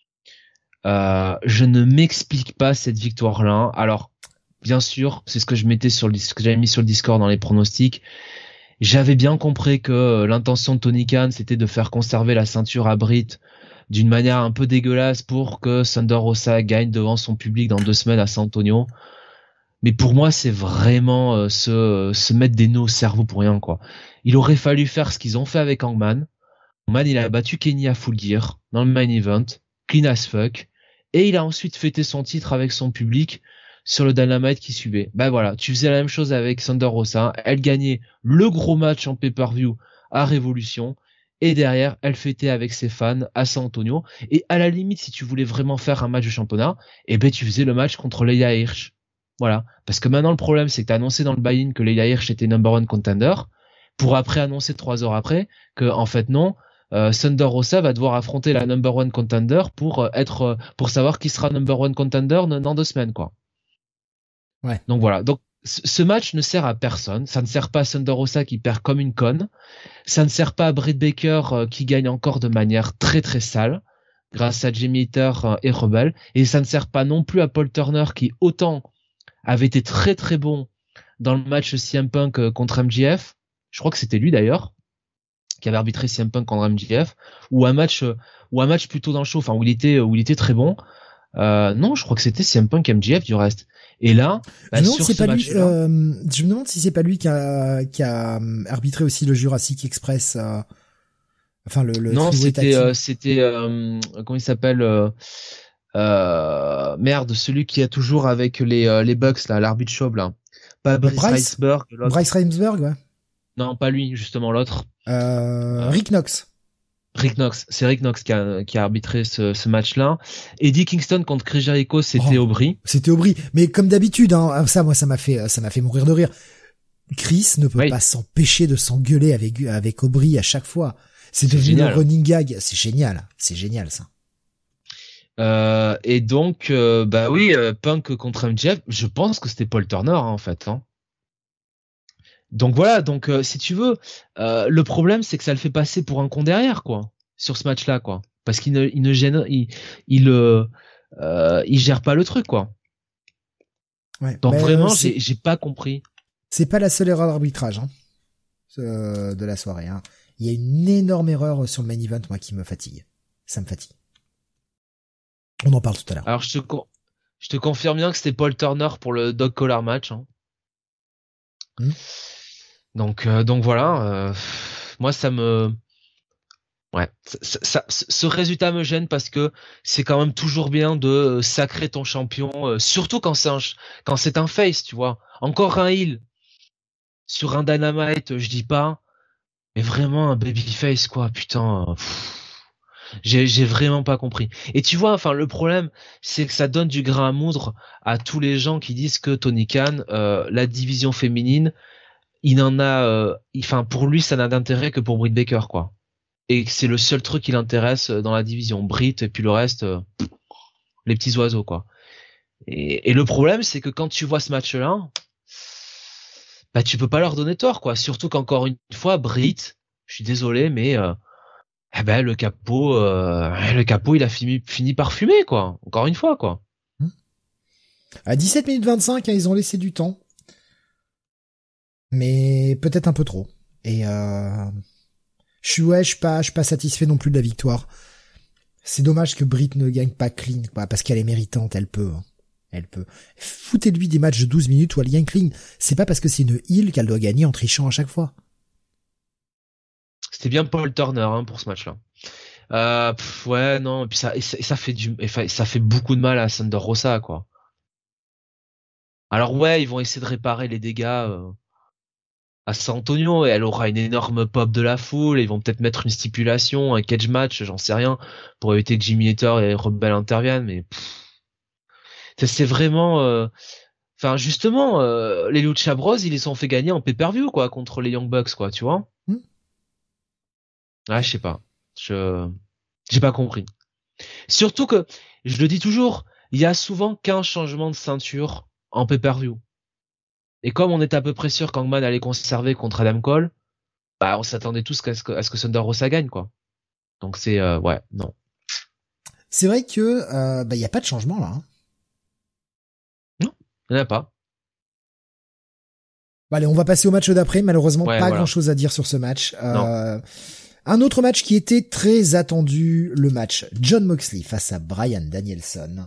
Euh, je ne m'explique pas cette victoire-là. Alors, bien sûr, c'est ce que je mettais sur le, ce que j'avais mis sur le Discord dans les pronostics. J'avais bien compris que l'intention de Tony Khan, c'était de faire conserver la ceinture à Britt d'une manière un peu dégueulasse pour que Thunder Rosa gagne devant son public dans deux semaines à San Antonio. Mais pour moi, c'est vraiment euh, se, se mettre des nœuds au cerveau pour rien, quoi. Il aurait fallu faire ce qu'ils ont fait avec Hangman. Hangman, il a battu Kenny à Full Gear dans le main event, clean as fuck. Et il a ensuite fêté son titre avec son public sur le Dynamite qui suivait. Ben voilà, tu faisais la même chose avec Thunder Rosa. Elle gagnait le gros match en pay-per-view à Révolution. Et derrière, elle fêtait avec ses fans à San Antonio. Et à la limite, si tu voulais vraiment faire un match de championnat, eh ben tu faisais le match contre Leila Hirsch. Voilà. Parce que maintenant, le problème, c'est que t'as annoncé dans le buy-in que Leila Hirsch était number one contender. Pour après annoncer trois heures après que, en fait, non. Euh, Thunder Rosa va devoir affronter la number one contender pour euh, être euh, pour savoir qui sera number one contender dans deux semaines, quoi. Ouais. Donc voilà. Donc c- ce match ne sert à personne. Ça ne sert pas à Thunder Rosa qui perd comme une conne. Ça ne sert pas à Britt Baker euh, qui gagne encore de manière très très sale grâce à Jamie Hayter euh, et Rebel. Et ça ne sert pas non plus à Paul Turner qui autant avait été très très bon dans le match C M Punk euh, contre M J F. Je crois que c'était lui d'ailleurs qui avait arbitré C M Punk contre M J F, ou un match euh, ou un match plutôt dans le show, enfin où il était où il était très bon. Euh, non, je crois que c'était C M Punk M J F du reste. Et là, bah, je, me sur c'est ce pas lui, match-là, euh, je me demande si c'est pas lui qui a qui a arbitré aussi le Jurassic Express. Euh, enfin le, le non, Freeway c'était Tag Team. euh, c'était euh, comment il s'appelle euh, euh, merde, celui qui a toujours avec les euh, les Bucks là, l'arbitre chauve là. Pas Bryce Bryce Reinsberg, l'autre. Bryce Reinsberg, ouais. Non, pas lui, justement l'autre. Euh, Rick Knox. Rick Knox, c'est Rick Knox qui a, qui a arbitré ce, ce match-là. Eddie Kingston contre Chris Jericho, c'était Oh, Aubry. C'était Aubry, mais comme d'habitude, hein, ça, moi, ça m'a fait, ça m'a fait mourir de rire. Chris ne peut Oui. pas s'empêcher de s'engueuler avec avec Aubry à chaque fois. C'est C'est devenu le génial. running gag. C'est génial, c'est génial ça. Euh, et donc, euh, bah oui, euh, Punk contre M J F, je pense que c'était Paul Turner, hein, en fait. Hein. Donc voilà, donc euh, si tu veux, euh, le problème c'est que ça le fait passer pour un con derrière, quoi, sur ce match-là, quoi, parce qu'il ne, il ne gêne, il, il, euh, euh, il gère pas le truc, quoi. Ouais. Donc Mais, vraiment, euh, j'ai, j'ai pas compris. C'est pas la seule erreur d'arbitrage hein, euh, de la soirée. Hein. Il y a une énorme erreur sur le main event, moi, qui me fatigue. Ça me fatigue. On en parle tout à l'heure. Alors je te, con- je te confirme bien que c'était Paul Turner pour le dog collar match. Hein. Hmm. Donc, euh, donc voilà, euh, moi ça me, ouais, ça, ça- ça- ce résultat me gêne parce que c'est quand même toujours bien de sacrer ton champion, euh, surtout quand c'est un, ch- quand c'est un face, tu vois. Encore un heel sur un Dynamite, je dis pas, mais vraiment un babyface quoi, putain. euh, pff, j'ai, j'ai vraiment pas compris. Et tu vois, enfin le problème, c'est que ça donne du grain à moudre à tous les gens qui disent que Tony Khan, euh, la division féminine il n'en a, euh, enfin pour lui ça n'a d'intérêt que pour Britt Baker quoi. Et que c'est le seul truc qui l'intéresse dans la division. Britt et puis le reste, euh, les petits oiseaux quoi. Et, et le problème c'est que quand tu vois ce match-là, bah tu peux pas leur donner tort quoi. Surtout qu'encore une fois Britt, je suis désolé mais euh, eh ben le capot, euh, le capot il a fini, fini par fumer quoi. Encore une fois quoi. À dix-sept minutes vingt-cinq, hein, ils ont laissé du temps. Mais peut-être un peu trop. Et euh, je suis ouais, je suis pas, je suis pas satisfait non plus de la victoire. C'est dommage que Britt ne gagne pas clean, quoi, parce qu'elle est méritante, elle peut. Hein. Elle peut. Foutez-lui des matchs de douze minutes où elle gagne clean. C'est pas parce que c'est une heel qu'elle doit gagner en trichant à chaque fois. C'était bien Paul Turner hein, pour ce match-là. Euh, pff, ouais non et puis ça, et ça, et ça fait du, et ça fait beaucoup de mal à Thunder Rosa quoi. Alors ouais ils vont essayer de réparer les dégâts. Euh, à San Antonio et elle aura une énorme pop de la foule et ils vont peut-être mettre une stipulation, un cage match, j'en sais rien, pour éviter que Jimmy Hater et Rebel interviennent, mais pff, ça, c'est vraiment, euh, enfin justement, euh, les Lucha Bros ils les sont fait gagner en pay-per-view quoi contre les Young Bucks quoi, tu vois. Hmm. Ah je sais pas, je j'ai pas compris. Surtout que je le dis toujours, il y a souvent qu'un changement de ceinture en pay-per-view. Et comme on était à peu près sûr qu'Hangman allait conserver contre Adam Cole, bah on s'attendait tous à ce que, à ce que Thunder Rosa gagne quoi. Donc c'est euh, ouais non. C'est vrai que euh, bah il y a pas de changement là. Hein. Non, il n'y en a pas. Bon, allez, on va passer au match d'après. Malheureusement, Ouais, pas voilà. grand chose à dire sur ce match. Euh, un autre match qui était très attendu, le match Jon Moxley face à Bryan Danielson.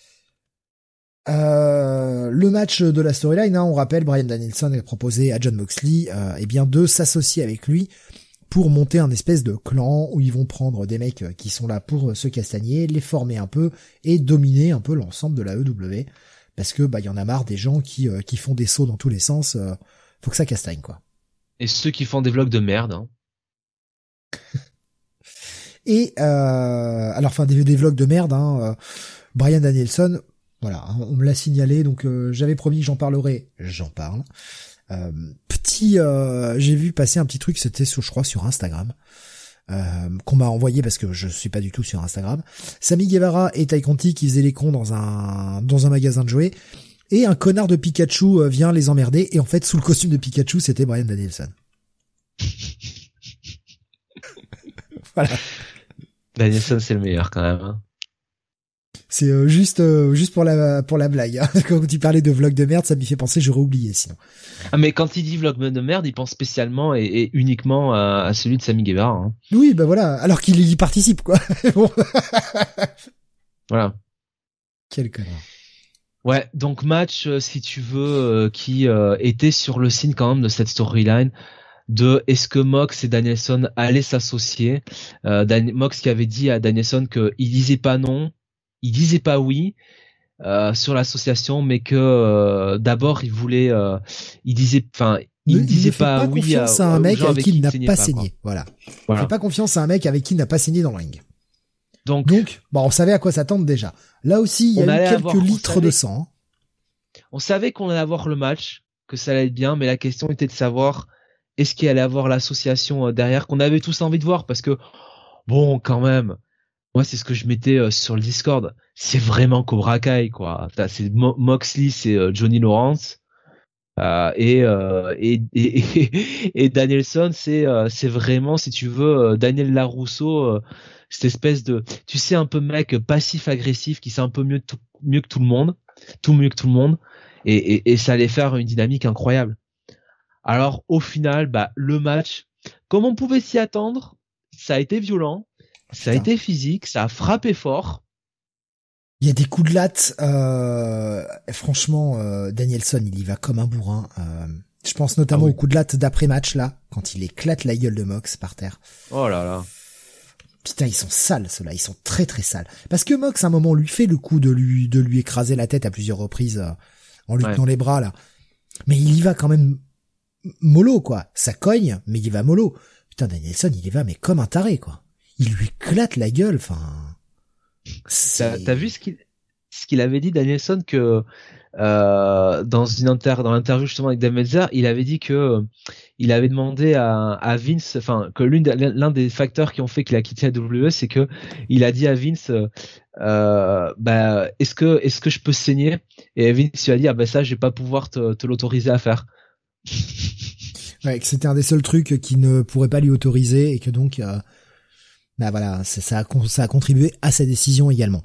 Euh, le match de la storyline, hein, on rappelle, Bryan Danielson a proposé à Jon Moxley euh, eh bien de s'associer avec lui pour monter un espèce de clan où ils vont prendre des mecs qui sont là pour se castagner, les former un peu et dominer un peu l'ensemble de la E W parce que bah il y en a marre des gens qui euh, qui font des sauts dans tous les sens, euh, faut que ça castagne quoi. Et ceux qui font des vlogs de merde. Hein. Et euh, alors enfin des, des vlogs de merde, hein, euh, Bryan Danielson. Voilà, on me l'a signalé, donc euh, j'avais promis que j'en parlerai, j'en parle. Euh, petit, euh, j'ai vu passer un petit truc, c'était sur, je crois, sur Instagram, euh, qu'on m'a envoyé parce que je suis pas du tout sur Instagram. Sammy Guevara et Ty Conti qui faisaient les cons dans un dans un magasin de jouets, et un connard de Pikachu vient les emmerder, et en fait, sous le costume de Pikachu, c'était Bryan Danielson. Voilà. Danielson c'est le meilleur quand même. Hein. C'est euh, juste euh, juste pour la pour la blague. Hein. Quand tu parlais de vlog de merde, ça m'y fait penser, j'aurais oublié sinon. Ah mais quand il dit vlog de merde, il pense spécialement et, et uniquement à, à celui de Sammy Guevara. Hein. Oui, bah voilà, alors qu'il y participe quoi. Bon. Voilà. Quel connard. Ouais, donc match euh, si tu veux euh, qui euh, était sur le signe quand même de cette storyline de est-ce que Mox et Danielson allaient s'associer. Euh, Dan- Mox qui avait dit à Danielson que il disait pas non. Il disait pas oui euh, sur l'association, mais que euh, d'abord il voulait, euh, il disait, enfin, il ne, ne disait il ne fait pas, pas oui confiance à, à un mec avec, avec qui il n'a ne pas pas, saigné. Voilà. voilà. Il fait pas confiance à un mec avec qui il n'a pas saigné dans le ring. Donc, Donc, bon, on savait à quoi s'attendre déjà. Là aussi, il y a eu quelques avoir, litres savait, de sang. On savait qu'on allait avoir le match, que ça allait être bien, mais la question était de savoir est-ce qu'il allait avoir l'association derrière qu'on avait tous envie de voir, parce que bon, quand même, moi c'est ce que je mettais euh, sur le Discord, c'est vraiment Cobra Kai quoi. C'est Mo- Moxley, c'est euh, Johnny Lawrence. Euh, et, euh, et, et, et, et Danielson, c'est euh, c'est vraiment, si tu veux, euh, Daniel Larusso, euh, cette espèce de, tu sais, un peu mec passif-agressif qui sait un peu mieux, tout, mieux que tout le monde, tout mieux que tout le monde, et, et, et ça allait faire une dynamique incroyable. Alors au final, bah le match, comme on pouvait s'y attendre, ça a été violent, ça Putain. a été physique, ça a frappé fort. Il y a des coups de latte, euh, franchement, euh, Danielson, il y va comme un bourrin. Euh, je pense notamment ah oui. au coup de latte d'après-match, là, quand il éclate la gueule de Mox par terre. Oh là là. Putain, ils sont sales, ceux-là, ils sont très très sales. Parce que Mox, à un moment, lui fait le coup de lui de lui écraser la tête à plusieurs reprises, euh, en lui tenant ouais. les bras, là. Mais il y va quand même mollo, quoi. Ça cogne, mais il y va mollo. Putain, Danielson, il y va, mais comme un taré, quoi. Il lui éclate la gueule, enfin... T'as, t'as vu ce qu'il, ce qu'il avait dit, Danielson, que euh, dans une inter, dans l'interview justement avec Dave Meltzer, il avait dit que euh, il avait demandé à, à Vince, enfin que l'une, l'un des facteurs qui ont fait qu'il a quitté la W W E, c'est que il a dit à Vince, euh, bah est-ce que est-ce que je peux saigner? Et Vince lui a dit ah bah ça je vais pas pouvoir te, te l'autoriser à faire. Ouais, que c'était un des seuls trucs qui ne pourrait pas lui autoriser et que donc euh... bah voilà, ça, ça, a, ça a contribué à sa décision également.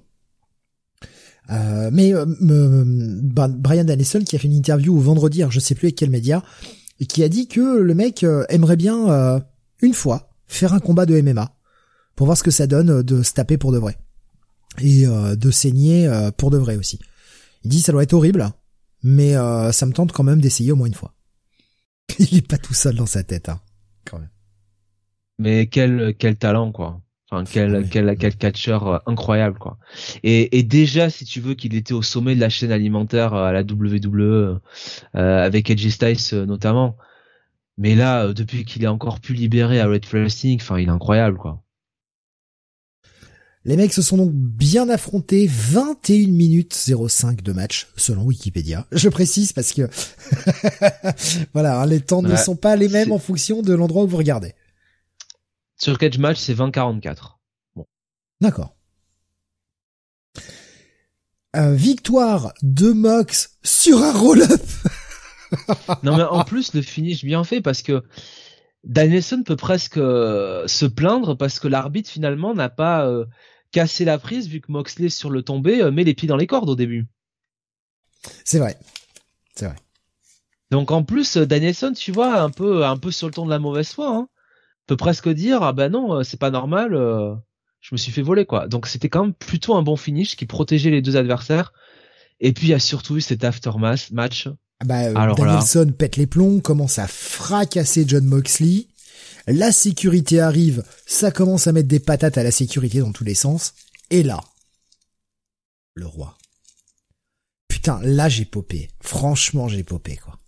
Euh, mais euh, euh, Bryan Danielson qui a fait une interview au vendredi, alors je sais plus avec quel média, et qui a dit que le mec euh, aimerait bien euh, une fois faire un combat de M M A pour voir ce que ça donne de se taper pour de vrai et euh, de saigner euh, pour de vrai aussi. Il dit ça doit être horrible, mais euh, ça me tente quand même d'essayer au moins une fois. Il est pas tout seul dans sa tête, hein, quand même. Mais quel quel talent quoi. Enfin quel oui. quel quel catcheur incroyable quoi. Et et déjà si tu veux qu'il était au sommet de la chaîne alimentaire à la W W E euh, avec A J Styles notamment. Mais là depuis qu'il est encore plus libéré à Red Wrestling, enfin il est incroyable quoi. Les mecs se sont donc bien affrontés, vingt et une minutes zéro cinq de match, selon Wikipédia. Je précise parce que voilà, les temps ouais, ne sont pas les mêmes c'est... en fonction de l'endroit où vous regardez. Sur Cage Match, c'est vingt quarante-quatre. Bon. D'accord. Euh, victoire de Mox sur un roll-up. Non mais en plus le finish bien fait parce que Danielson peut presque euh, se plaindre parce que l'arbitre finalement n'a pas euh, cassé la prise vu que Moxley sur le tombé euh, met les pieds dans les cordes au début. C'est vrai. C'est vrai. Donc en plus Danielson, tu vois, un peu un peu sur le ton de la mauvaise foi, hein, peut presque dire ah ben non, c'est pas normal, euh, je me suis fait voler quoi. Donc c'était quand même plutôt un bon finish qui protégeait les deux adversaires. Et puis il y a surtout eu cet aftermath match. Bah, euh, Alors Danielson là... pète les plombs, commence à fracasser John Moxley. La sécurité arrive, ça commence à mettre des patates à la sécurité dans tous les sens. Et là, le roi. Putain, là j'ai popé. Franchement, j'ai popé quoi.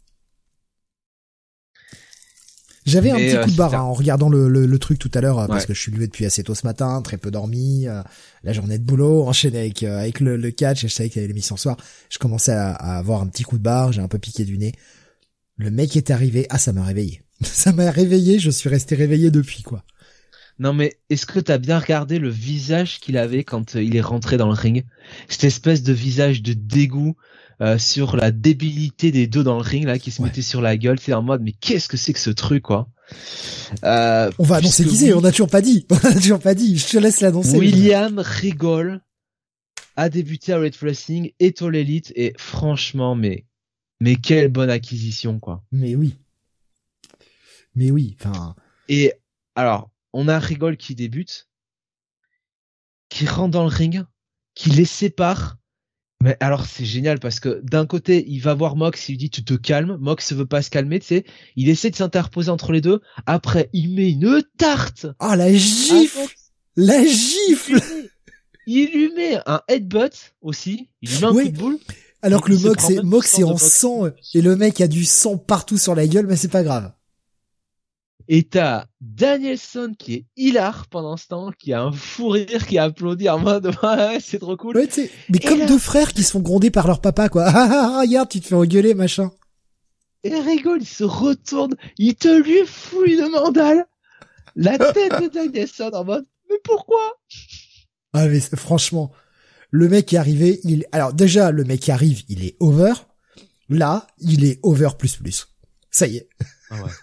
J'avais Mais un petit euh, coup de barre hein, en regardant le, le, le truc tout à l'heure ouais. parce que je suis levé depuis assez tôt ce matin, très peu dormi, euh, la journée de boulot, enchaîné avec euh, avec le, le catch, et je savais qu'il y avait l'émission ce soir. Je commençais à, à avoir un petit coup de barre, j'ai un peu piqué du nez. Le mec est arrivé, ah ça m'a réveillé. Ça m'a réveillé, je suis resté réveillé depuis quoi. Non mais est-ce que t'as bien regardé le visage qu'il avait quand euh, il est rentré dans le ring? Cette espèce de visage de dégoût. Euh, sur la débilité des deux dans le ring là qui se ouais. mettaient sur la gueule, c'est en mode mais qu'est-ce que c'est que ce truc quoi. Euh, on va annoncer qui c'est, on a toujours pas dit, on a toujours pas dit, je te laisse l'annoncer. William Regal a débuté à Red Wrestling, est All Elite et franchement mais mais quelle bonne acquisition quoi. Mais oui, mais oui, enfin. Et alors on a Regal qui débute, qui rentre dans le ring, qui les sépare. Mais alors c'est génial parce que d'un côté il va voir Mox, il lui dit tu te calmes, Mox veut pas se calmer, tu sais, il essaie de s'interposer entre les deux, après il met une tarte. Ah oh, la gifle, la gifle. Il lui met un headbutt aussi, il lui met un oui. coup de boule. Alors que le Il se Mox, prend c'est, même du Mox, sang c'est de en Moxley. sang, et le mec a du sang partout sur la gueule, mais c'est pas grave. Et t'as Danielson qui est hilar pendant ce temps, qui a un fou rire, qui applaudit en mode ouais, c'est trop cool. Ouais, tu sais, mais Et comme là- deux frères qui se font gronder par leur papa, quoi. Ah, ah, ah, regarde, tu te fais engueuler, machin. Et rigole, il se retourne, il te lui fouille le mandal. La tête de Danielson en mode mais pourquoi? Ah, mais c'est- franchement, le mec qui est arrivé, il, alors déjà, le mec qui arrive, il est over. Là, il est over plus plus. Ça y est. Ah ouais.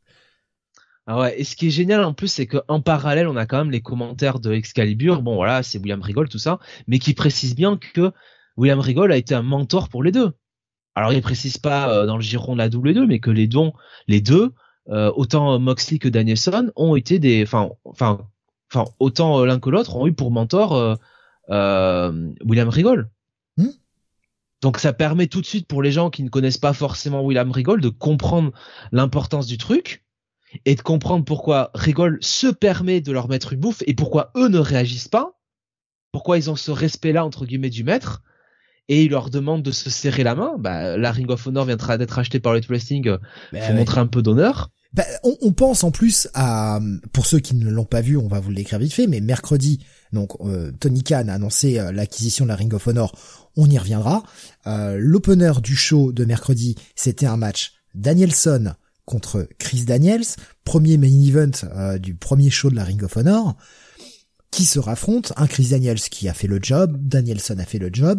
Ah ouais, et ce qui est génial en plus, c'est qu'en parallèle, on a quand même les commentaires de Excalibur. Bon, voilà, c'est William Regal, tout ça, mais qui précise bien que William Regal a été un mentor pour les deux. Alors, il précise pas euh, dans le giron de la W deux, mais que les dons, les deux, euh, autant Moxley que Danielson, ont été des, enfin, enfin, enfin, autant euh, l'un que l'autre ont eu pour mentor euh, euh, William Regal. Hmm. Donc, ça permet tout de suite pour les gens qui ne connaissent pas forcément William Regal de comprendre l'importance du truc. Et de comprendre pourquoi Regal se permet de leur mettre une bouffe et pourquoi eux ne réagissent pas, pourquoi ils ont ce respect-là entre guillemets du maître, et ils leur demandent de se serrer la main. Bah, la Ring of Honor viendra d'être acheté par le Wrestling, euh, Bah, faut ouais. montrer un peu d'honneur. Bah, on, on pense en plus à, pour ceux qui ne l'ont pas vu, on va vous le décrire vite fait, mais mercredi, donc euh, Tony Khan a annoncé euh, l'acquisition de la Ring of Honor, on y reviendra. Euh, l'opener du show de mercredi, c'était un match Danielson contre Chris Daniels, premier main event euh, du premier show de la Ring of Honor, qui se raffrontent, un Chris Daniels qui a fait le job, Danielson a fait le job.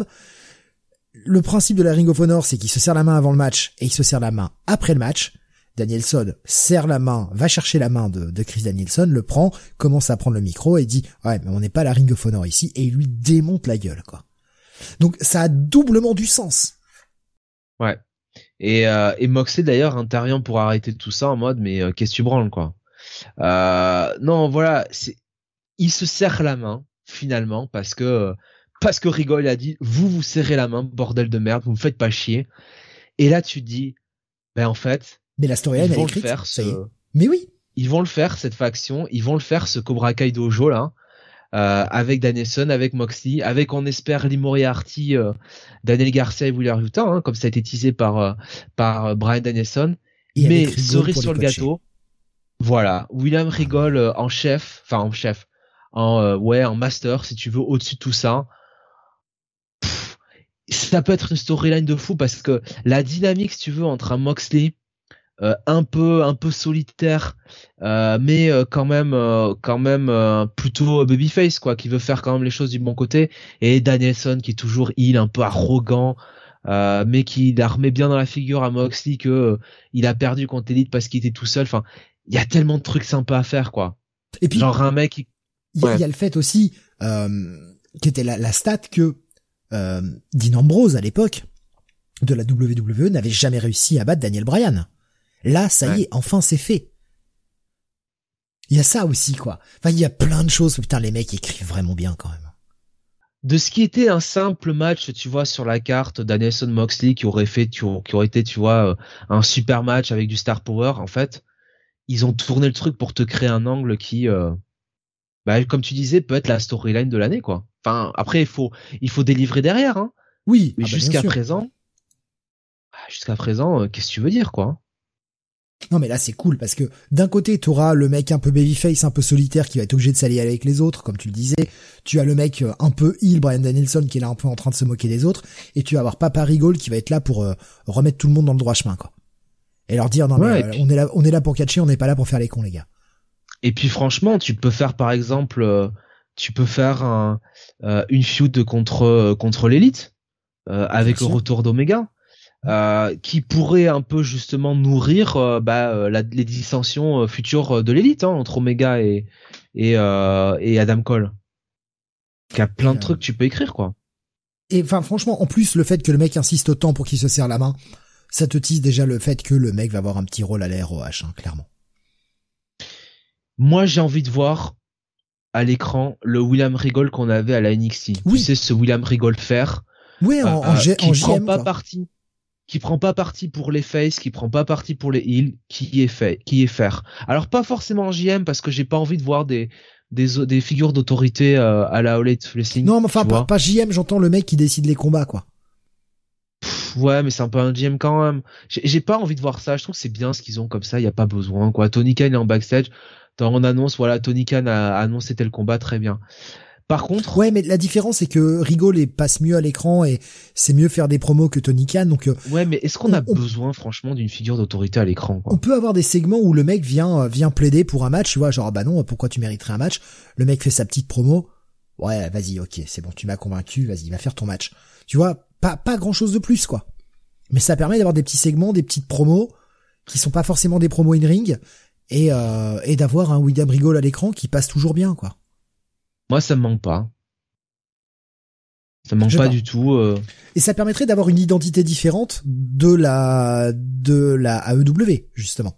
Le principe de la Ring of Honor, c'est qu'il se serre la main avant le match et il se serre la main après le match. Danielson serre la main, va chercher la main de, de Chris Danielson, le prend, commence à prendre le micro et dit « Ouais, mais on n'est pas à la Ring of Honor ici » et il lui démonte la gueule, quoi. Donc ça a doublement du sens. Ouais. Et, euh, et Moxley d'ailleurs intervient pour arrêter tout ça en mode mais euh, qu'est-ce que tu branles quoi. Euh, non voilà, c'est il se serre la main finalement parce que parce que Regal a dit vous vous serrez la main bordel de merde, vous me faites pas chier. Et là tu te dis ben en fait Mais la storyline ils elle est vont le écrite, faire ça ce... y est. Mais oui. ils vont le faire cette faction, ils vont le faire ce Cobra Kai Dojo là. Euh, avec Danielson, avec Moxley, avec on espère Lee Moriarty, euh, Daniel Garcia et Wheeler Yuta, hein, comme ça a été teasé par euh, par euh, Brian Danielson. Et Mais avec Regal cerise pour sur les le coacher. gâteau, voilà, William Regal euh, en chef, enfin en chef, en euh, ouais en master si tu veux au-dessus de tout ça. Pff, ça peut être une storyline de fou parce que la dynamique si tu veux entre un Moxley Euh, un peu un peu solitaire euh, mais euh, quand même euh, quand même euh, plutôt babyface quoi, qui veut faire quand même les choses du bon côté, et Danielson qui est toujours il un peu arrogant euh, mais qui la remet bien dans la figure à Moxley que euh, il a perdu contre Elite parce qu'il était tout seul. Enfin il y a tellement de trucs sympas à faire quoi, Et puis genre un mec qui... il y, a- ouais. il y a le fait aussi euh, qui était la, la stat que euh, Dean Ambrose à l'époque de la W W E n'avait jamais réussi à battre Daniel Bryan. Là, ça Ouais. y est, enfin c'est fait. Il y a ça aussi, quoi. Enfin, il y a plein de choses. Putain, les mecs écrivent vraiment bien, quand même. De ce qui était un simple match, tu vois, sur la carte, Danielson Moxley qui aurait fait, tu, qui aurait été, tu vois, euh, un super match avec du star power, en fait, ils ont tourné le truc pour te créer un angle qui, euh, bah, comme tu disais, peut être la storyline de l'année, quoi. Enfin, après, il faut, il faut délivrer derrière, hein. Oui, Mais ah bah, bien jusqu'à sûr. présent, bah, jusqu'à présent, euh, qu'est-ce que tu veux dire, quoi? Non, mais là, c'est cool parce que d'un côté, t'auras le mec un peu babyface, un peu solitaire qui va être obligé de s'allier avec les autres, comme tu le disais. Tu as le mec euh, un peu heel, Brian Danielson, qui est là un peu en train de se moquer des autres. Et tu vas avoir Papa Regal qui va être là pour euh, remettre tout le monde dans le droit chemin, quoi. Et leur dire, non, Ouais, mais et euh, puis- on est là, on est là pour catcher, on n'est pas là pour faire les cons, les gars. Et puis franchement, tu peux faire par exemple, euh, tu peux faire un, euh, une feud contre euh, contre l'élite euh, avec le sûr. retour d'Omega, euh, qui pourrait un peu justement nourrir euh, bah, euh, la, les dissensions euh, futures de l'élite hein, entre Omega et et, euh, et Adam Cole. Il y a plein Et, de euh, trucs que tu peux écrire quoi. Et enfin, franchement, en plus, le fait que le mec insiste autant pour qu'il se serre la main, ça te tisse déjà le fait que le mec va avoir un petit rôle à la R O H, hein, clairement. Moi, j'ai envie de voir à l'écran le William Regal qu'on avait à la N X T. Oui. Tu sais, ce William Regal fer. Ouais, en, en, Euh, G- qui en prend J M, pas quoi. parti, qui prend pas parti pour les face, qui prend pas parti pour les heels, qui est fait, qui est faire. Alors pas forcément en J M parce que j'ai pas envie de voir des des des figures d'autorité euh, à la All Elite Wrestling. Non, mais enfin, tu pas, vois. pas J M, j'entends le mec qui décide les combats, quoi. Ouais, mais c'est un peu un G M quand même. J'ai, j'ai pas envie de voir ça. Je trouve que c'est bien ce qu'ils ont comme ça. Il y a pas besoin, quoi. Tony Khan est en backstage. On annonce, voilà, Tony Khan a annoncé tel combat, très bien. Par contre. Ouais, mais la différence, c'est que Regal il passe mieux à l'écran et c'est mieux faire des promos que Tony Khan, donc. Euh, ouais, mais est-ce qu'on on, a on, besoin, franchement, d'une figure d'autorité à l'écran, quoi? On peut avoir des segments où le mec vient, vient plaider pour un match, tu vois, genre, bah non, pourquoi tu mériterais un match? Le mec fait sa petite promo. Ouais, vas-y, ok, c'est bon, tu m'as convaincu, vas-y, va faire ton match. Tu vois, pas, pas grand chose de plus, quoi. Mais ça permet d'avoir des petits segments, des petites promos, qui sont pas forcément des promos in-ring, et, euh, et d'avoir un William Regal à l'écran qui passe toujours bien, quoi. Moi, ça me manque pas. Ça me manque pas, pas du tout. Euh... Et ça permettrait d'avoir une identité différente de la, de la A E W, justement.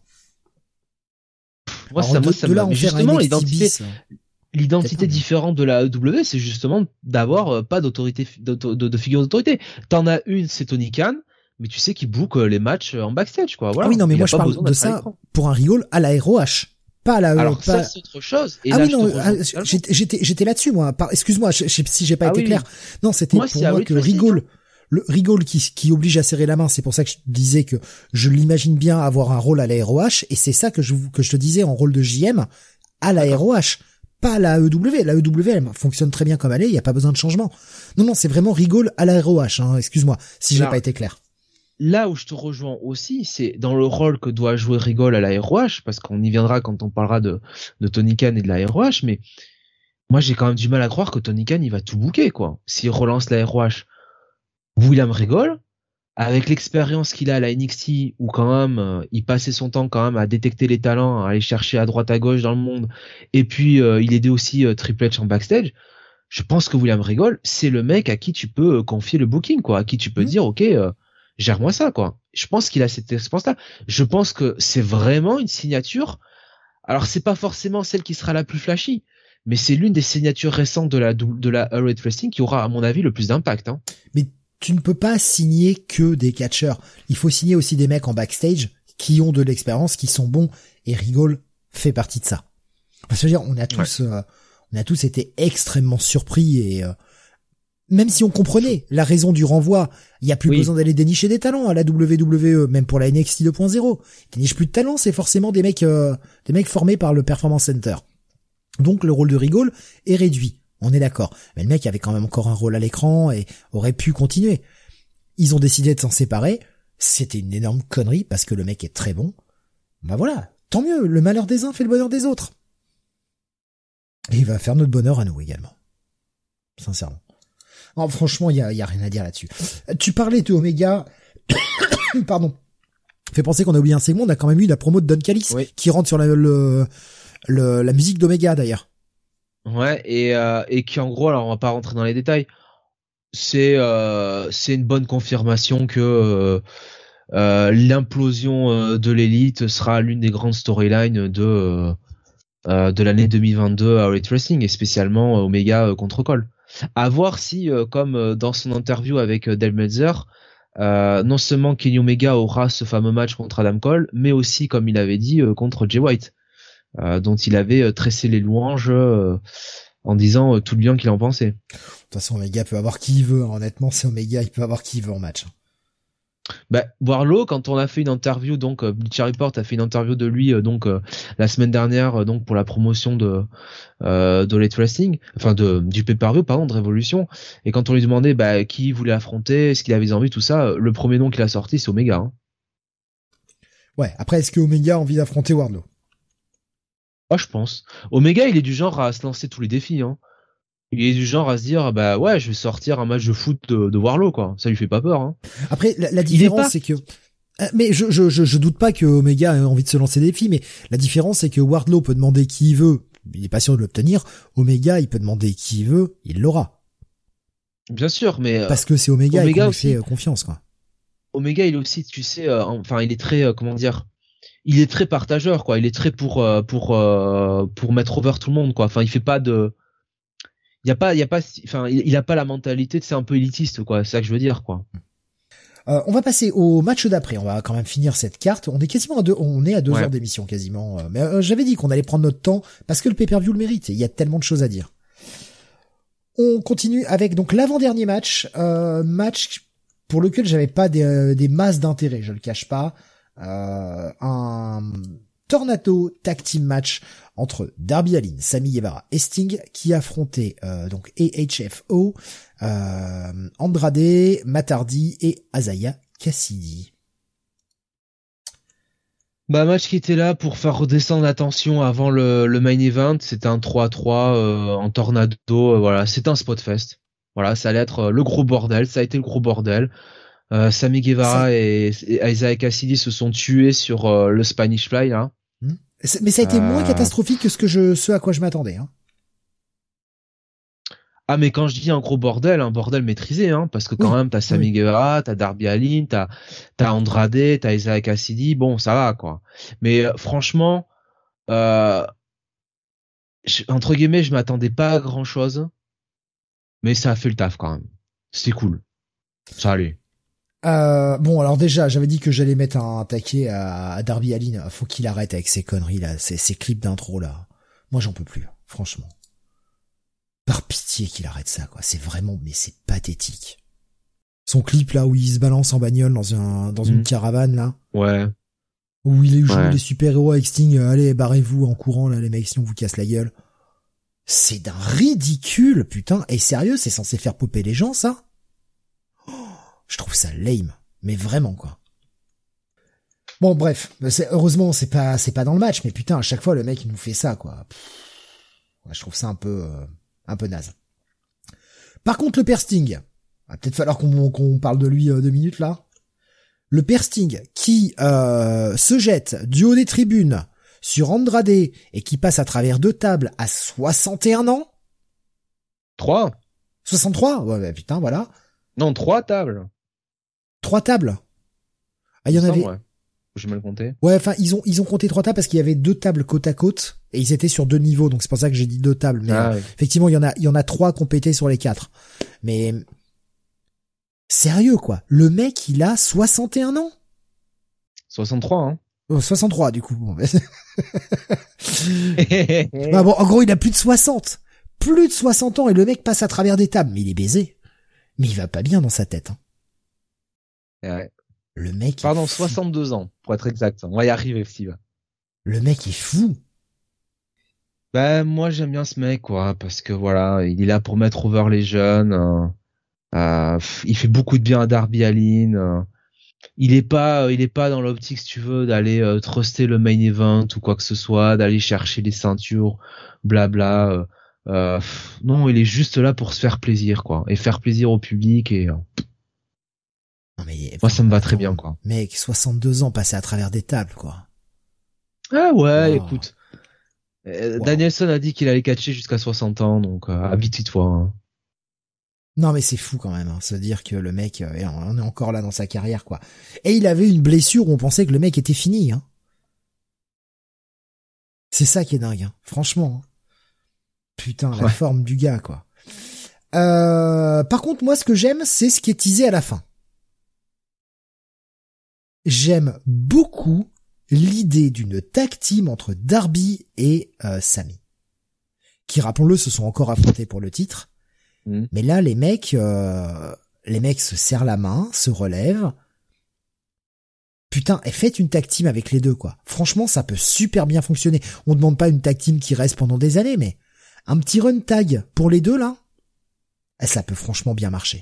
Moi, Alors, ça, de, moi, ça de là, on justement, l'identité, l'identité différente de la A E W, c'est justement d'avoir euh, pas d'autorité, de, de, de figure d'autorité. T'en as une, c'est Tony Khan, mais tu sais qu'il book les matchs en backstage, quoi. Voilà. Ah oui, non, mais Il moi, je parle de ça pour un Regal à la R O H. Pas à la, Alors pas... ça, c'est autre chose. Et ah là, oui, non, ah, j'étais, j'étais, j'étais là-dessus, moi. Par, excuse-moi, je, je, si j'ai pas ah, été oui, clair. Oui. Non, c'était moi, pour moi que Regal, le Regal qui, qui oblige à serrer la main, c'est pour ça que je disais que je l'imagine bien avoir un rôle à la R O H, et c'est ça que je, que je te disais en rôle de J M à la R O H. Pas à la A E W. La A E W, elle fonctionne très bien comme elle est, il y a pas besoin de changement. Non, non, c'est vraiment Regal à la R O H, hein. Excuse-moi, si j'ai pas été clair. Là où je te rejoins aussi, c'est dans le rôle que doit jouer Regal à la R O H, parce qu'on y viendra quand on parlera de, de Tony Khan et de la R O H, mais moi j'ai quand même du mal à croire que Tony Khan il va tout booker, quoi. S'il relance la R O H, William Regal, avec l'expérience qu'il a à la N X T, où quand même euh, il passait son temps quand même à détecter les talents, à aller chercher à droite à gauche dans le monde, et puis euh, il aidait aussi euh, Triple H en backstage. Je pense que William Regal, c'est le mec à qui tu peux euh, confier le booking, quoi, à qui tu peux mmh. dire ok. Euh, gère-moi ça, quoi. Je pense qu'il a cette expérience-là. Je pense que c'est vraiment une signature. Alors, c'est pas forcément celle qui sera la plus flashy, mais c'est l'une des signatures récentes de la, de la Elite Wrestling qui aura, à mon avis, le plus d'impact, hein. Mais tu ne peux pas signer que des catcheurs. Il faut signer aussi des mecs en backstage qui ont de l'expérience, qui sont bons, et Regal fait partie de ça. Parce que je veux dire, on a tous, ouais. euh, on a tous été extrêmement surpris et, euh, même si on comprenait la raison du renvoi, il y a plus oui. besoin d'aller dénicher des talents à la W W E, même pour la N X T deux point zéro. Ils dénichent plus de talents, c'est forcément des mecs, euh, des mecs formés par le Performance Center. Donc le rôle de Regal est réduit, on est d'accord. Mais le mec avait quand même encore un rôle à l'écran et aurait pu continuer. Ils ont décidé de s'en séparer. C'était une énorme connerie parce que le mec est très bon. Bah voilà, tant mieux. Le malheur des uns fait le bonheur des autres. Et il va faire notre bonheur à nous également. Sincèrement. Non, franchement, il y a, y a rien à dire là-dessus. Tu parlais de Omega, pardon. Fait penser qu'on a oublié un segment. On a quand même eu la promo de Don Callis oui. qui rentre sur la, le, le, la musique d'Omega d'ailleurs. Ouais, et euh, et qui en gros, alors on va pas rentrer dans les détails. C'est euh, c'est une bonne confirmation que euh, euh, l'implosion euh, de l'élite sera l'une des grandes storylines de euh, de l'année deux mille vingt-deux à Elite Wrestling et spécialement Omega euh, contre Cole. À voir si, euh, comme euh, dans son interview avec euh, Dale Meltzer, euh, non seulement Kenny Omega aura ce fameux match contre Adam Cole, mais aussi, comme il avait dit, euh, contre Jay White, euh, dont il avait euh, tressé les louanges euh, en disant euh, tout le bien qu'il en pensait. De toute façon, Omega peut avoir qui il veut. Honnêtement, c'est Omega, il peut avoir qui il veut en match. Bah, Warlow, quand on a fait une interview, donc euh, Bleacher Report a fait une interview de lui euh, donc euh, la semaine dernière, euh, donc pour la promotion de euh, de Elite Wrestling, enfin de du pay-per-view pardon de Révolution, et quand on lui demandait bah qui il voulait affronter, est-ce qu'il avait envie, tout ça, le premier nom qu'il a sorti c'est Omega. Hein. Ouais. Après, est-ce que Omega a envie d'affronter Wardlow? Ah, je pense. Omega, il est du genre à se lancer tous les défis. Hein. Il est du genre à se dire bah ouais je vais sortir un match de foot de, de Warlow quoi, ça lui fait pas peur hein. Après la, la différence pas... c'est que mais je, je je je doute pas que Omega ait envie de se lancer des défis, mais la différence c'est que Wardlow peut demander qui il veut, il est pas sûr de l'obtenir. Omega il peut demander qui il veut, il l'aura. Bien sûr, mais parce que c'est Omega, Omega et qu'on lui fait confiance quoi. Omega il est aussi tu sais euh, enfin il est très euh, comment dire il est très partageur quoi, il est très pour euh, pour euh, pour mettre over tout le monde quoi, enfin il fait pas de Il y a pas, il y a pas, enfin, il a pas la mentalité de c'est un peu élitiste, quoi. C'est ça que je veux dire, quoi. Euh, on va passer au match d'après. On va quand même finir cette carte. On est quasiment à deux, on est à deux ouais. heures d'émission quasiment. Mais euh, j'avais dit qu'on allait prendre notre temps parce que le pay-per-view le mérite. Il y a tellement de choses à dire. On continue avec donc l'avant-dernier match, euh, match pour lequel j'avais pas des, euh, des masses d'intérêt, je le cache pas. Euh, un Tornado Tag Team Match entre Darby Allin, Sammy Guevara et Sting qui affrontaient euh, donc A H F O, euh, Andrade, Matt Hardy et Isaiah Cassidy. Bah, match qui était là pour faire redescendre la tension avant le, le main event. C'était un trois à trois euh, en tornado. Euh, voilà, c'est un spot fest. Voilà, ça allait être euh, le gros bordel. Ça a été le gros bordel. Euh, Sammy Guevara ça... et, et Isaiah Cassidy se sont tués sur euh, le Spanish Fly là. Mmh. Mais ça a été euh... moins catastrophique que ce que je, ce à quoi je m'attendais. Hein. Ah, mais quand je dis un gros bordel, un bordel maîtrisé, hein, parce que quand oui, même t'as Sammy oui. Guevara, t'as Darby Allin, t'as t'as Andrade, t'as Isaiah Cassidy, bon ça va quoi. Mais euh, franchement, euh, je, entre guillemets, je m'attendais pas à grand chose, mais ça a fait le taf quand même. C'était cool. Ça allait. Euh, bon alors déjà, j'avais dit que j'allais mettre un taquet à, à Darby Allin. Faut qu'il arrête avec ces conneries là, ces, ces clips d'intro là. Moi j'en peux plus, franchement. Par pitié qu'il arrête ça, quoi. C'est vraiment, mais c'est pathétique. Son clip, là, où il se balance en bagnole dans un, dans mmh. une caravane, là. Ouais. Où il joue ouais. les super-héros avec Sting. Euh, allez, barrez-vous en courant, là, les mecs, sinon on vous casse la gueule. C'est d'un ridicule, putain. Et sérieux, c'est censé faire popper les gens, ça? Oh, je trouve ça lame. Mais vraiment, quoi. Bon, bref. C'est, heureusement, c'est pas, c'est pas dans le match, mais putain, à chaque fois, le mec, il nous fait ça, quoi. Pff, ouais, je trouve ça un peu, euh, un peu naze. Par contre, le père Sting, va peut-être falloir qu'on, qu'on parle de lui euh, deux minutes là. Le père Sting qui euh, se jette du haut des tribunes sur Andrade et qui passe à travers deux tables à soixante et un ans. Trois. soixante-trois Ouais, bah, putain, voilà. Non, trois tables. Trois tables. Ah, il y en avait. Ouais. J'ai mal compté. Ouais, enfin, ils ont, ils ont compté trois tables parce qu'il y avait deux tables côte à côte et ils étaient sur deux niveaux, donc c'est pour ça que j'ai dit deux tables. Mais ah, euh, oui. effectivement, il y en a, il y en a trois qui ont pété sur les quatre. Mais sérieux, quoi. Le mec, il a soixante et un ans. soixante-trois, hein. Oh, soixante-trois, du coup. Bon, bah, bon, en gros, il a plus de soixante. Plus de soixante ans et le mec passe à travers des tables. Mais il est baisé. Mais il va pas bien dans sa tête, hein. Ouais. Le mec. Pardon, soixante-deux ans, pour être exact. On va y arriver, Steve. Le mec est fou. Ben, moi, j'aime bien ce mec, quoi, parce que voilà, il est là pour mettre over les jeunes. Euh, euh, il fait beaucoup de bien à Darby Allin. Euh, il est pas, il est pas dans l'optique, si tu veux, d'aller euh, truster le main event ou quoi que ce soit, d'aller chercher les ceintures, blabla. Euh, euh, non, il est juste là pour se faire plaisir, quoi, et faire plaisir au public et. Euh, Non mais, moi ça me va très bien, quoi. Mec, soixante-deux ans passé à travers des tables, quoi. Ah ouais, wow. Écoute. Euh, wow. Danielson a dit qu'il allait catcher jusqu'à soixante ans, donc euh, habitue-toi. Hein. Non mais c'est fou quand même, hein, se dire que le mec, euh, on est encore là dans sa carrière, quoi. Et il avait une blessure où on pensait que le mec était fini, hein. C'est ça qui est dingue, hein. Franchement. Hein. Putain, la ouais. forme du gars, quoi. Euh, par contre, moi, ce que j'aime, c'est ce qui est teasé à la fin. J'aime beaucoup l'idée d'une tag team entre Darby et euh, Sammy, qui, rappelons-le, se sont encore affrontés pour le titre. Mmh. Mais là, les mecs, euh, les mecs se serrent la main, se relèvent. Putain, et faites une tag team avec les deux, quoi. Franchement, ça peut super bien fonctionner. On demande pas une tag team qui reste pendant des années, mais un petit run tag pour les deux, là, ça peut franchement bien marcher.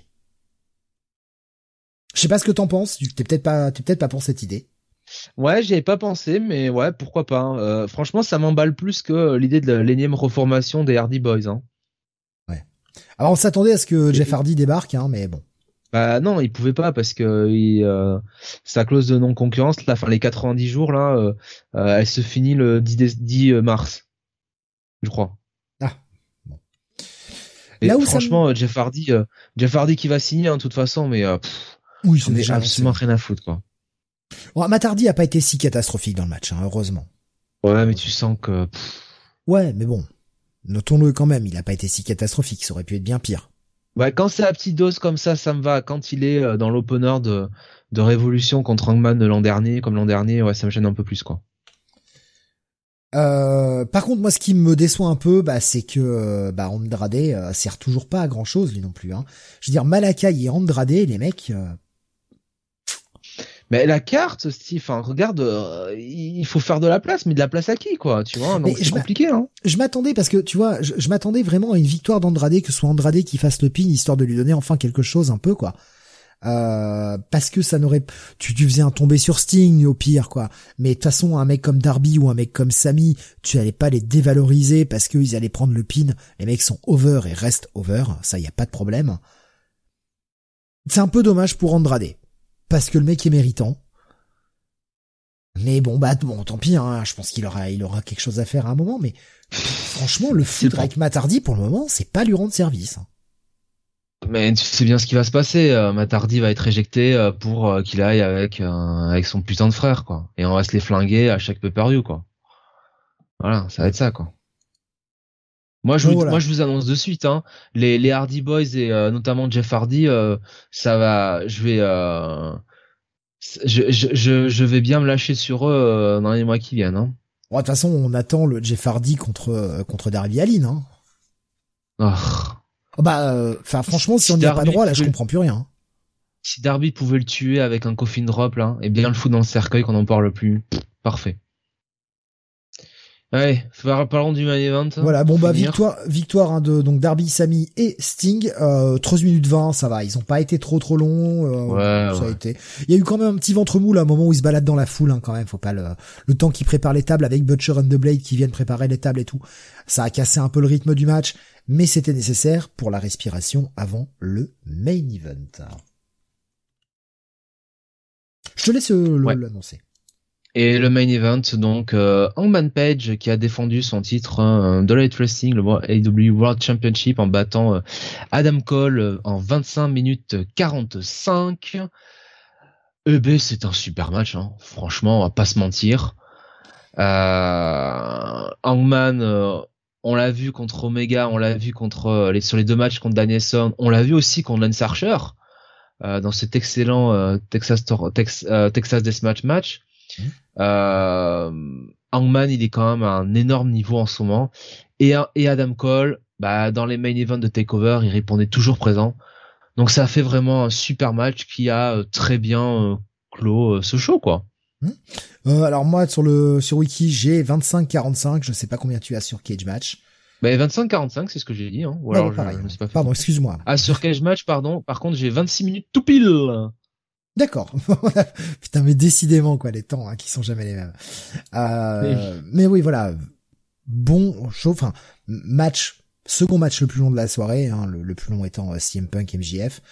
Je sais pas ce que t'en penses. T'es peut-être pas, t'es peut-être pas pour cette idée. Ouais, j'y avais pas pensé, mais ouais, pourquoi pas. Hein. Euh, franchement, ça m'emballe plus que l'idée de l'énième reformation des Hardy Boys. Hein. Ouais. Alors on s'attendait à ce que Jeff Hardy débarque, hein, mais bon. Bah non, il pouvait pas parce que il, euh, sa clause de non-concurrence, là, enfin les quatre-vingt-dix jours là, euh, euh, elle se finit le dix mars, je crois. Ah. Bon. Et là où franchement, me... Jeff Hardy, euh, Jeff Hardy qui va signer, hein, de toute façon, mais. Euh, pff, Oui, c'est déjà absolument rien à foutre, quoi. Bon, Matt Hardy a pas été si catastrophique dans le match, hein, heureusement. Ouais, mais tu sens que. Pff. Ouais, mais bon, notons-le quand même, il a pas été si catastrophique, ça aurait pu être bien pire. Ouais, quand c'est à petite dose comme ça, ça me va. Quand il est dans l'opener de de Révolution contre Hangman de l'an dernier, comme l'an dernier, ouais, ça me gêne un peu plus, quoi. Euh, par contre, moi, ce qui me déçoit un peu, bah, c'est que bah, Andrade euh, sert toujours pas à grand chose, lui non plus. Hein. Je veux dire, Malakai et Andrade, les mecs. Euh... Mais la carte, Steve, enfin, regarde, euh, il faut faire de la place, mais de la place à qui, quoi, tu vois? Donc c'est compliqué, hein. Je m'attendais parce que tu vois, je, je m'attendais vraiment à une victoire d'Andrade, que ce soit Andrade qui fasse le pin, histoire de lui donner enfin quelque chose un peu, quoi. Euh, parce que ça n'aurait, tu, tu faisais un tombé sur Sting au pire, quoi. Mais de toute façon, un mec comme Darby ou un mec comme Sami, tu allais pas les dévaloriser parce qu'ils allaient prendre le pin. Les mecs sont over et restent over, ça y a pas de problème. C'est un peu dommage pour Andrade parce que le mec est méritant. Mais bon, bah bon, tant pis. Hein, je pense qu'il aura, il aura quelque chose à faire à un moment. Mais franchement, le foot avec Matt Hardy pour le moment, c'est pas lui rendre service. Mais tu sais bien ce qui va se passer. Euh, Matt Hardy va être éjecté euh, pour euh, qu'il aille avec euh, avec son putain de frère, quoi. Et on va se les flinguer à chaque pay-per-view, quoi. Voilà, ça va être ça, quoi. Moi, je, bon, vous, voilà. moi, je vous annonce de suite, hein, les, les Hardy Boys et euh, notamment Jeff Hardy, euh, ça va, je vais, euh, je, je, je, je vais bien me lâcher sur eux euh, dans les mois qui viennent. Hein. Bon, de toute façon, on attend le Jeff Hardy contre euh, contre Darby Allin. Hein. Oh. Oh, bah, enfin, euh, franchement, si, si on n'y a pas droit, là, je comprends plus rien. Si Darby pouvait le tuer avec un coffin drop là, et bien le foutre dans le cercueil qu'on en parle plus, parfait. Allez, parlons du main event. Voilà, bon bah finir. victoire, victoire hein, de donc Darby, Sami et Sting. Euh, treize minutes vingt, ça va. Ils ont pas été trop trop longs. Euh, ouais, ça ouais. a été. Il y a eu quand même un petit ventre mou là, au moment où ils se baladent dans la foule. Hein, quand même, faut pas le le temps qu'ils préparent les tables avec Butcher and the Blade qui viennent préparer les tables et tout. Ça a cassé un peu le rythme du match, mais c'était nécessaire pour la respiration avant le main event. Je te laisse euh, ouais. l'annoncer. Et le main event, donc, euh, Hangman Page qui a défendu son titre euh, de Elite Wrestling, le A E W World Championship, en battant euh, Adam Cole euh, en vingt-cinq minutes quarante-cinq. Eh ben, c'est un super match, hein. Franchement, on va pas se mentir. Euh, Hangman, euh, on l'a vu contre Omega, on l'a vu contre euh, les, sur les deux matchs contre Danielson, on l'a vu aussi contre Lance Archer euh, dans cet excellent euh, Texas, Tex, euh, Texas Deathmatch match. Mmh. Euh, Hangman, il est quand même à un énorme niveau en ce moment. Et, et Adam Cole, bah, dans les main events de TakeOver, il répondait toujours présent. Donc ça a fait vraiment un super match qui a euh, très bien euh, clos euh, ce show, quoi. Mmh. Euh, alors moi, sur le sur Wiki, j'ai vingt-cinq quarante-cinq. Je sais pas combien tu as sur Cage Match. Bah, vingt-cinq quarante-cinq, c'est ce que j'ai dit. Hein. Ou ouais, alors bah, pareil, je, je me suis pas fait pardon, excuse-moi. Ah, sur Cage Match, pardon. Par contre, j'ai vingt-six minutes tout pile. D'accord. Putain, mais décidément, quoi, les temps, hein, qui sont jamais les mêmes. Euh, oui. Mais oui, voilà. Bon show, enfin, match, second match le plus long de la soirée, hein, le, le plus long étant euh, C M Punk M J F.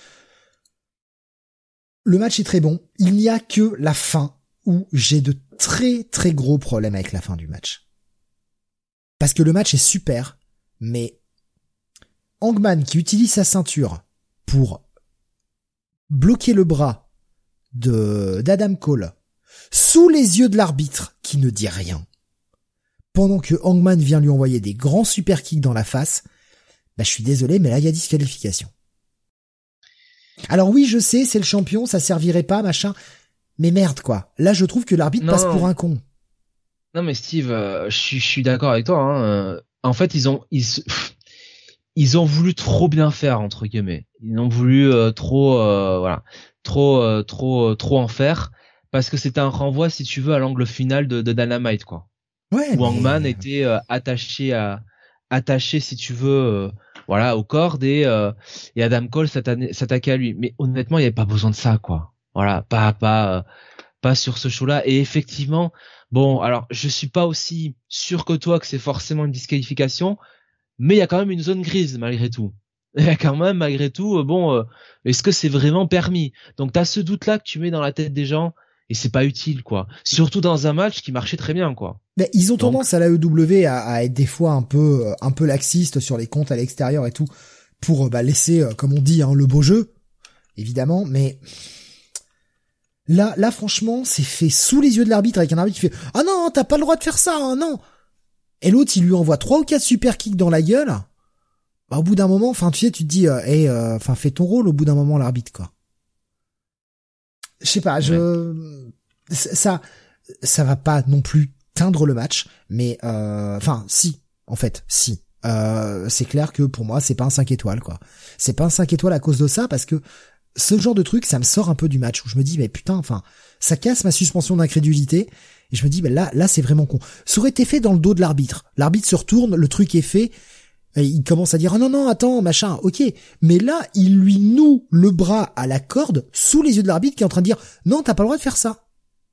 Le match est très bon. Il n'y a que la fin où j'ai de très très gros problèmes avec la fin du match. Parce que le match est super, mais Hangman qui utilise sa ceinture pour bloquer le bras de d'Adam Cole sous les yeux de l'arbitre qui ne dit rien pendant que Hangman vient lui envoyer des grands super kicks dans la face, bah je suis désolé mais là il y a disqualification. Alors oui, je sais, c'est le champion, ça servirait pas machin, mais merde quoi. Là je trouve que l'arbitre non, passe pour un con. Non mais Steve, euh, je suis je suis d'accord avec toi hein. En fait, ils ont ils ils ont voulu trop bien faire entre guillemets. Ils ont voulu euh, trop euh, voilà. trop euh, trop euh, trop en faire parce que c'était un renvoi si tu veux à l'angle final de, de Dynamite quoi. Ouais, où mais... Hangman était euh, attaché à attaché si tu veux euh, voilà aux cordes et euh, et Adam Cole s'attaquait à lui, mais honnêtement il y avait pas besoin de ça quoi. Voilà, pas pas euh, pas sur ce show là. Et effectivement bon alors je suis pas aussi sûr que toi que c'est forcément une disqualification, mais il y a quand même une zone grise malgré tout. Il y a quand même, malgré tout, bon, euh, est-ce que c'est vraiment permis? Donc t'as ce doute-là que tu mets dans la tête des gens, et c'est pas utile, quoi. Surtout dans un match qui marchait très bien, quoi. Mais ils ont Donc... tendance à la A E W à, à être des fois un peu, un peu laxistes sur les comptes à l'extérieur et tout, pour bah, laisser, comme on dit, hein, le beau jeu, évidemment. Mais là, là, franchement, c'est fait sous les yeux de l'arbitre avec un arbitre qui fait « Ah non, t'as pas le droit de faire ça, hein, non !» Et l'autre, il lui envoie trois ou quatre super kicks dans la gueule. Bah, au bout d'un moment, enfin, tu sais, tu te dis, euh, hey, euh, enfin, fais ton rôle au bout d'un moment, l'arbitre, quoi. Je sais pas, je, ouais. ça, ça va pas non plus teindre le match, mais, euh, enfin, si, en fait, si. Euh, c'est clair que pour moi, c'est pas un cinq étoiles, quoi. C'est pas un cinq étoiles à cause de ça, parce que ce genre de truc, ça me sort un peu du match où je me dis, mais putain, enfin, ça casse ma suspension d'incrédulité. Et je me dis, ben là, là, c'est vraiment con. Ça aurait été fait dans le dos de l'arbitre. L'arbitre se retourne, le truc est fait. Et il commence à dire, oh non, non, attends, machin, ok. Mais là, il lui noue le bras à la corde sous les yeux de l'arbitre qui est en train de dire, non, t'as pas le droit de faire ça.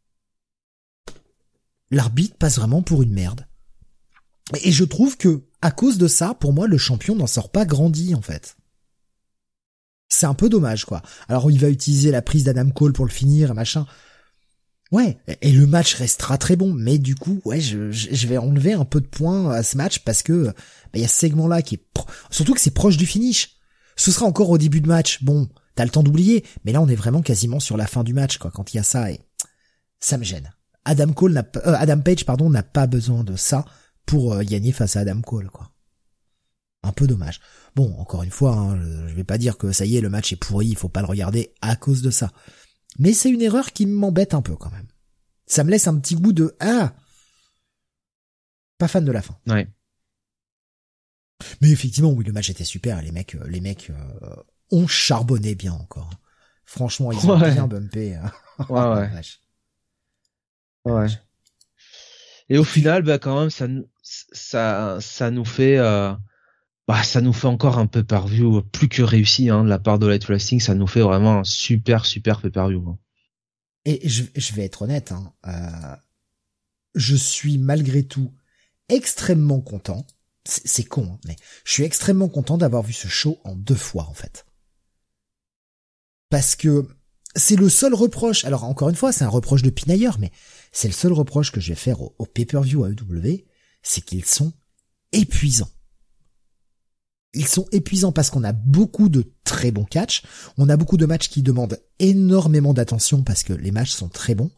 L'arbitre passe vraiment pour une merde. Et je trouve que, à cause de ça, pour moi, le champion n'en sort pas grandi, en fait. C'est un peu dommage, quoi. Alors, il va utiliser la prise d'Adam Cole pour le finir, machin. Ouais, et le match restera très bon, mais du coup, ouais, je, je vais enlever un peu de points à ce match parce que bah, y a ce segment-là qui est pro- surtout que c'est proche du finish. Ce sera encore au début de match. Bon, t'as le temps d'oublier, mais là on est vraiment quasiment sur la fin du match, quoi. Quand il y a ça, et ça me gêne. Adam Cole n'a pas, euh, Adam Page, pardon, n'a pas besoin de ça pour euh, gagner face à Adam Cole, quoi. Un peu dommage. Bon, encore une fois, hein, je vais pas dire que ça y est, le match est pourri, il faut pas le regarder à cause de ça. Mais c'est une erreur qui m'embête un peu quand même. Ça me laisse un petit goût de ah, pas fan de la fin. Ouais. Mais effectivement, oui, le match était super. Les mecs, les mecs euh, ont charbonné bien encore. Franchement, ils ont ouais. bien bumpé. ouais, ouais. ouais. Et au final, bah quand même, ça, ça, ça nous fait, euh, bah ça nous fait encore un pay-per-view plus que réussi hein, de la part de Elite Wrestling. Ça nous fait vraiment un super, super pay-per-view. Hein. Et je, je vais être honnête, hein, euh, je suis malgré tout extrêmement content. C'est, c'est con, hein, mais je suis extrêmement content d'avoir vu ce show en deux fois, en fait. Parce que c'est le seul reproche, alors encore une fois, c'est un reproche de pinailleur, mais c'est le seul reproche que je vais faire au, au pay-per-view A E W, c'est qu'ils sont épuisants. Ils sont épuisants parce qu'on a beaucoup de très bons catchs, on a beaucoup de matchs qui demandent énormément d'attention parce que les matchs sont très bons.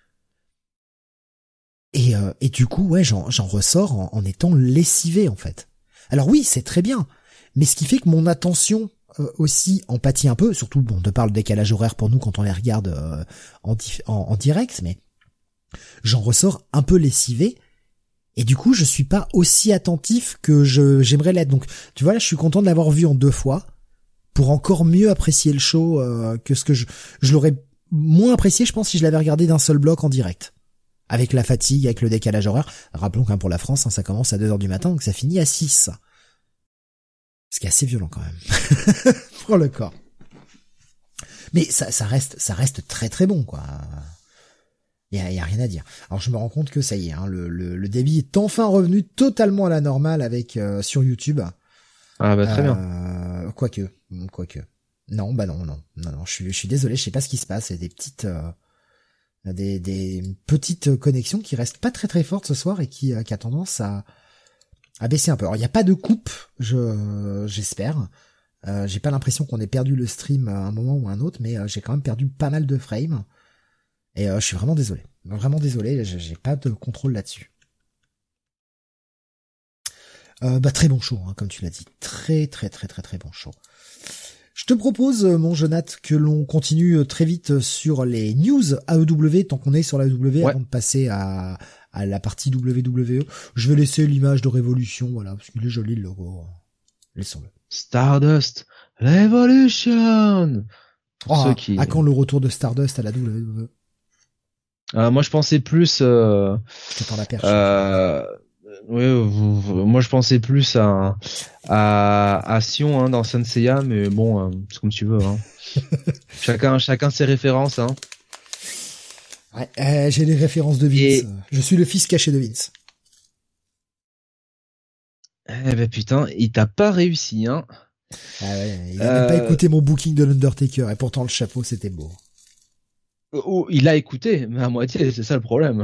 Et, euh, et du coup, ouais, j'en, j'en ressors en, en étant lessivé, en fait. Alors oui, c'est très bien, mais ce qui fait que mon attention euh, aussi en pâtit un peu, surtout, bon, de par le décalage horaire pour nous quand on les regarde euh, en, dif- en, en direct, mais j'en ressors un peu lessivé, et du coup, je suis pas aussi attentif que je j'aimerais l'être. Donc, tu vois, là, je suis content de l'avoir vu en deux fois, pour encore mieux apprécier le show euh, que ce que je... Je l'aurais moins apprécié, je pense, si je l'avais regardé d'un seul bloc en direct. Avec la fatigue, avec le décalage horaire. Rappelons qu'un pour la France, hein, ça commence à deux heures du matin, donc ça finit à six. Ce qui est assez violent quand même. Pour le corps. Mais ça, ça reste, ça reste très très bon, quoi. Il y a, y a rien à dire. Alors je me rends compte que ça y est, hein, le, le, le débit est enfin revenu totalement à la normale avec euh, sur YouTube. Ah bah très euh, bien. Quoique, quoique. Non, bah non, non, non, non. Je suis, je suis désolé, je sais pas ce qui se passe. Il y a des petites, euh, des, des petites connexions qui restent pas très très fortes ce soir et qui, euh, qui a tendance à, à baisser un peu. Alors il y a pas de coupe, je, j'espère. Euh, j'ai pas l'impression qu'on ait perdu le stream à un moment ou à un autre, mais euh, j'ai quand même perdu pas mal de frames. Et euh, je suis vraiment désolé. Vraiment désolé, j'ai pas de contrôle là-dessus. Euh, bah très bon show, hein, comme tu l'as dit. Très très très très très bon show. Je te propose, mon Jonathan, que l'on continue très vite sur les news A E W, tant qu'on est sur la A E W, ouais. Avant de passer à, à la partie W W E. Je vais laisser l'image de Révolution, voilà, parce qu'il est joli le logo. Laissons-le. Stardust Revolution. Oh, ceux qui... À quand le retour de Stardust à la W W E? Euh, moi je pensais plus euh, je t'entends la perche. Euh, oui, vous, vous, moi je pensais plus à à, à Sion hein, dans Saint Seiya, mais bon euh, c'est comme tu veux hein. chacun chacun ses références hein. Ouais, euh, j'ai les références de Vince. Et... Je suis le fils caché de Vince. Eh ben putain, il t'a pas réussi hein. Ah ouais, il a euh... même pas écouté mon booking de l'Undertaker et pourtant le chapeau c'était beau. Oh, il a écouté, mais à moitié, c'est ça le problème.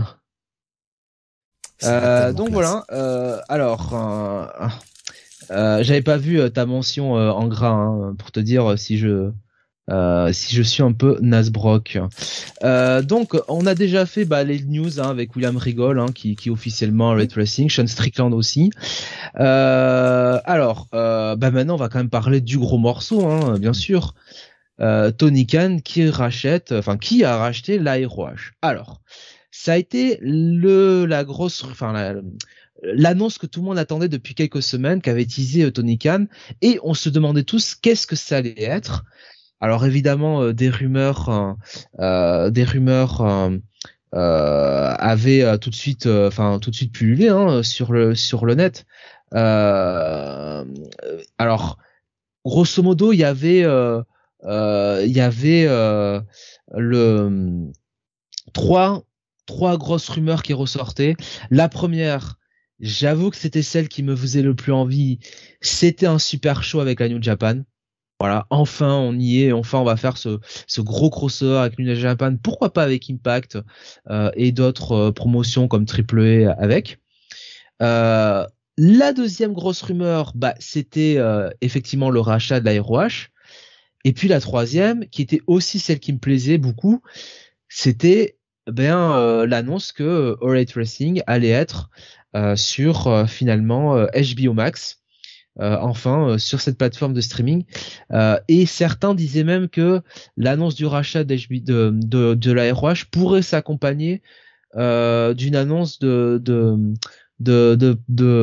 Euh, donc classe. Voilà. Euh, alors, euh, euh, j'avais pas vu ta mention euh, en gras hein, pour te dire si je euh, si je suis un peu Nasbrock. Euh, donc, on a déjà fait bah, les news hein, avec William Regal hein, qui qui est officiellement Elite Wrestling, Sean Strickland aussi. Euh, alors, euh, bah maintenant, on va quand même parler du gros morceau, hein, bien sûr. Euh, Tony Khan qui rachète, enfin qui a racheté l'A R O H. Alors, ça a été le la grosse, enfin la, l'annonce que tout le monde attendait depuis quelques semaines, qu'avait teasé Tony Khan, et on se demandait tous qu'est-ce que ça allait être. alors évidemment, euh, des rumeurs, euh, euh, des rumeurs euh, euh, avaient euh, tout de suite, enfin euh, tout de suite pullulé hein, sur le sur le net. Euh, alors, grosso modo, il y avait, euh, euh, il y avait euh, le trois trois grosses rumeurs qui ressortaient. La première, j'avoue que c'était celle qui me faisait le plus envie. C'était un super show avec la New Japan. Voilà, enfin on y est, enfin on va faire ce, ce gros crossover avec New Japan, pourquoi pas avec Impact euh, et d'autres euh, promotions comme Triple A avec. Euh, la deuxième grosse rumeur, bah c'était euh, effectivement le rachat de la R O H. Et puis la troisième, qui était aussi celle qui me plaisait beaucoup, c'était ben euh, l'annonce que All Elite Wrestling allait être euh, sur euh, finalement euh, H B O Max. Euh, enfin euh, sur cette plateforme de streaming euh, et certains disaient même que l'annonce du rachat d'H B de, de, de la R O H pourrait s'accompagner euh, d'une annonce de de de de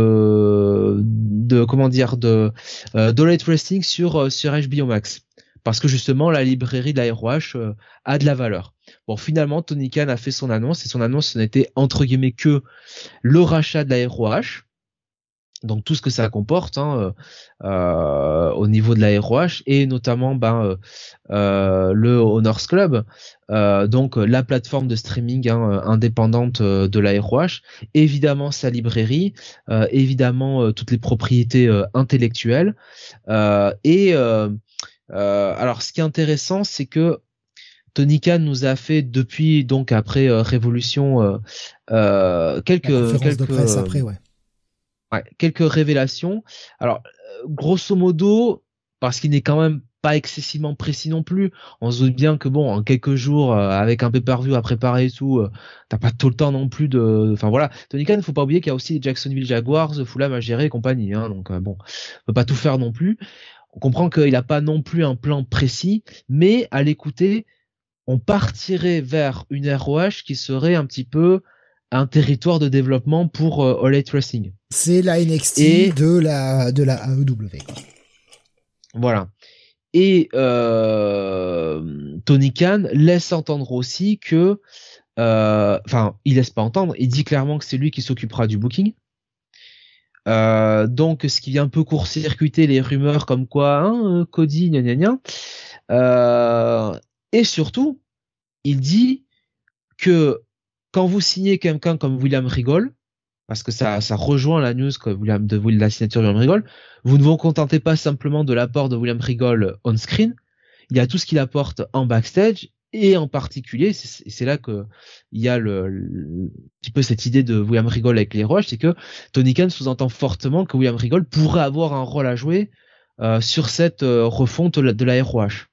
de, de comment dire de euh, d'All Elite Wrestling sur sur H B O Max, parce que justement la librairie de la R O H euh, a de la valeur. Bon, finalement Tony Khan a fait son annonce et son annonce ce n'était entre guillemets que le rachat de la R O H. Donc tout ce que ça comporte hein, euh, au niveau de la R O H et notamment ben euh, le Honors Club, euh, donc la plateforme de streaming hein, indépendante de la R O H, évidemment sa librairie, euh, évidemment euh, toutes les propriétés euh, intellectuelles euh, et euh, euh, alors ce qui est intéressant c'est que Tony Khan nous a fait depuis donc après euh, Révolution euh, euh, quelques la conférence quelques de presse après ouais. Ouais, quelques révélations. Alors, euh, grosso modo, parce qu'il n'est quand même pas excessivement précis non plus, on se doute bien que bon, en quelques jours, euh, avec un pay-per-view à préparer et tout, euh, t'as pas tout le temps non plus de... Enfin voilà, Tony Khan, faut pas oublier qu'il y a aussi les Jacksonville Jaguars, Fulham à gérer et compagnie, hein, donc euh, bon, on peut pas tout faire non plus. On comprend qu'il a pas non plus un plan précis, mais à l'écouter, on partirait vers une R O H qui serait un petit peu un territoire de développement pour euh, All Elite Wrestling. C'est la N X T et de la de la A E W. Voilà. Et euh, Tony Khan laisse entendre aussi que, enfin, euh, il laisse pas entendre, il dit clairement que c'est lui qui s'occupera du booking. Euh, donc, ce qui vient un peu court-circuiter les rumeurs comme quoi, hein, Cody, gna gna gna. Euh, et surtout, il dit que quand vous signez quelqu'un comme William Regal, parce que ça, ça rejoint la news que William, de la signature de William Regal, vous ne vous contentez pas simplement de l'apport de William Regal on screen, il y a tout ce qu'il apporte en backstage, et en particulier, c'est, c'est là que il y a le, le, un petit peu cette idée de William Regal avec les Roches, c'est que Tony Khan sous-entend fortement que William Regal pourrait avoir un rôle à jouer euh, sur cette euh, refonte de la R O H.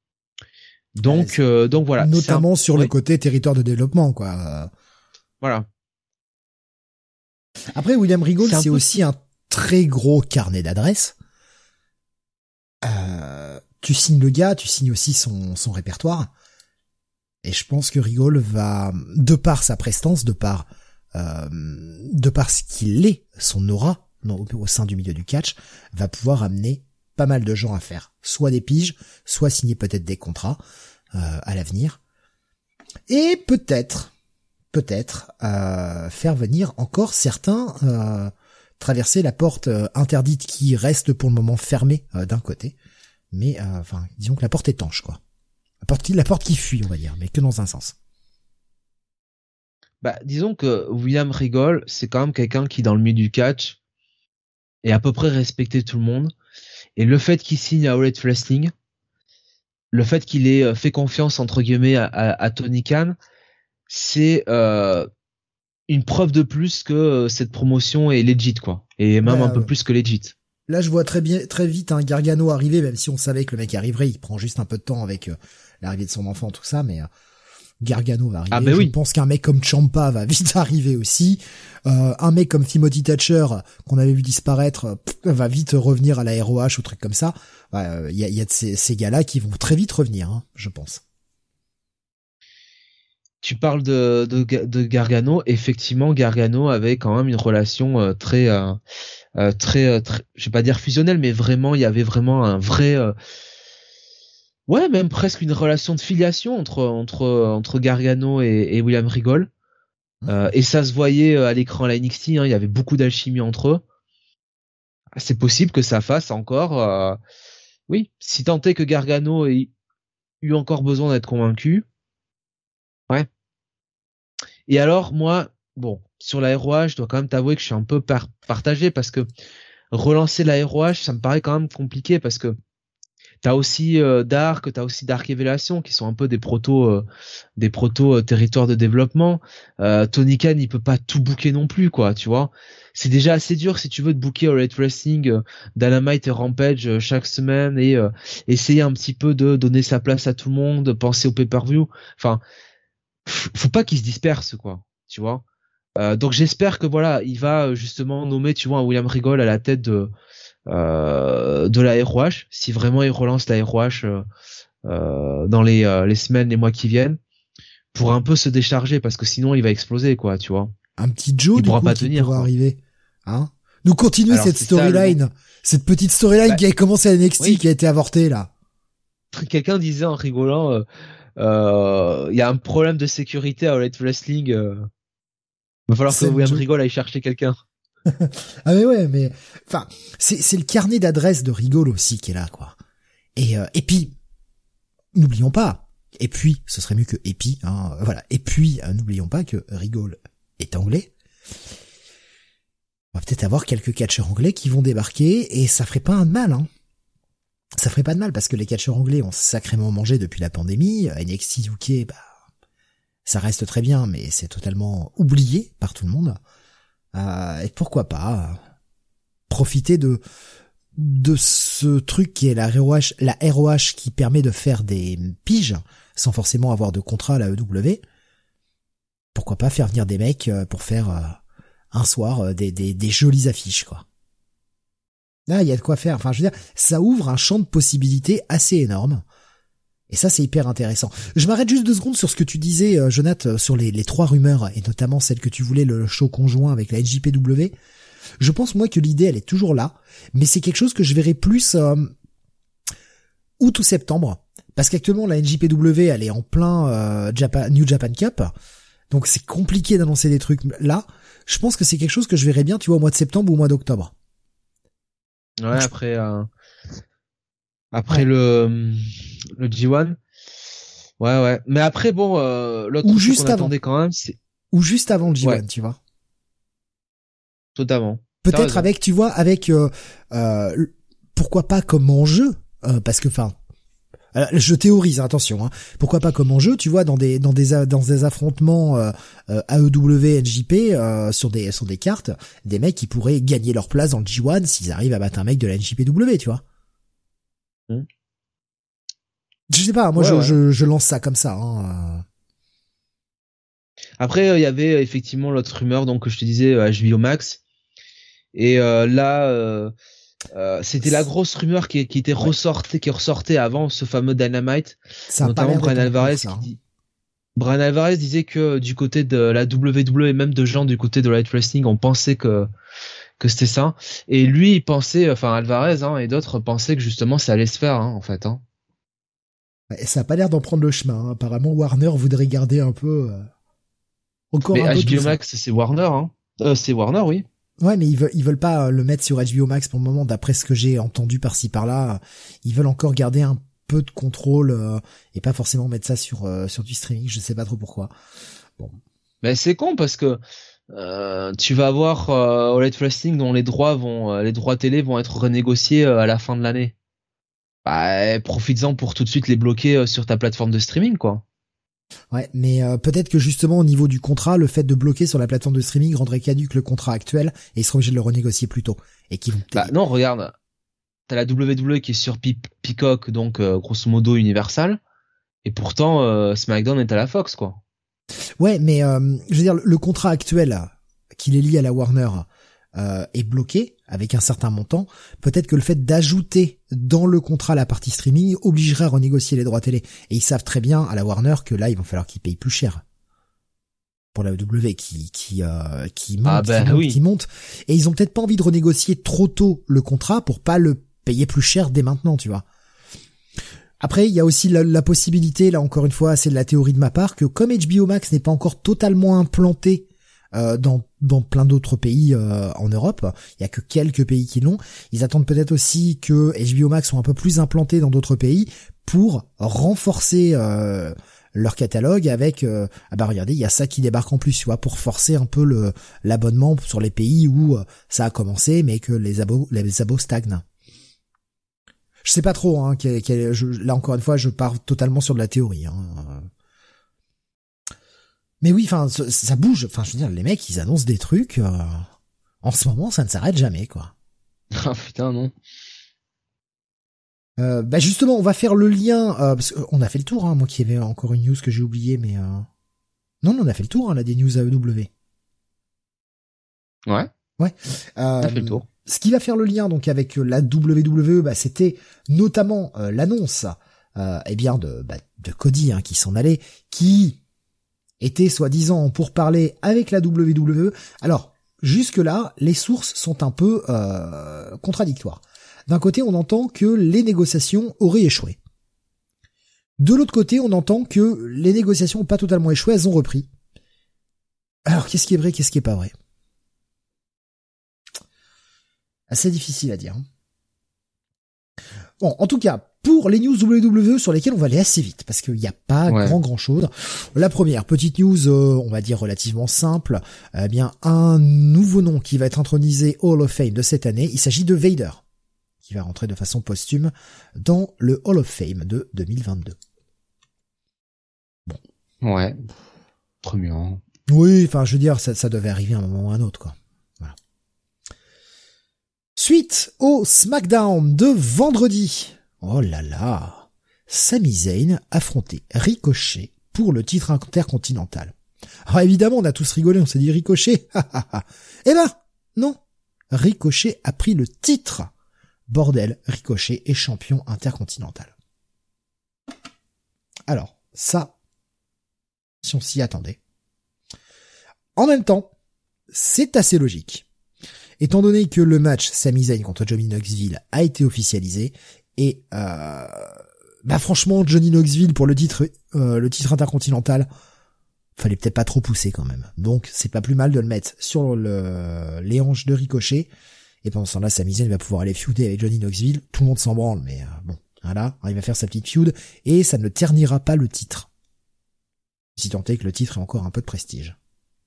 Donc, euh, donc voilà. Notamment un... sur oui. le côté territoire de développement, quoi. Voilà. Après, William Regal, c'est, c'est peu... aussi un très gros carnet d'adresses. Euh, tu signes le gars, tu signes aussi son, son répertoire. Et je pense que Regal va, de par sa prestance, de par, euh, de par ce qu'il est, son aura, non, au sein du milieu du catch, va pouvoir amener pas mal de gens à faire soit des piges, soit signer peut-être des contrats euh, à l'avenir, et peut-être, peut-être euh, faire venir encore certains euh, traverser la porte euh, interdite qui reste pour le moment fermée euh, d'un côté, mais euh, enfin disons que la porte étanche quoi, la porte qui, la porte qui fuit on va dire, mais que dans un sens. Bah disons que William Regal c'est quand même quelqu'un qui dans le milieu du catch est à peu près respecté tout le monde. Et le fait qu'il signe à All Elite Wrestling, le fait qu'il ait fait confiance entre guillemets à, à, à Tony Khan, c'est euh, une preuve de plus que cette promotion est legit quoi, et même bah, un peu plus que legit. Là, je vois très bien, très vite un Gargano arriver, même si on savait que le mec arriverait, il prend juste un peu de temps avec euh, l'arrivée de son enfant, tout ça, mais euh, Gargano va arriver. Ah bah je oui. pense qu'un mec comme Ciampa va vite arriver aussi. Euh, un mec comme Timothy Thatcher, qu'on avait vu disparaître, pff, va vite revenir à la R O H ou truc comme ça. Il ouais, y, a, y a de ces, ces gars-là qui vont très vite revenir, hein, je pense. Tu parles de, de, de Gargano. Effectivement, Gargano avait quand même une relation euh, très, euh, euh, très, très, je vais pas dire fusionnelle, mais vraiment, il y avait vraiment un vrai... Euh, Ouais, même presque une relation de filiation entre entre entre Gargano et, et William Regal. Mmh. Euh, et ça se voyait à l'écran à la N X T, hein, il y avait beaucoup d'alchimie entre eux. C'est possible que ça fasse encore, euh, oui, si tant est que Gargano ait eu encore besoin d'être convaincu. Ouais. Et alors, moi, bon, sur la R O H, je dois quand même t'avouer que je suis un peu par- partagé parce que relancer la R O H, ça me paraît quand même compliqué parce que t'as aussi euh, Dark, t'as aussi Dark Révélation qui sont un peu des protos, euh, des protos euh, territoires de développement. Euh, Tony Khan, il peut pas tout booker non plus, quoi, tu vois. C'est déjà assez dur si tu veux te booker All Elite Wrestling, euh, Dynamite et Rampage euh, chaque semaine et euh, essayer un petit peu de donner sa place à tout le monde, penser au pay-per-view. Enfin, faut pas qu'il se disperse, quoi, tu vois. Euh, donc j'espère que voilà, il va justement nommer, tu vois, un William Regal à la tête de Euh, de la R O H, si vraiment il relance la R O H euh, euh, dans les euh, les semaines, les mois qui viennent, pour un peu se décharger parce que sinon il va exploser, quoi, tu vois. Un petit Joe il du pourra coup pas qui tenir, pourra quoi. arriver, hein. Nous continuer Alors, cette c'est ça, storyline, le- cette petite storyline Bah, qui avait commencé à N X T, oui. qui a été avortée là. Quelqu'un disait en rigolant, euh, euh, il y a un problème de sécurité à All Elite Wrestling. Euh, va falloir que Seth William Joe. Regal aille chercher quelqu'un. Ah mais ouais, mais enfin, c'est c'est le carnet d'adresses de Regal aussi qui est là, quoi. Et euh, et puis n'oublions pas. Et puis, ce serait mieux que et puis, hein, voilà. Et puis, euh, n'oublions pas que Regal est anglais. On va peut-être avoir quelques catcheurs anglais qui vont débarquer et ça ferait pas un mal, hein. Ça ferait pas de mal parce que les catcheurs anglais ont sacrément mangé depuis la pandémie. N X T U K, bah, ça reste très bien, mais c'est totalement oublié par tout le monde. Euh, et pourquoi pas euh, profiter de de ce truc qui est la R O H, la R O H qui permet de faire des piges sans forcément avoir de contrat à la E W. Pourquoi pas faire venir des mecs pour faire euh, un soir euh, des, des des jolies affiches, quoi. Là, il y a de quoi faire. Enfin, je veux dire, ça ouvre un champ de possibilités assez énorme. Et ça, c'est hyper intéressant. Je m'arrête juste deux secondes sur ce que tu disais, euh, Jonathan, sur les, les trois rumeurs, et notamment celle que tu voulais, le show conjoint avec la N J P W. Je pense, moi, que l'idée, elle est toujours là, mais c'est quelque chose que je verrai plus euh, août ou septembre, parce qu'actuellement, la N J P W, elle est en plein euh, Japan, New Japan Cup, donc c'est compliqué d'annoncer des trucs là. Je pense que c'est quelque chose que je verrai bien, tu vois, au mois de septembre ou au mois d'octobre. Ouais, Donc, après euh, après Ouais. le le G un. Ouais, ouais. Mais après, bon, euh, l'autre Ou truc juste qu'on avant. attendait quand même, c'est Ou juste avant le G un, Ouais. tu vois. totalement. T'as Peut-être raison. avec, tu vois, avec euh, euh, pourquoi pas comme enjeu, euh, parce que, enfin, euh, je théorise, attention, hein, pourquoi pas comme enjeu, tu vois, dans des dans des dans des affrontements euh, euh, A E W N J P euh, sur des sur des cartes, des mecs qui pourraient gagner leur place dans le G un s'ils arrivent à battre un mec de la N J P W, tu vois. Hmm. Je sais pas, moi Ouais, je, ouais. je je lance ça comme ça. Hein. Après, il y avait effectivement l'autre rumeur, donc que je te disais, euh, H B O Max. Et euh, là, euh, euh, c'était la grosse rumeur qui, qui était Ouais. ressortie, qui ressortait avant ce fameux Dynamite. Ça a pas Notamment l'air Brian d'être en Alvarez cours, ça, qui hein. dit. Brian Alvarez disait que du côté de la W W E et même de gens du côté de Light Wrestling, on pensait que que c'était ça. Et lui, il pensait, enfin Alvarez hein, et d'autres pensaient que justement ça allait se faire hein, en fait. Hein. Ouais, ça a pas l'air d'en prendre le chemin. Hein. Apparemment, Warner voudrait garder un peu euh, encore Mais un peu H B O tout ça. Max, c'est Warner. Hein. Euh, c'est Warner, oui. Ouais, mais ils veulent, ils veulent pas le mettre sur H B O Max pour le moment, d'après ce que j'ai entendu par-ci par-là. Ils veulent encore garder un peu de contrôle euh, et pas forcément mettre ça sur euh, sur du streaming. Je sais pas trop pourquoi. Bon. Mais c'est con parce que euh, tu vas avoir euh, All Elite Wrestling dont les droits vont, euh, les droits télé vont être renégociés euh, à la fin de l'année. Bah, profites-en pour tout de suite les bloquer euh, sur ta plateforme de streaming, quoi. Ouais, mais euh, peut-être que justement au niveau du contrat, le fait de bloquer sur la plateforme de streaming rendrait caduque le contrat actuel et ils seront obligés de le renégocier plus tôt. Et qu'ils vont Bah non, regarde, t'as la W W E qui est sur Pi- Peacock, donc euh, grosso modo Universal, et pourtant euh, SmackDown est à la Fox, quoi. Ouais, mais euh, je veux dire, le contrat actuel qui les lie à la Warner euh, est bloqué avec un certain montant. Peut-être que le fait d'ajouter dans le contrat la partie streaming obligerait à renégocier les droits télé. Et ils savent très bien à la Warner que là, il va falloir qu'ils payent plus cher pour la W qui qui euh, qui monte, Ah bah qui monte, oui. qui monte. Et ils ont peut-être pas envie de renégocier trop tôt le contrat pour pas le payer plus cher dès maintenant, tu vois. Après, il y a aussi la, la possibilité, là encore une fois, c'est de la théorie de ma part, que comme H B O Max n'est pas encore totalement implanté euh, dans dans plein d'autres pays euh, en Europe, il y a que quelques pays qui l'ont, ils attendent peut-être aussi que H B O Max soit un peu plus implanté dans d'autres pays pour renforcer euh, leur catalogue avec euh, ah bah regardez, il y a ça qui débarque en plus, tu vois, pour forcer un peu le l'abonnement sur les pays où euh, ça a commencé mais que les abos les abos stagnent. Je sais pas trop, hein. Quel, quel, je, là encore une fois, je pars totalement sur de la théorie. Hein. Mais oui, enfin, ça, ça bouge. Enfin, je veux dire, les mecs, ils annoncent des trucs. Euh, en ce moment, ça ne s'arrête jamais, quoi. Ah putain, non. Euh, bah justement, on va faire le lien. Euh, parce qu'on a fait le tour. Hein, moi, qui avait encore une news que j'ai oubliée, mais euh... non, non, on a fait le tour. Hein, là, des news A E W. Ouais. Ouais. Euh, on a euh, fait le tour. Ce qui va faire le lien donc avec la W W E, bah, c'était notamment euh, l'annonce, euh, eh bien de, bah, de Cody hein, qui s'en allait, qui était soi-disant pour parler avec la W W E. Alors jusque là, les sources sont un peu euh, contradictoires. D'un côté, on entend que les négociations auraient échoué. De l'autre côté, on entend que les négociations n'ont pas totalement échoué, elles ont repris. Alors qu'est-ce qui est vrai, qu'est-ce qui est pas vrai? Assez difficile à dire. Bon, en tout cas, pour les news W W E sur lesquelles on va aller assez vite, parce qu'il n'y a pas ouais. grand grand chose. La première, petite news, euh, on va dire relativement simple, eh bien, un nouveau nom qui va être intronisé Hall of Fame de cette année, il s'agit de Vader, qui va rentrer de façon posthume dans le Hall of Fame de deux mille vingt-deux. Bon. Ouais. Très bien. Oui, enfin, je veux dire, ça, ça devait arriver à un moment ou à un autre, quoi. Suite au SmackDown de vendredi. Oh là là. Sami Zayn affrontait Ricochet pour le titre intercontinental. Alors évidemment, on a tous rigolé, on s'est dit Ricochet. Eh ben, non. Ricochet a pris le titre. Bordel, Ricochet est champion intercontinental. Alors, ça, si on s'y attendait. En même temps, c'est assez logique. Étant donné que le match Sami Zayn contre Johnny Knoxville a été officialisé, et euh, bah franchement Johnny Knoxville pour le titre euh, le titre intercontinental, fallait peut-être pas trop pousser quand même. Donc c'est pas plus mal de le mettre sur le les hanches de Ricochet, et pendant ce temps-là Sami Zayn va pouvoir aller feuder avec Johnny Knoxville, tout le monde s'en branle, mais euh, bon, voilà, il va faire sa petite feud, et ça ne ternira pas le titre. Si tant est que le titre ait encore un peu de prestige.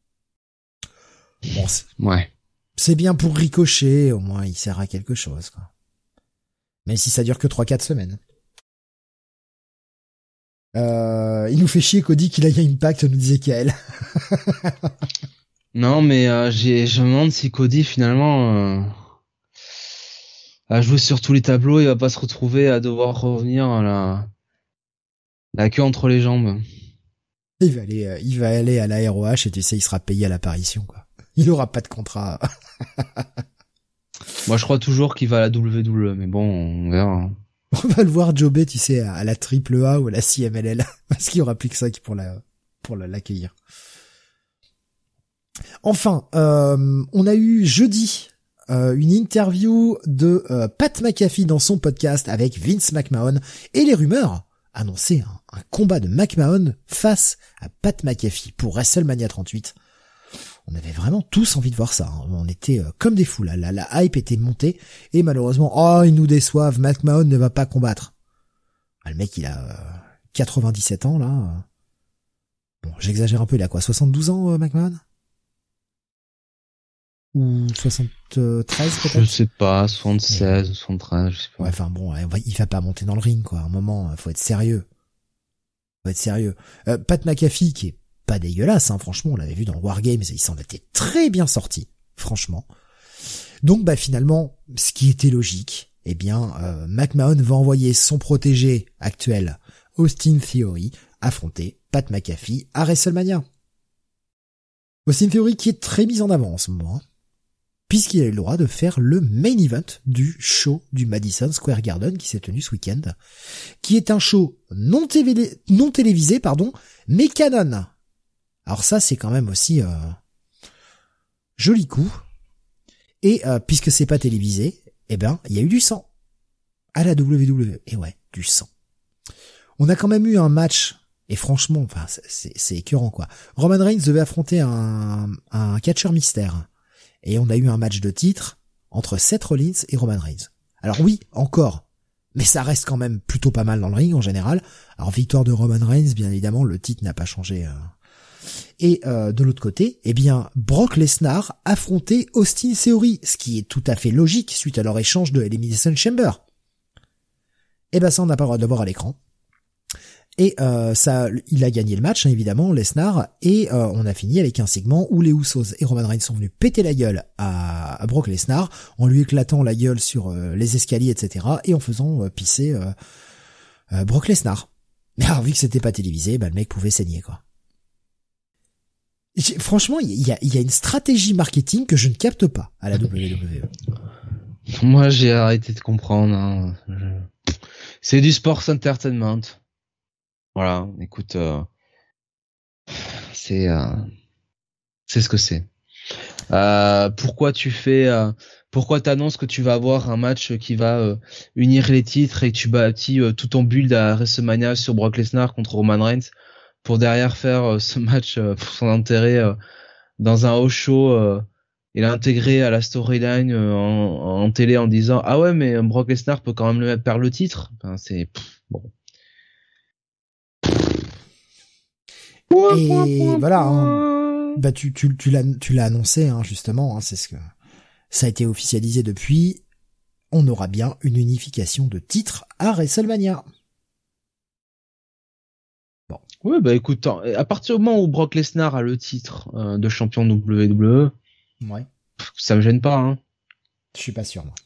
Bon, ouais. C'est bien pour Ricochet, au moins il sert à quelque chose, quoi. Même si ça dure que trois quatre semaines. Euh, il nous fait chier Cody qu'il aille à Impact, nous disait Kael. Non, mais euh, j'ai, je me demande si Cody finalement euh, a joué sur tous les tableaux, il va pas se retrouver à devoir revenir à la, la queue entre les jambes. Il va aller, euh, il va aller à la R O H et tu sais, il sera payé à l'apparition, quoi. Il aura pas de contrat. Moi, je crois toujours qu'il va à la W W E, mais bon, on verra. On va le voir jobber, tu sais, à la triple A ou à la C M L L, parce qu'il y aura plus que ça pour la, pour la, l'accueillir. Enfin, euh, on a eu jeudi euh, une interview de euh, Pat McAfee dans son podcast avec Vince McMahon, et les rumeurs annonçaient un, un combat de McMahon face à Pat McAfee pour WrestleMania trente-huit. On avait vraiment tous envie de voir ça. Hein. On était euh, comme des fous là. La, la hype était montée. Et malheureusement, oh, ils nous déçoivent. McMahon ne va pas combattre. Ah, le mec, il a euh, quatre-vingt-dix-sept ans là. Bon, j'exagère un peu. Il a quoi, soixante-douze ans, euh, McMahon? Ou soixante-treize peut-être? Je sais pas, soixante-seize, soixante-treize, je sais pas. Ouais, enfin bon, il va pas monter dans le ring, quoi. À un moment, faut être sérieux. Faut être sérieux. Euh, Pat McAfee, qui est pas dégueulasse, hein, franchement, on l'avait vu dans le War Games, et il s'en était très bien sorti, franchement. Donc, bah, finalement, ce qui était logique, eh bien, euh, McMahon va envoyer son protégé actuel, Austin Theory, affronter Pat McAfee à WrestleMania. Austin Theory qui est très mis en avant en ce moment, hein, puisqu'il a eu le droit de faire le main event du show du Madison Square Garden qui s'est tenu ce week-end, qui est un show non, tévé- non télévisé, pardon, mais canon. Alors ça, c'est quand même aussi euh, joli coup. Et euh, puisque c'est pas télévisé, eh ben, il y a eu du sang à la W W E. Et ouais, du sang. On a quand même eu un match, et franchement, enfin, c'est, c'est écœurant, quoi. Roman Reigns devait affronter un, un catcheur mystère. Et on a eu un match de titre entre Seth Rollins et Roman Reigns. Alors oui, encore. Mais ça reste quand même plutôt pas mal dans le ring, en général. Alors, victoire de Roman Reigns, bien évidemment, le titre n'a pas changé. Euh. Et euh, de l'autre côté, eh bien, Brock Lesnar affrontait Austin Theory, ce qui est tout à fait logique suite à leur échange de Elimination Chamber. Eh ben ça, on n'a pas le droit de le voir à l'écran. Et euh, ça, il a gagné le match, hein, évidemment, Lesnar, et euh, on a fini avec un segment où les Usos et Roman Reigns sont venus péter la gueule à, à Brock Lesnar, en lui éclatant la gueule sur euh, les escaliers, et cetera, et en faisant euh, pisser euh, euh, Brock Lesnar. Mais alors, vu que c'était pas télévisé, bah le mec pouvait saigner, quoi. J'ai, franchement, il y a, y a une stratégie marketing que je ne capte pas à la W W E. Moi, j'ai arrêté de comprendre. Hein. Je... C'est du sports entertainment. Voilà, écoute, euh, c'est euh, c'est ce que c'est. Euh, pourquoi tu fais, euh, pourquoi t'annonces que tu vas avoir un match qui va euh, unir les titres et que tu bâtis euh, tout ton build à WrestleMania sur Brock Lesnar contre Roman Reigns pour derrière faire euh, ce match euh, pour son intérêt euh, dans un house show euh, et l'intégrer à la storyline euh, en, en télé en disant ah ouais mais Brock Lesnar peut quand même le perdre le titre. Enfin, c'est pff, bon. Et voilà, hein. Bah tu tu tu l'as tu l'as annoncé hein, justement, hein, c'est ce que ça a été officialisé depuis. On aura bien une unification de titres à WrestleMania. Bon. Ouais bah écoute, à partir du moment où Brock Lesnar a le titre euh, de champion W W E, ouais, ça me gêne pas. Hein. Je suis pas sûr moi.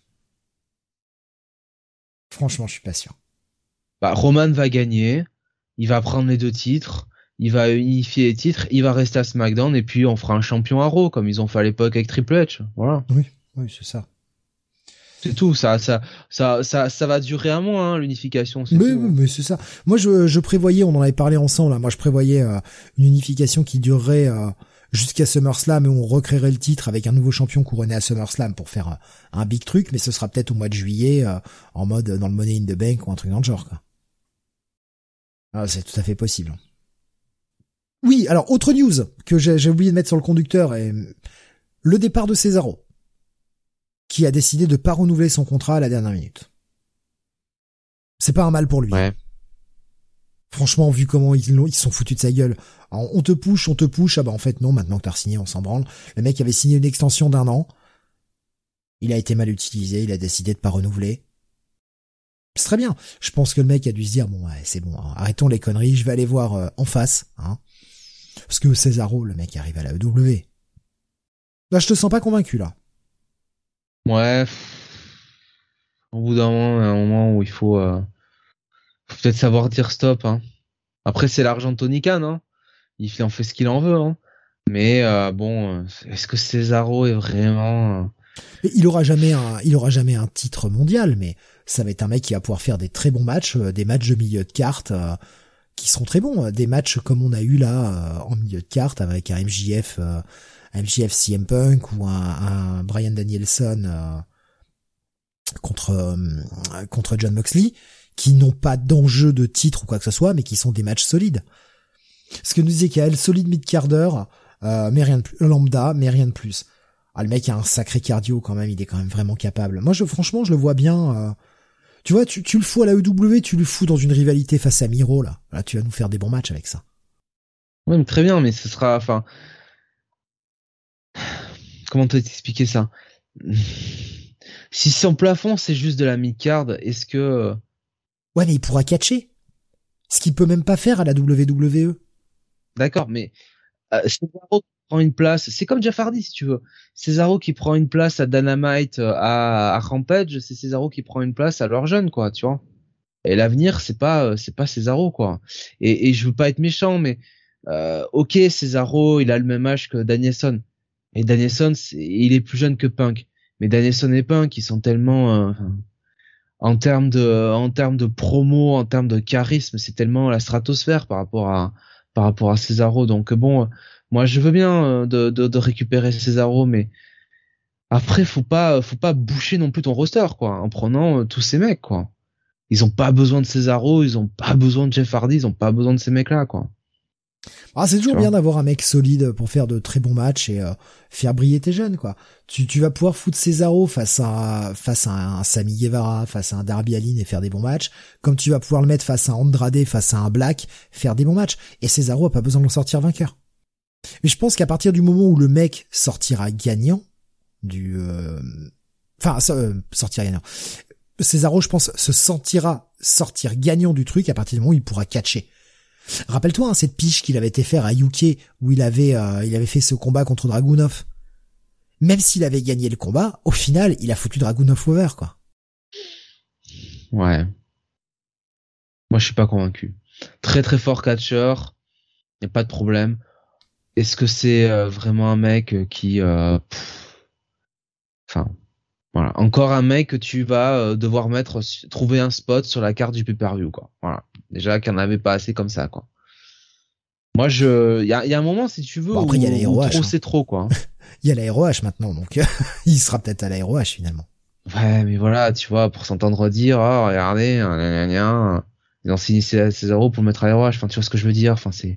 Franchement, je suis pas sûr. Bah Roman va gagner, il va prendre les deux titres. Il va unifier les titres, il va rester à SmackDown et puis on fera un champion à Raw comme ils ont fait à l'époque avec Triple H. Voilà. Oui, oui, c'est ça. C'est tout, ça, ça, ça, ça, ça va durer un mois, hein, l'unification. C'est mais, tout, hein. mais c'est ça. Moi, je, je prévoyais, on en avait parlé ensemble. Là, moi, je prévoyais euh, une unification qui durerait euh, jusqu'à SummerSlam et on recréerait le titre avec un nouveau champion couronné à SummerSlam pour faire euh, un big truc, mais ce sera peut-être au mois de juillet euh, en mode dans le Money in the Bank ou un truc dans le genre. Quoi. Ah, c'est tout à fait possible. Oui, alors autre news que j'ai, j'ai oublié de mettre sur le conducteur est le départ de Cesaro, qui a décidé de pas renouveler son contrat à la dernière minute. C'est pas un mal pour lui. Ouais. Franchement, vu comment ils l'ont, ils se sont foutus de sa gueule. Alors, on te push, on te push. Ah bah en fait non, maintenant que t'as signé, on s'en branle. Le mec avait signé une extension d'un an. Il a été mal utilisé, il a décidé de pas renouveler. C'est très bien. Je pense que le mec a dû se dire bon ouais, c'est bon, hein, arrêtons les conneries, je vais aller voir euh, en face, hein. Parce que Cesaro, le mec arrive à la E W. Là, je te sens pas convaincu, là. Ouais. Au bout d'un moment, un moment où il faut, euh, faut peut-être savoir dire stop, hein. Après, c'est l'argent de Tony Khan, hein. Il en fait ce qu'il en veut, hein. Mais, euh, bon, est-ce que Cesaro est vraiment... Et il aura jamais un, il aura jamais un titre mondial, mais ça va être un mec qui va pouvoir faire des très bons matchs, euh, des matchs de milieu de carte, euh, qui seront très bons, des matchs comme on a eu là euh, en milieu de carte avec un M J F, euh, un M J F C M Punk ou un, un Bryan Danielson euh, contre euh, contre Jon Moxley, qui n'ont pas d'enjeu de titre ou quoi que ce soit, mais qui sont des matchs solides. Ce que nous disait qu'il y a le solide mid-carder, euh, mais rien de plus, lambda, mais rien de plus. Ah, le mec a un sacré cardio quand même, il est quand même vraiment capable. Moi, je franchement, je le vois bien. Euh, Tu vois, tu, tu le fous à la E W, tu le fous dans une rivalité face à Miro, là. Là, tu vas nous faire des bons matchs avec ça. Ouais, mais très bien, mais ce sera, enfin, comment t'expliquer ça? Si son plafond, c'est juste de la mid-card, est-ce que... Ouais, mais il pourra catcher. Ce qu'il peut même pas faire à la W W E. D'accord, mais euh, Cesaro qui prend une place, c'est comme Jeff Hardy, si tu veux. Cesaro qui prend une place à Dynamite, à, à Rampage, c'est Cesaro qui prend une place à leur jeune, quoi, tu vois. Et l'avenir, c'est pas, c'est pas Cesaro, quoi. Et, et je veux pas être méchant, mais euh, ok, Cesaro, il a le même âge que Danielson. Et Danielson, c'est, il est plus jeune que Punk. Mais Danielson et Punk, ils sont tellement, euh, en termes de, en termes de promo, en termes de charisme, c'est tellement la stratosphère par rapport à, par rapport à Cesaro. Donc bon, moi je veux bien de, de, de récupérer Cesaro, mais après faut pas, faut pas boucher non plus ton roster, quoi, en prenant euh, tous ces mecs, quoi. Ils ont pas besoin de Cesaro, ils ont pas besoin de Jeff Hardy, ils ont pas besoin de ces mecs-là, quoi. Ah, c'est toujours bien d'avoir un mec solide pour faire de très bons matchs et euh, faire briller tes jeunes, quoi. Tu, tu vas pouvoir foutre Cesaro face à face à un Sammy Guevara, face à un Darby Allin et faire des bons matchs, comme tu vas pouvoir le mettre face à un Andrade, face à un Black, faire des bons matchs. Et Cesaro a pas besoin d'en sortir vainqueur. Mais je pense qu'à partir du moment où le mec sortira gagnant, du, euh... enfin euh, sortir gagnant, Cesaro, je pense, se sentira sortir gagnant du truc à partir du moment où il pourra catcher. Rappelle-toi hein, cette piche qu'il avait été faire à U K où il avait euh, il avait fait ce combat contre Dragunov. Même s'il avait gagné le combat, au final, il a foutu Dragunov over, quoi. Ouais. Moi, je suis pas convaincu. Très très fort catcheur, y a pas de problème. Est-ce que c'est euh, vraiment un mec qui, euh, pff... enfin, voilà, encore un mec que tu vas euh, devoir mettre, trouver un spot sur la carte du pay-per-view, quoi. Voilà. Déjà qu'il n'y en avait pas assez comme ça, quoi. Moi, je, il y a, y a un moment, si tu veux, bon, après, où, y a l'aéro H, où trop hein. c'est trop, quoi. Il y a l'aéro H maintenant, donc il sera peut-être à l'aéro H finalement. Ouais, mais voilà, tu vois, pour s'entendre dire, oh, regardez, gna, gna, gna, ils ont signé Cesaro pour le mettre à l'aéro H. Enfin, tu vois ce que je veux dire. Enfin, c'est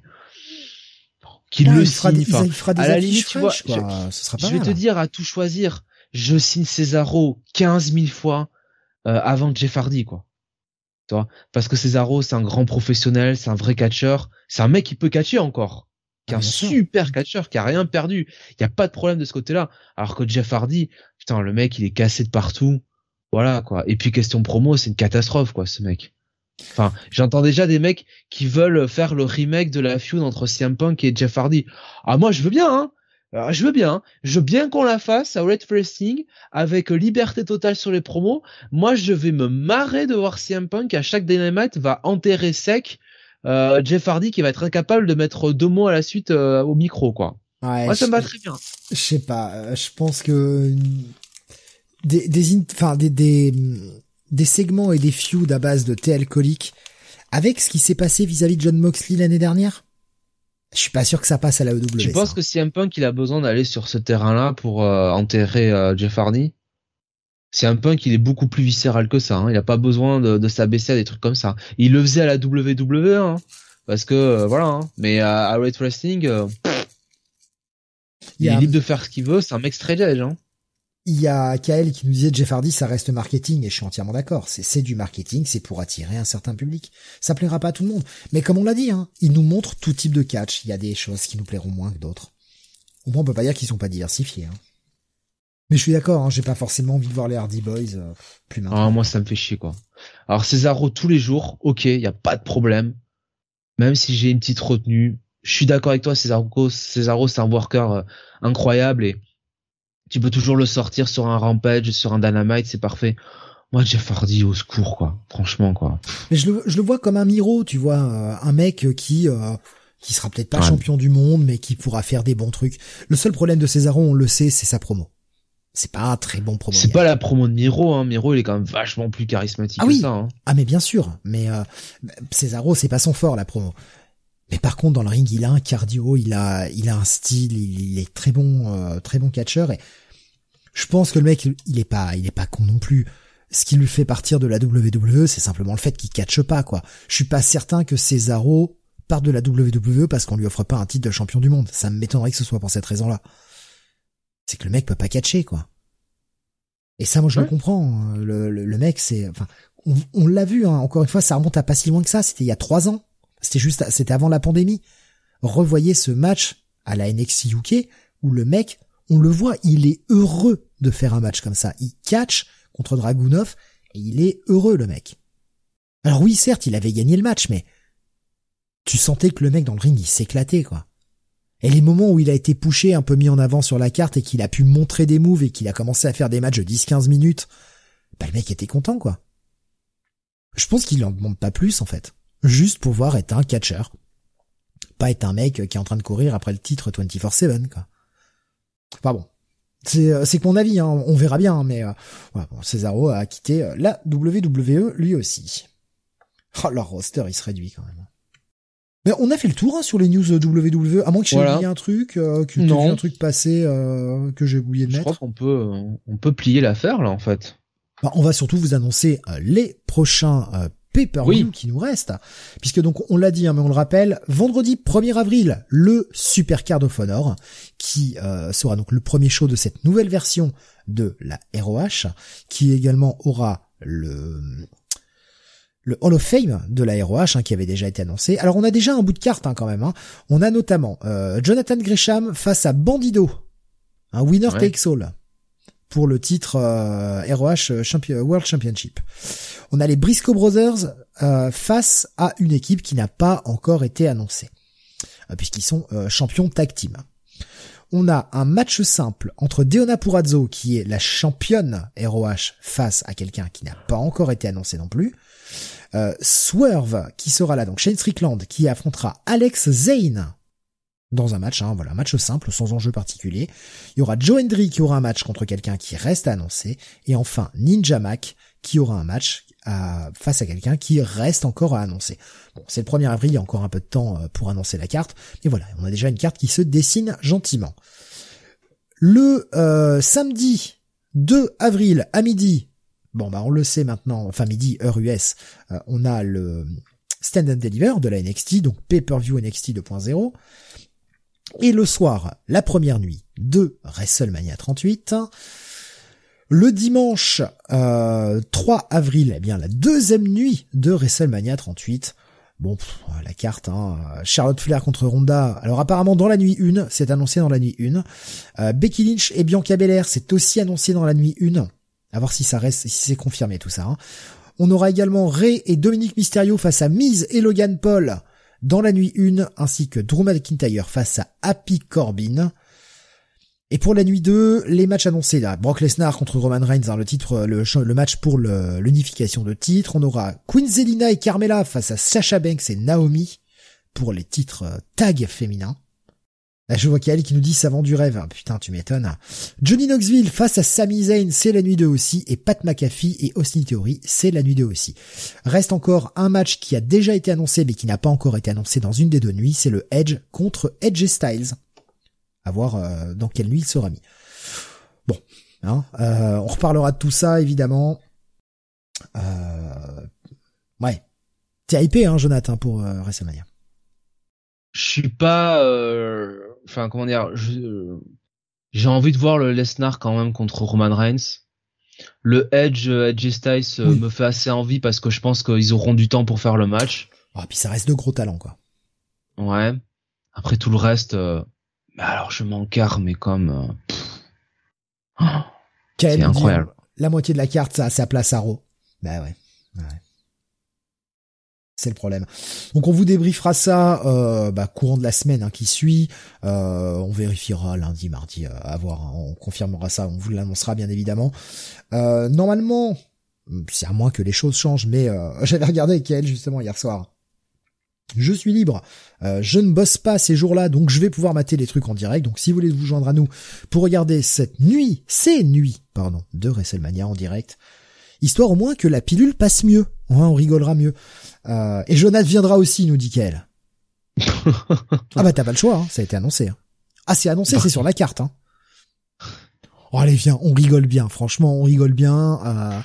qu'il ouais, le il fera signe. des, Enfin, il fera des à la limite, tu vois, fraîches, quoi. je, Ce sera pas je vais mal, te hein. dire à tout choisir, je signe Cesaro quinze mille fois euh, avant Jeff Hardy, quoi. Tu vois, parce que Cesaro, c'est un grand professionnel, c'est un vrai catcheur, c'est un mec qui peut catcher encore, qui est Ah, un bien sûr. super catcheur, qui a rien perdu. Il y a pas de problème de ce côté-là. Alors que Jeff Hardy, putain, le mec, il est cassé de partout. Voilà, quoi. Et puis, question promo, c'est une catastrophe, quoi, ce mec. Enfin, j'entends déjà des mecs qui veulent faire le remake de la feud entre C M Punk et Jeff Hardy. Ah, moi, je veux bien, hein. Alors, je veux bien, hein. Je veux bien qu'on la fasse à Red Wrestling avec liberté totale sur les promos. Moi, je vais me marrer de voir C M Punk à chaque Dynamite va enterrer sec euh, Jeff Hardy qui va être incapable de mettre deux mots à la suite euh, au micro, quoi. Ouais, moi, ça je, me va très bien. Je sais pas, euh, je pense que des des enfin des des des segments et des feuds à base de thé alcoolique avec ce qui s'est passé vis-à-vis de John Moxley l'année dernière. Je suis pas sûr que ça passe à la E W. Tu penses ça. que C M Punk il a besoin d'aller sur ce terrain-là pour euh, enterrer euh, Jeff Hardy? C M Punk il est beaucoup plus viscéral que ça. Hein. Il a pas besoin de, de s'abaisser à des trucs comme ça. Il le faisait à la W W E, hein, parce que euh, voilà. Hein. Mais à, à Red Wrestling, euh, il, il est libre de faire ce qu'il veut. C'est un mec straight edge. Hein. Il y a Kael qui nous disait Jeff Hardy, ça reste marketing, et je suis entièrement d'accord. C'est, c'est du marketing, c'est pour attirer un certain public. Ça plaira pas à tout le monde. Mais comme on l'a dit, hein, il nous montre tout type de catch. Il y a des choses qui nous plairont moins que d'autres. Au moins, on peut pas dire qu'ils sont pas diversifiés. Hein. Mais je suis d'accord, hein, j'ai pas forcément envie de voir les Hardy Boys euh, plus maintenant. Ah, moi, ça me fait chier, quoi. Alors, Cesaro tous les jours, ok, il y a pas de problème. Même si j'ai une petite retenue, je suis d'accord avec toi, Cesaro, Cesaro c'est un worker euh, incroyable et tu peux toujours le sortir sur un Rampage, sur un Dynamite, c'est parfait. Moi, Jeff Hardy, au secours, quoi. Franchement, quoi. Mais je le, je le vois comme un Miro, tu vois, euh, un mec qui, euh, qui sera peut-être pas ouais. champion du monde, mais qui pourra faire des bons trucs. Le seul problème de Cesaro, on le sait, c'est sa promo. C'est pas un très bon promo. C'est pas la promo de Miro, hein. Miro, il est quand même vachement plus charismatique ah que oui. ça, hein. Ah, mais bien sûr. Mais, euh, Cesaro, c'est pas son fort, la promo. Mais par contre, dans le ring, il a un cardio, il a, il a un style, il, il est très bon, euh, très bon catcheur et je pense que le mec, il est pas, il est pas con non plus. Ce qui lui fait partir de la W W E, c'est simplement le fait qu'il catche pas, quoi. Je suis pas certain que Cesaro parte de la W W E parce qu'on lui offre pas un titre de champion du monde. Ça m'étonnerait que ce soit pour cette raison-là. C'est que le mec peut pas catcher, quoi. Et ça, moi, je ouais. le comprends. Le, le, le mec, c'est, enfin, on, on l'a vu, hein. Encore une fois, ça remonte à pas si loin que ça. C'était il y a trois ans. C'était juste, c'était avant la pandémie. Revoyez ce match à la N X T U K où le mec, on le voit, il est heureux de faire un match comme ça. Il catch contre Dragunov et il est heureux, le mec. Alors oui, certes, il avait gagné le match, mais tu sentais que le mec dans le ring, il s'éclatait, quoi. Et les moments où il a été poussé, un peu mis en avant sur la carte et qu'il a pu montrer des moves et qu'il a commencé à faire des matchs de dix quinze minutes, bah le mec était content, quoi. Je pense qu'il en demande pas plus, en fait. Juste pouvoir être un catcheur. Pas être un mec qui est en train de courir après le titre vingt-quatre sept, quoi. Enfin bon. C'est, c'est que mon avis, hein, on verra bien, mais euh, ouais, bon, Cesaro a quitté la W W E lui aussi. Oh, leur roster, il se réduit quand même. Mais on a fait le tour hein, sur les news W W E, à moins que j'ai voilà. oublié un truc, euh, que tu vu un truc passer euh, que j'ai oublié de Je mettre. Je crois qu'on peut, on peut plier l'affaire là en fait. Bah, on va surtout vous annoncer euh, les prochains euh, pay-per-view Oui. qui nous restent, puisque donc on l'a dit, hein, mais on le rappelle, vendredi premier avril, le Super Card of Honor, qui euh, sera donc le premier show de cette nouvelle version de la R O H, qui également aura le le Hall of Fame de la R O H, hein, qui avait déjà été annoncé. Alors on a déjà un bout de carte hein, quand même. Hein. On a notamment euh, Jonathan Gresham face à Bandido, un winner Ouais. takes all pour le titre euh, R O H Champion, World Championship. On a les Briscoe Brothers euh, face à une équipe qui n'a pas encore été annoncée, euh, puisqu'ils sont euh, champions tag team. On a un match simple entre Deonna Purrazzo, qui est la championne R O H, face à quelqu'un qui n'a pas encore été annoncé non plus. Euh, Swerve, qui sera là, donc Shane Strickland, qui affrontera Alex Zane dans un match, hein, voilà, un match simple, sans enjeu particulier. Il y aura Joe Hendry qui aura un match contre quelqu'un qui reste à annoncer. Et enfin, Ninja Mac, qui aura un match à, face à quelqu'un qui reste encore à annoncer. Bon, c'est le premier avril, il y a encore un peu de temps pour annoncer la carte. Mais voilà, on a déjà une carte qui se dessine gentiment. Le euh, samedi deux avril à midi, bon bah on le sait maintenant, enfin midi, heure U S, euh, on a le Stand and Deliver de la N X T, donc Pay-Per-View N X T deux point zéro. Et le soir, la première nuit de WrestleMania trente-huit. Le dimanche euh, trois avril, eh bien la deuxième nuit de WrestleMania trente-huit. Bon, pff, la carte, hein, Charlotte Flair contre Ronda. Alors apparemment dans la nuit un, c'est annoncé dans la nuit un. Euh, Becky Lynch et Bianca Belair, c'est aussi annoncé dans la nuit un. À voir si ça reste, si c'est confirmé tout ça. Hein. On aura également Rey et Dominic Mysterio face à Miz et Logan Paul dans la nuit un, ainsi que Drew McIntyre face à Happy Corbin. Et pour la nuit deux, les matchs annoncés, là, Brock Lesnar contre Roman Reigns, hein, le titre, le, le match pour le, l'unification de titres. On aura Queen Zelina et Carmella face à Sasha Banks et Naomi pour les titres euh, tag féminins. Là, je vois qu'il y a elle qui nous dit ça vend du rêve. Ah, putain, tu m'étonnes. Johnny Knoxville face à Sami Zayn, c'est la nuit deux aussi. Et Pat McAfee et Austin Theory, c'est la nuit deux aussi. Reste encore un match qui a déjà été annoncé, mais qui n'a pas encore été annoncé dans une des deux nuits. C'est le Edge contre Edge et Styles. À voir euh, dans quelle nuit il sera mis. Bon, hein, euh, on reparlera de tout ça, évidemment. Euh, ouais. T'es hypé, hein, Jonathan, pour euh, WrestleMania. Je suis pas... Euh... Enfin, comment dire... Je... J'ai envie de voir le Lesnar quand même contre Roman Reigns. Le Edge, Edge Styles euh, Oui. me fait assez envie parce que je pense qu'ils auront du temps pour faire le match. Ah, puis ça reste de gros talents, quoi. Ouais. Après tout le reste... Euh... Bah alors je m'encarre, mais comme... Euh... pff. Oh, c'est incroyable. La moitié de la carte, ça a sa place à Raw. Bah ouais. ouais. C'est le problème. Donc on vous débriefera ça euh, bah, courant de la semaine hein, qui suit. Euh, on vérifiera lundi, mardi, euh, à voir. Hein, on confirmera ça, on vous l'annoncera bien évidemment. Euh, normalement, c'est à moins que les choses changent, mais euh, j'avais regardé avec elle justement hier soir. Je suis libre, euh, je ne bosse pas ces jours-là, donc je vais pouvoir mater les trucs en direct. Donc si vous voulez vous joindre à nous pour regarder cette nuit, ces nuits, pardon, de WrestleMania en direct, histoire au moins que la pilule passe mieux, hein, on rigolera mieux. Euh, et Jonathan viendra aussi, nous dit Kael. Ah bah t'as pas le choix, hein, ça a été annoncé. Hein. Ah c'est annoncé, c'est sur la carte. Hein. Oh allez viens, on rigole bien, franchement on rigole bien. Euh...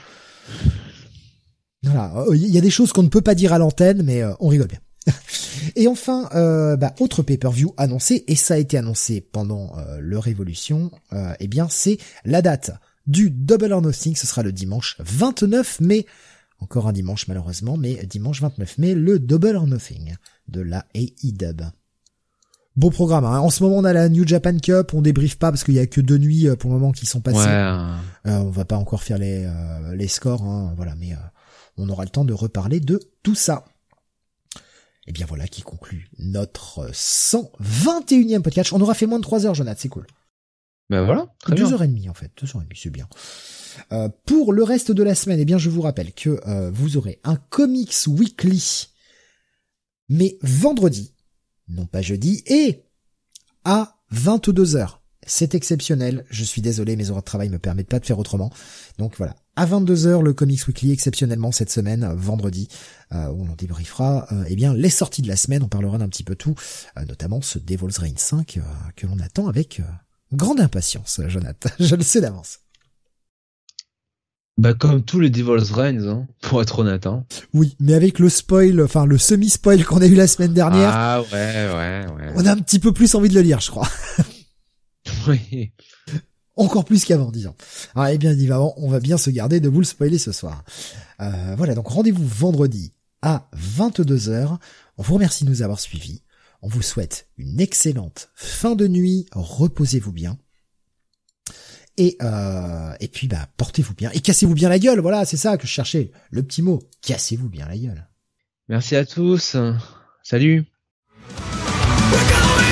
Voilà, il y a des choses qu'on ne peut pas dire à l'antenne, mais euh, on rigole bien. Et enfin, euh, bah, autre pay-per-view annoncé, et ça a été annoncé pendant euh, le Révolution, euh, eh bien c'est la date du Double or Nothing, ce sera le dimanche vingt-neuf mai, encore un dimanche malheureusement, mais dimanche vingt-neuf mai, le Double or Nothing de la A E W. Beau programme, hein. En ce moment on a la New Japan Cup, on débriefe pas parce qu'il y a que deux nuits pour le moment qui sont passées. Ouais. Euh... Euh, on va pas encore faire les, euh, les scores, hein, voilà, mais euh, on aura le temps de reparler de tout ça. Et bien voilà qui conclut notre cent vingt et unième podcast. On aura fait moins de trois heures, Jonathan, c'est cool. Ben voilà, très deux bien. heures et demie en fait, deux heures et demie, c'est bien. Euh, pour le reste de la semaine, eh bien je vous rappelle que euh, vous aurez un Comics Weekly, mais vendredi, non pas jeudi, et à vingt-deux heures. C'est exceptionnel, je suis désolé, mes horaires de travail me permettent pas de faire autrement. Donc voilà, à vingt-deux heures, le Comics Weekly, exceptionnellement cette semaine, vendredi, euh, où on débriefera euh, eh bien les sorties de la semaine, on parlera d'un petit peu tout, euh, notamment ce Devil's Reign cinq euh, que l'on attend avec euh, grande impatience, Jonathan, je le sais d'avance. Bah comme tous les Devil's Reigns, hein, pour être honnête. Hein. Oui, mais avec le spoil, enfin le semi-spoil qu'on a eu la semaine dernière, ah ouais, ouais, ouais. On a un petit peu plus envie de le lire, je crois. Oui. Encore plus qu'avant, disons. Alors, et bien évidemment, on va bien se garder de vous le spoiler ce soir. Euh, voilà, donc rendez-vous vendredi à vingt-deux heures. On vous remercie de nous avoir suivis. On vous souhaite une excellente fin de nuit. Reposez-vous bien. Et euh, et puis bah portez-vous bien. Et cassez-vous bien la gueule, voilà, c'est ça que je cherchais. Le petit mot, cassez-vous bien la gueule. Merci à tous. Salut. We're going